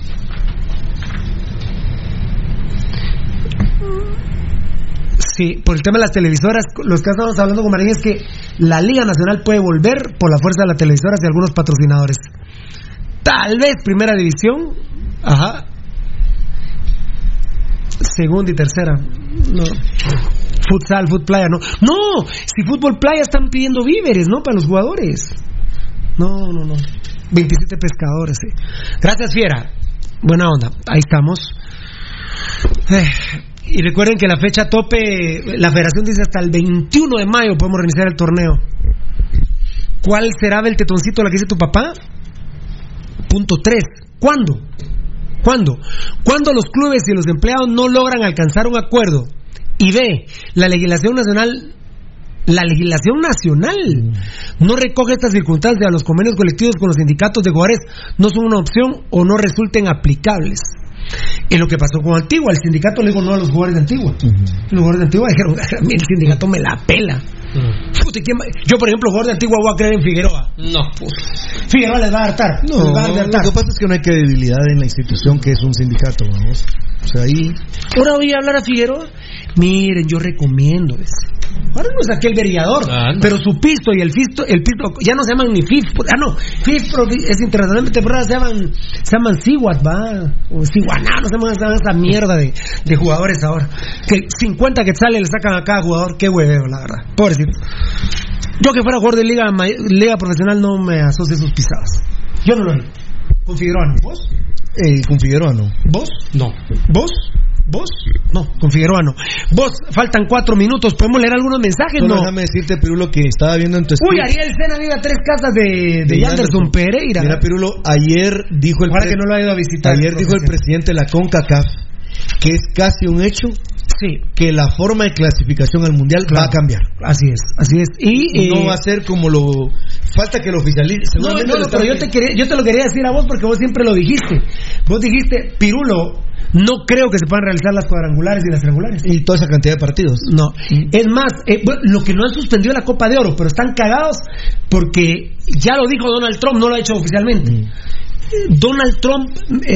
Sí, por el tema de las televisoras, los que estamos hablando con Marín es que la Liga Nacional puede volver por la fuerza de las televisoras y algunos patrocinadores. Tal vez primera división, ajá, segunda y tercera, no. Futsal, fútbol playa, no. No, si fútbol playa están pidiendo víveres, ¿no? Para los jugadores. No. 27 pescadores, sí. Gracias, Fiera. Buena onda, ahí estamos. Y recuerden que la fecha tope, la federación dice hasta el 21 de mayo podemos reiniciar el torneo. ¿Cuál será el tetoncito la que dice tu papá? Punto 3. ¿Cuándo? Cuando los clubes y los empleados no logran alcanzar un acuerdo. Y B, la legislación nacional no recoge estas circunstancias. A los convenios colectivos con los sindicatos de jugadores no son una opción o no resulten aplicables. en lo que pasó con Antigua. El sindicato le dijo no a los jugadores de Antigua. Los jugadores de Antigua dijeron, a mí el sindicato me la pela. Yo, por ejemplo, jugador de Antigua voy a creer en Figueroa. No, pues. Figueroa les va a hartar. No, lo que pasa es que no hay credibilidad en la institución que es un sindicato, vamos. O sea, ahí... Ahora voy a hablar a Figueroa. Miren, yo recomiendo eso. Ahora no es aquel verillador, no. Pero su pisto y el pisto ya no se llaman ni FIF. FIF es internacionalmente, pero ahora se llaman Siwat, va, o Siwaná, no se llaman esa mierda de jugadores ahora. Que 50 quetzales le sacan a cada jugador, qué hueveo, la verdad. Pobrecito. Yo que fuera jugador de liga profesional no me asocio a sus pisadas. Yo no lo haría. ¿Con Figueroa no? ¿Vos? Con Figueroa no. ¿Vos? No. ¿Vos? No, con Figueroa no. Vos, faltan 4 minutos, ¿podemos leer algunos mensajes? No. Déjame decirte, Pirulo, que estaba viendo en tu Uy, Ariel Sena vive a 3 casas de Yanderson Pereira. Mira, Pirulo, ayer dijo el que no lo ha ido a visitar. Ayer dijo el presidente de la CONCACAF que es casi un hecho que la forma de clasificación al mundial va a cambiar. Así es. Y no va a ser como lo... Falta que lo oficialice. No, pero yo te lo quería decir a vos porque vos siempre lo dijiste. Vos dijiste, Pirulo, no creo que se puedan realizar las cuadrangulares y las triangulares. Y toda esa cantidad de partidos. No. Es más, lo que no han suspendido la Copa de Oro, pero están cagados porque ya lo dijo Donald Trump, no lo ha hecho oficialmente. Donald Trump,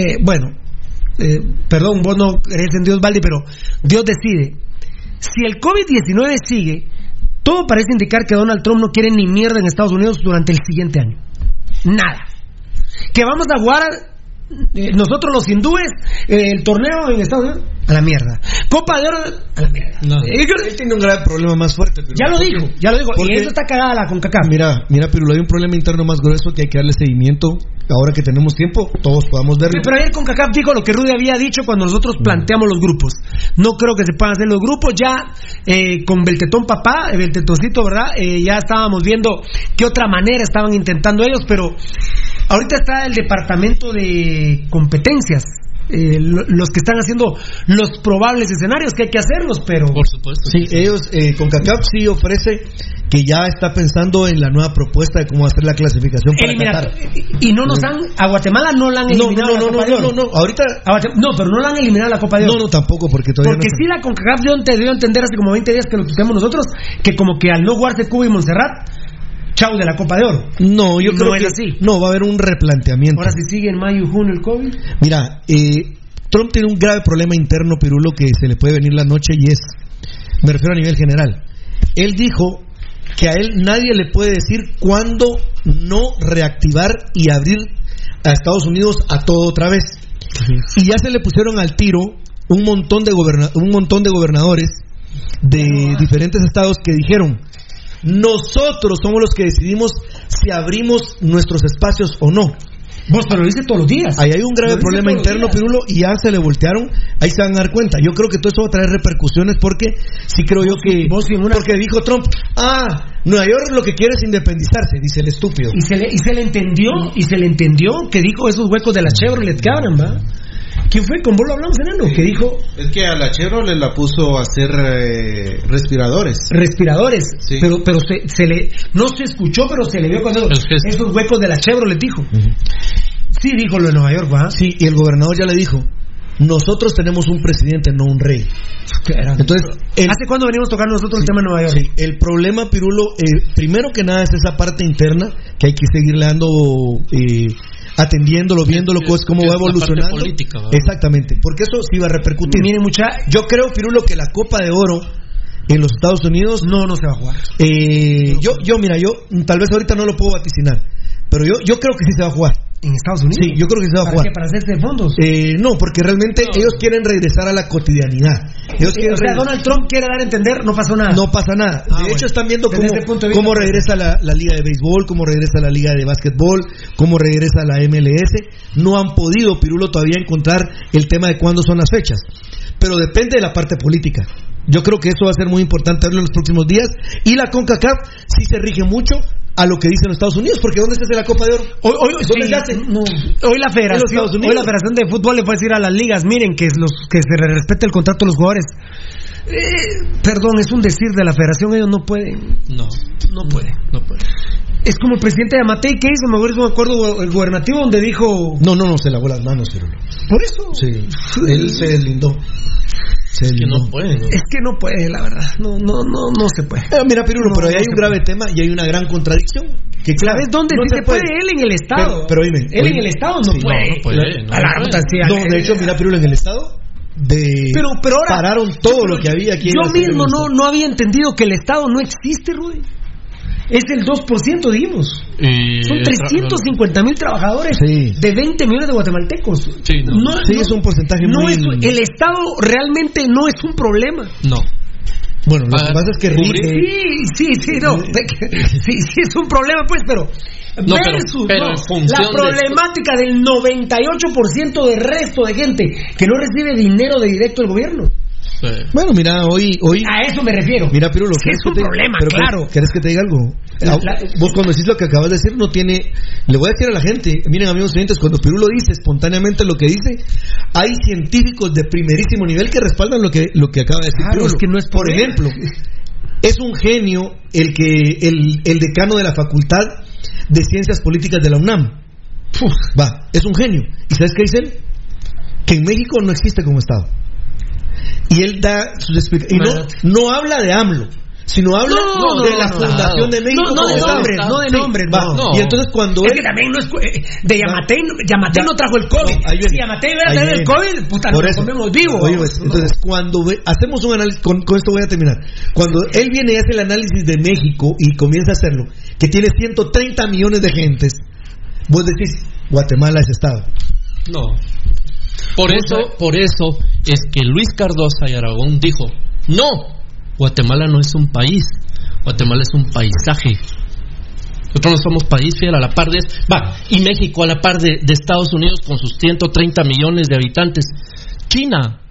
perdón, vos no crees en Dios, Valdi, pero Dios decide. Si el COVID-19 sigue, todo parece indicar que Donald Trump no quiere ni mierda en Estados Unidos durante el siguiente año. Nada. Que vamos a jugar nosotros los hindúes el torneo en Estados Unidos, a la mierda. Copa de Oro, a la mierda. No, él tiene un grave problema más fuerte. Pero ya lo dijo. Y eso está cagada la CONCACAF. Mira, Pirulo, hay un problema interno más grueso que hay que darle seguimiento. Ahora que tenemos tiempo, todos podamos verlo. Sí, pero ayer CONCACAF dijo lo que Rudy había dicho cuando nosotros planteamos los grupos. No creo que se puedan hacer los grupos. Ya con Beltetón papá, Beltetoncito, ¿verdad? Ya estábamos viendo qué otra manera estaban intentando ellos, pero ahorita está el departamento de competencias, los que están haciendo los probables escenarios, que hay que hacerlos, pero... Por supuesto. Sí, ellos, CONCACAF sí ofrece que ya está pensando en la nueva propuesta de cómo hacer la clasificación para Qatar. Y no nos han... A Guatemala no la han eliminado la Copa de Oro. No, ahorita... No, pero no la han eliminado la Copa de Oro. No, tampoco, porque todavía Porque sí la CONCACAF dio a entender hace como 20 días que lo pusimos nosotros, que como que al no jugarse Cuba y Montserrat, chau de la Copa de Oro. No, yo creo que así. No, va a haber un replanteamiento. Ahora si sigue en mayo y junio el COVID. Mira, Trump tiene un grave problema interno, Pirulo, que se le puede venir la noche, y me refiero a nivel general. Él dijo que a él nadie le puede decir cuándo no reactivar y abrir a Estados Unidos a todo otra vez. Y ya se le pusieron al tiro un montón de gobernadores de diferentes estados que dijeron: nosotros somos los que decidimos si abrimos nuestros espacios o no. Vos, pero lo dice todos los días. Ahí hay un grave problema interno, Pirulo, y ya se le voltearon. Ahí se van a dar cuenta. Yo creo que todo eso va a traer repercusiones, porque sí creo yo que... Porque dijo Trump, Nueva York lo que quiere es independizarse, dice el estúpido. Y se le entendió que dijo esos huecos de la Chevrolet que abran, ¿va? ¿Quién fue? ¿Con vos lo hablamos, enano? Que dijo... Es que a la Chevrolet la puso a hacer respiradores. Sí. Pero no se escuchó, pero se le vio cuando esos huecos de la Chevrolet dijo. Sí, dijo lo de Nueva York, ¿va? Sí, y el gobernador ya le dijo: nosotros tenemos un presidente, no un rey. Entonces, ¿hace cuándo venimos tocando nosotros el tema de Nueva York? Sí, el problema, Pirulo, primero que nada es esa parte interna que hay que seguirle dando... atendiéndolo, viéndolo, cómo va evolucionando. Política, ¿verdad? Exactamente, porque eso sí va a repercutir. Miren, yo creo, Pirulo, que la Copa de Oro en los Estados Unidos no se va a jugar. Yo tal vez ahorita no lo puedo vaticinar, pero yo creo que sí se va a jugar. ¿En Estados Unidos? Sí, yo creo que se va a jugar. ¿Para hacerse de fondos? No, porque realmente ellos quieren regresar a la cotidianidad. Donald Trump quiere dar a entender, no pasó nada. No pasa nada. De hecho, están viendo cómo regresa la liga de béisbol, cómo regresa la liga de básquetbol, cómo regresa la MLS. No han podido, Pirulo, todavía encontrar el tema de cuándo son las fechas. Pero depende de la parte política. Yo creo que eso va a ser muy importante verlo en los próximos días. Y la CONCACAF sí se rige mucho a lo que dicen los Estados Unidos, porque ¿dónde se hace la Copa de Oro? Hoy la Federación de Fútbol le puede decir a las ligas: miren, que se respete el contrato de los jugadores. Perdón, es un decir de la Federación, ellos no pueden. No pueden. Es como el presidente de Yamatei, que hizo, me acuerdo el gubernativo donde dijo... No, se lavó las manos, Pirulo. Por eso. Sí, él se deslindó. Es que no puede, ¿no? Es que no puede, la verdad. No se puede. Mira, Pirulo, pero ahí hay un grave tema y hay una gran contradicción. Que claro, ¿sabes dónde no sí se puede? Él en el Estado. Pero dime. Él en el Estado no puede. No puede. No, de hecho, mira, Pirulo, en el Estado... Pero ahora pararon todo lo que había aquí. Yo mismo no había entendido que el Estado no existe, Rudy. Es el 2%, dijimos. Son 350,000 trabajadores de 20 millones de guatemaltecos. Sí, es un porcentaje muy... el Estado realmente no es un problema. No. Bueno, lo que pasa es que sí, es un problema, pues, pero la problemática del 98% del resto de gente que no recibe dinero de directo del gobierno. Sí. Bueno, mira, hoy a eso me refiero. Mira, Pirulo, es un problema, claro. ¿Quieres que te diga algo? Vos cuando decís lo que acabas de decir no tiene... Le voy a decir a la gente, miren, amigos oyentes, cuando Pirulo dice espontáneamente lo que dice, hay científicos de primerísimo nivel que respaldan lo que acaba de decir Pirulo. Es que no es por ejemplo, es un genio el decano de la Facultad de Ciencias Políticas de la UNAM. Es un genio. ¿Y sabes qué dice él? Que en México no existe como Estado. Y él da sus explicaciones. Y no habla de AMLO, sino habla de la Fundación de México. No de nombres. Y entonces cuando es que también no es de Yamatei no trajo el COVID. Si Yamatei hubiera traído el COVID, puta, nos comemos vivos. Entonces cuando hacemos un análisis, con esto voy a terminar. Cuando él viene y hace el análisis de México y comienza a hacerlo, que tiene 130 millones de gentes, vos decís, Guatemala es Estado. No. Por eso es que Luis Cardosa y Aragón dijo, no, Guatemala no es un país, Guatemala es un paisaje. Nosotros no somos país, fiel, a la par de... y México a la par de Estados Unidos con sus 130 millones de habitantes. China,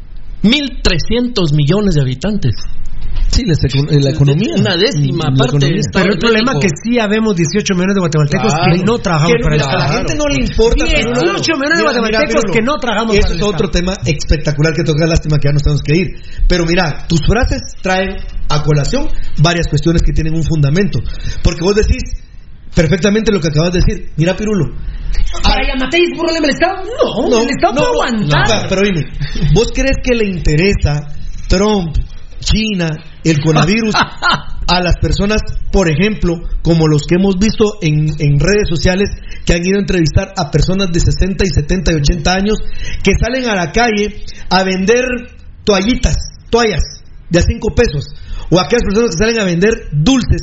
1.300 millones de habitantes. Sí, la economía. Una décima parte. Pero el problema es que sí habemos 18 millones de guatemaltecos que no trabajamos para el Estado. A la gente no le importa. 18 millones de guatemaltecos que no trabajamos para el Estado. Eso es otro tema espectacular que toca, lástima que ya nos tenemos que ir. Pero mira, tus frases traen a colación varias cuestiones que tienen un fundamento. Porque vos decís perfectamente lo que acabas de decir. Mira, Pirulo, ¿para Yamatei es problema del Estado? No, el Estado puede aguantar. Pero dime, ¿vos crees que le interesa Trump, China, el coronavirus a las personas, por ejemplo, como los que hemos visto en redes sociales, que han ido a entrevistar a personas de 60 y 70 y 80 años que salen a la calle a vender toallas de a 5 pesos, o aquellas personas que salen a vender dulces?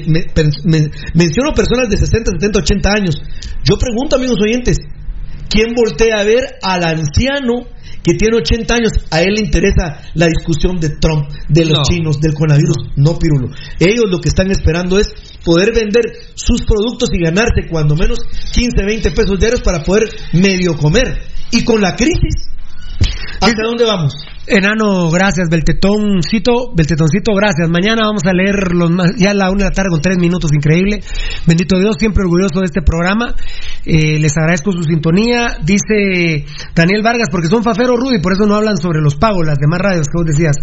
Menciono personas de 60, 70, 80 años. Yo pregunto, amigos oyentes, ¿quién voltea a ver al anciano que tiene 80 años? A él le interesa la discusión de Trump, de los chinos, del coronavirus. No, Pirulo. Ellos lo que están esperando es poder vender sus productos y ganarse cuando menos 15, 20 pesos diarios para poder medio comer. Y con la crisis, ¿hasta dónde vamos? Enano, gracias. Beltetoncito, gracias. Mañana vamos a leer ya a la 1 de la tarde con 3 minutos, increíble. Bendito Dios, siempre orgulloso de este programa. Les agradezco su sintonía. Dice Daniel Vargas, porque son faferos, Rudy, por eso no hablan sobre los pagos, las demás radios que vos decías.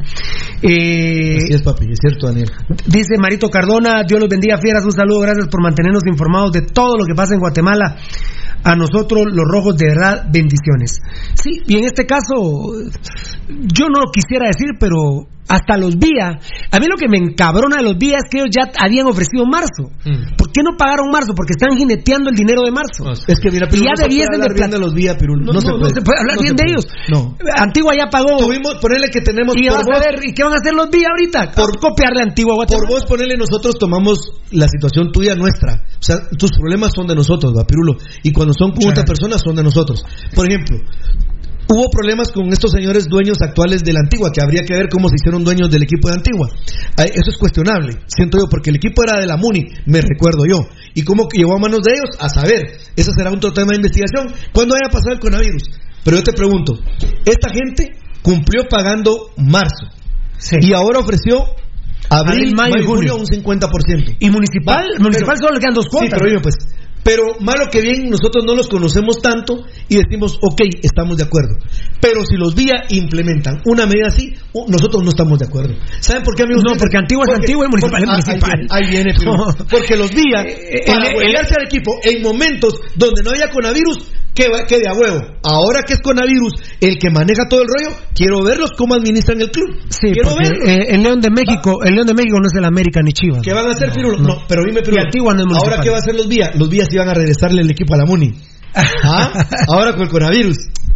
Así es, papi, es cierto, Daniel. Dice Marito Cardona, Dios los bendiga, fieras, un saludo, gracias por mantenernos informados de todo lo que pasa en Guatemala. A nosotros los rojos, de verdad, bendiciones. Sí, y en este caso yo no lo quisiera decir, pero hasta los VIA, a mí lo que me encabrona de los VIA es que ellos ya habían ofrecido marzo. ¿Por qué no pagaron marzo? Porque están jineteando el dinero de marzo. Es que mira, Pirulo, ya no se puede hablar bien de los VIA, Pirulo. No se puede hablar bien de ellos. No. Antigua ya pagó. Ponerle que tenemos y por vos. ¿Y qué van a hacer los VIA ahorita? Por copiarle a Antigua Guatemala. Por vos ponerle, nosotros tomamos la situación tuya nuestra. O sea, tus problemas son de nosotros, ¿va, Pirulo? Y cuando son con otras personas son de nosotros. Por ejemplo, hubo problemas con estos señores dueños actuales de la Antigua, que habría que ver cómo se hicieron dueños del equipo de Antigua. Eso es cuestionable, siento yo, porque el equipo era de la MUNI, me recuerdo yo. Y cómo llegó a manos de ellos, a saber. Eso será otro tema de investigación cuando haya pasado el coronavirus. Pero yo te pregunto, esta gente cumplió pagando marzo, y ahora ofreció abril, mayo y junio un 50%. Y municipal solo le quedan 2 cuotas. Sí, pero yo, pues, Pero malo que bien, nosotros no los conocemos tanto y decimos, ok, estamos de acuerdo. Pero si los VIA implementan una medida así, nosotros no estamos de acuerdo. ¿Saben por qué, amigos? No, porque Antigua es Antigua y Municipal es Municipal. Ahí viene, porque los VIA, para huelearse al equipo en momentos donde no haya coronavirus, quede a huevo. Ahora que es coronavirus el que maneja todo el rollo, quiero verlos cómo administran el club. Sí, quiero verlos. El León de México no es el América ni Chivas. ¿Qué van a hacer, Pirulo? No, pero dime, Pirulo. Antigua no es Municipal. Ahora, ¿qué va a hacer los VIA? Los VIA sí van a regresarle el equipo a la Muni. Ahora con el coronavirus.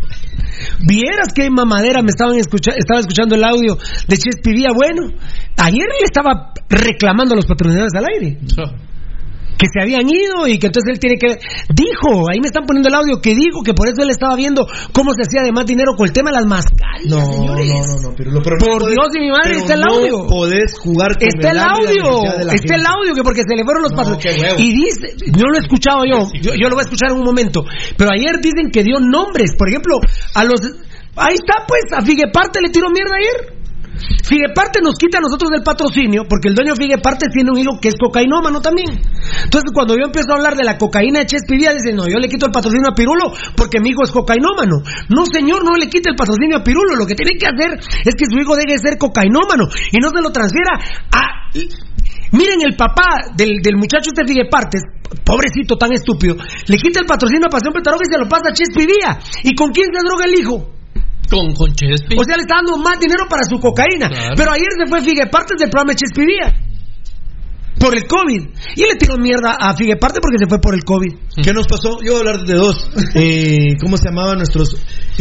Vieras que mamadera estaba escuchando el audio de Chespi Vía. Bueno, ayer le estaba reclamando a los patrocinadores al aire que se habían ido y que entonces él tiene que... Dijo, ahí me están poniendo el audio, que dijo que por eso él estaba viendo cómo se hacía de más dinero con el tema de las mascarillas, señores. No, pero por Dios y mi madre, está el audio. No podés jugar con está el audio, que porque se le fueron los pasos. Y dice, no lo he escuchado yo lo voy a escuchar en un momento, pero ayer dicen que dio nombres, por ejemplo, a los... Ahí está, pues, a Figueparte le tiró mierda ayer. Figueparte nos quita a nosotros del patrocinio porque el dueño de Figueparte tiene un hijo que es cocainómano también. Entonces cuando yo empiezo a hablar de la cocaína de Chespi Vía, dicen, no, yo le quito el patrocinio a Pirulo porque mi hijo es cocainómano. No, señor, no le quite el patrocinio a Pirulo. Lo que tiene que hacer es que su hijo deje de ser cocainómano y no se lo transfiera a... Miren, el papá del muchacho de Figueparte, pobrecito tan estúpido, le quita el patrocinio a Pasión Pentarroja y se lo pasa a Chespi Vía. ¿Y con quién se droga el hijo? Con Chespi. O sea, le está dando más dinero para su cocaína. Claro. Pero ayer se fue Figueparte del programa de Chespi Vía por el COVID. Y le tiró mierda a Figueparte porque se fue por el COVID. ¿Qué nos pasó? Yo voy a hablar de dos. ¿Cómo se llamaban nuestros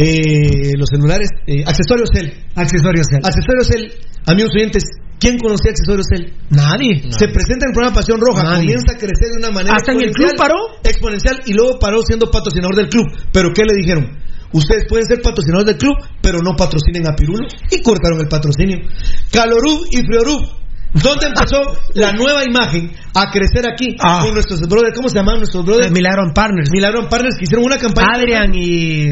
los celulares? Accesorios Cel. Accesorios Cel. Amigos oyentes, ¿quién conocía Accesorios Cel? Nadie. Se presenta en el programa Pasión Roja. Comienza a crecer de una manera hasta en el club paró. Exponencial y luego paró siendo patrocinador del club. ¿Pero qué le dijeron? Ustedes pueden ser patrocinadores del club, pero no patrocinen a Pirulo. Y cortaron el patrocinio. Calorub y Friorub. ¿Dónde empezó la nueva imagen a crecer aquí con nuestros brothers? ¿Cómo se llaman nuestros brothers? Milagro Partners. Milagro Partners, que hicieron una campaña. Adrian y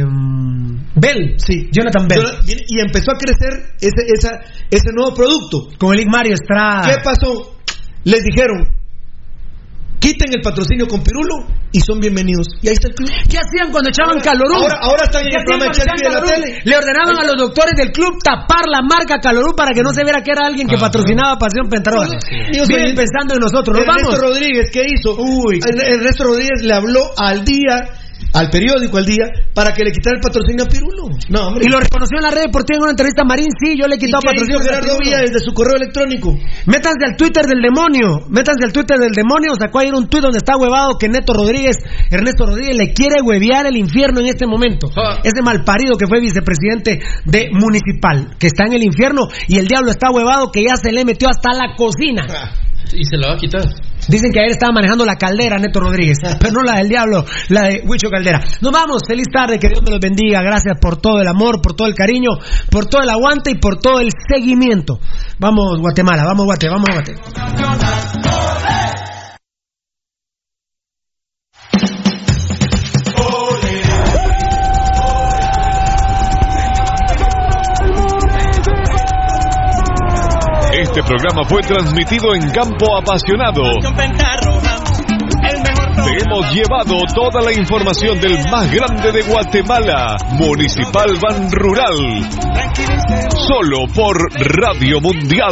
Bell. Sí, Jonathan Bell. Y empezó a crecer ese nuevo producto. Con el Mario Estrada. ¿Qué pasó? Les dijeron, quiten el patrocinio con Pirulo y son bienvenidos. Y ahí está el club. ¿Qué hacían cuando echaban Calorú? Ahora están en el programa de Chespi de la tele. Le ordenaban a los doctores del club tapar la marca Calorú para que no se viera que era alguien que patrocinaba Pasión Pentarroja. Vienen pensando en nosotros. Ernesto Rodríguez, ¿qué hizo? Ernesto Rodríguez le habló al periódico Al Día para que le quitara el patrocinio a Pirulo. No, hombre. Y lo reconoció en la red deportiva en una entrevista a Marín. Sí, yo le he quitado patrocinio a Gerardo Villa desde su correo electrónico. Métanse al Twitter del demonio. Sacó ayer un tuit donde está huevado que Ernesto Rodríguez le quiere huevear el infierno en este momento. Ese malparido que fue vicepresidente de Municipal, que está en el infierno, y el diablo está huevado que ya se le metió hasta la cocina. Y se la va a quitar. Dicen que ayer estaba manejando la caldera Neto Rodríguez, pero no la del diablo, la de Huicho Caldera. Nos vamos, feliz tarde, que Dios me los bendiga. Gracias por todo el amor, por todo el cariño, por todo el aguante y por todo el seguimiento. Vamos Guatemala, vamos Guate. Este programa fue transmitido en Campo Apasionado. Te hemos llevado toda la información del más grande de Guatemala, Municipal Ban Rural. Solo por Radio Mundial.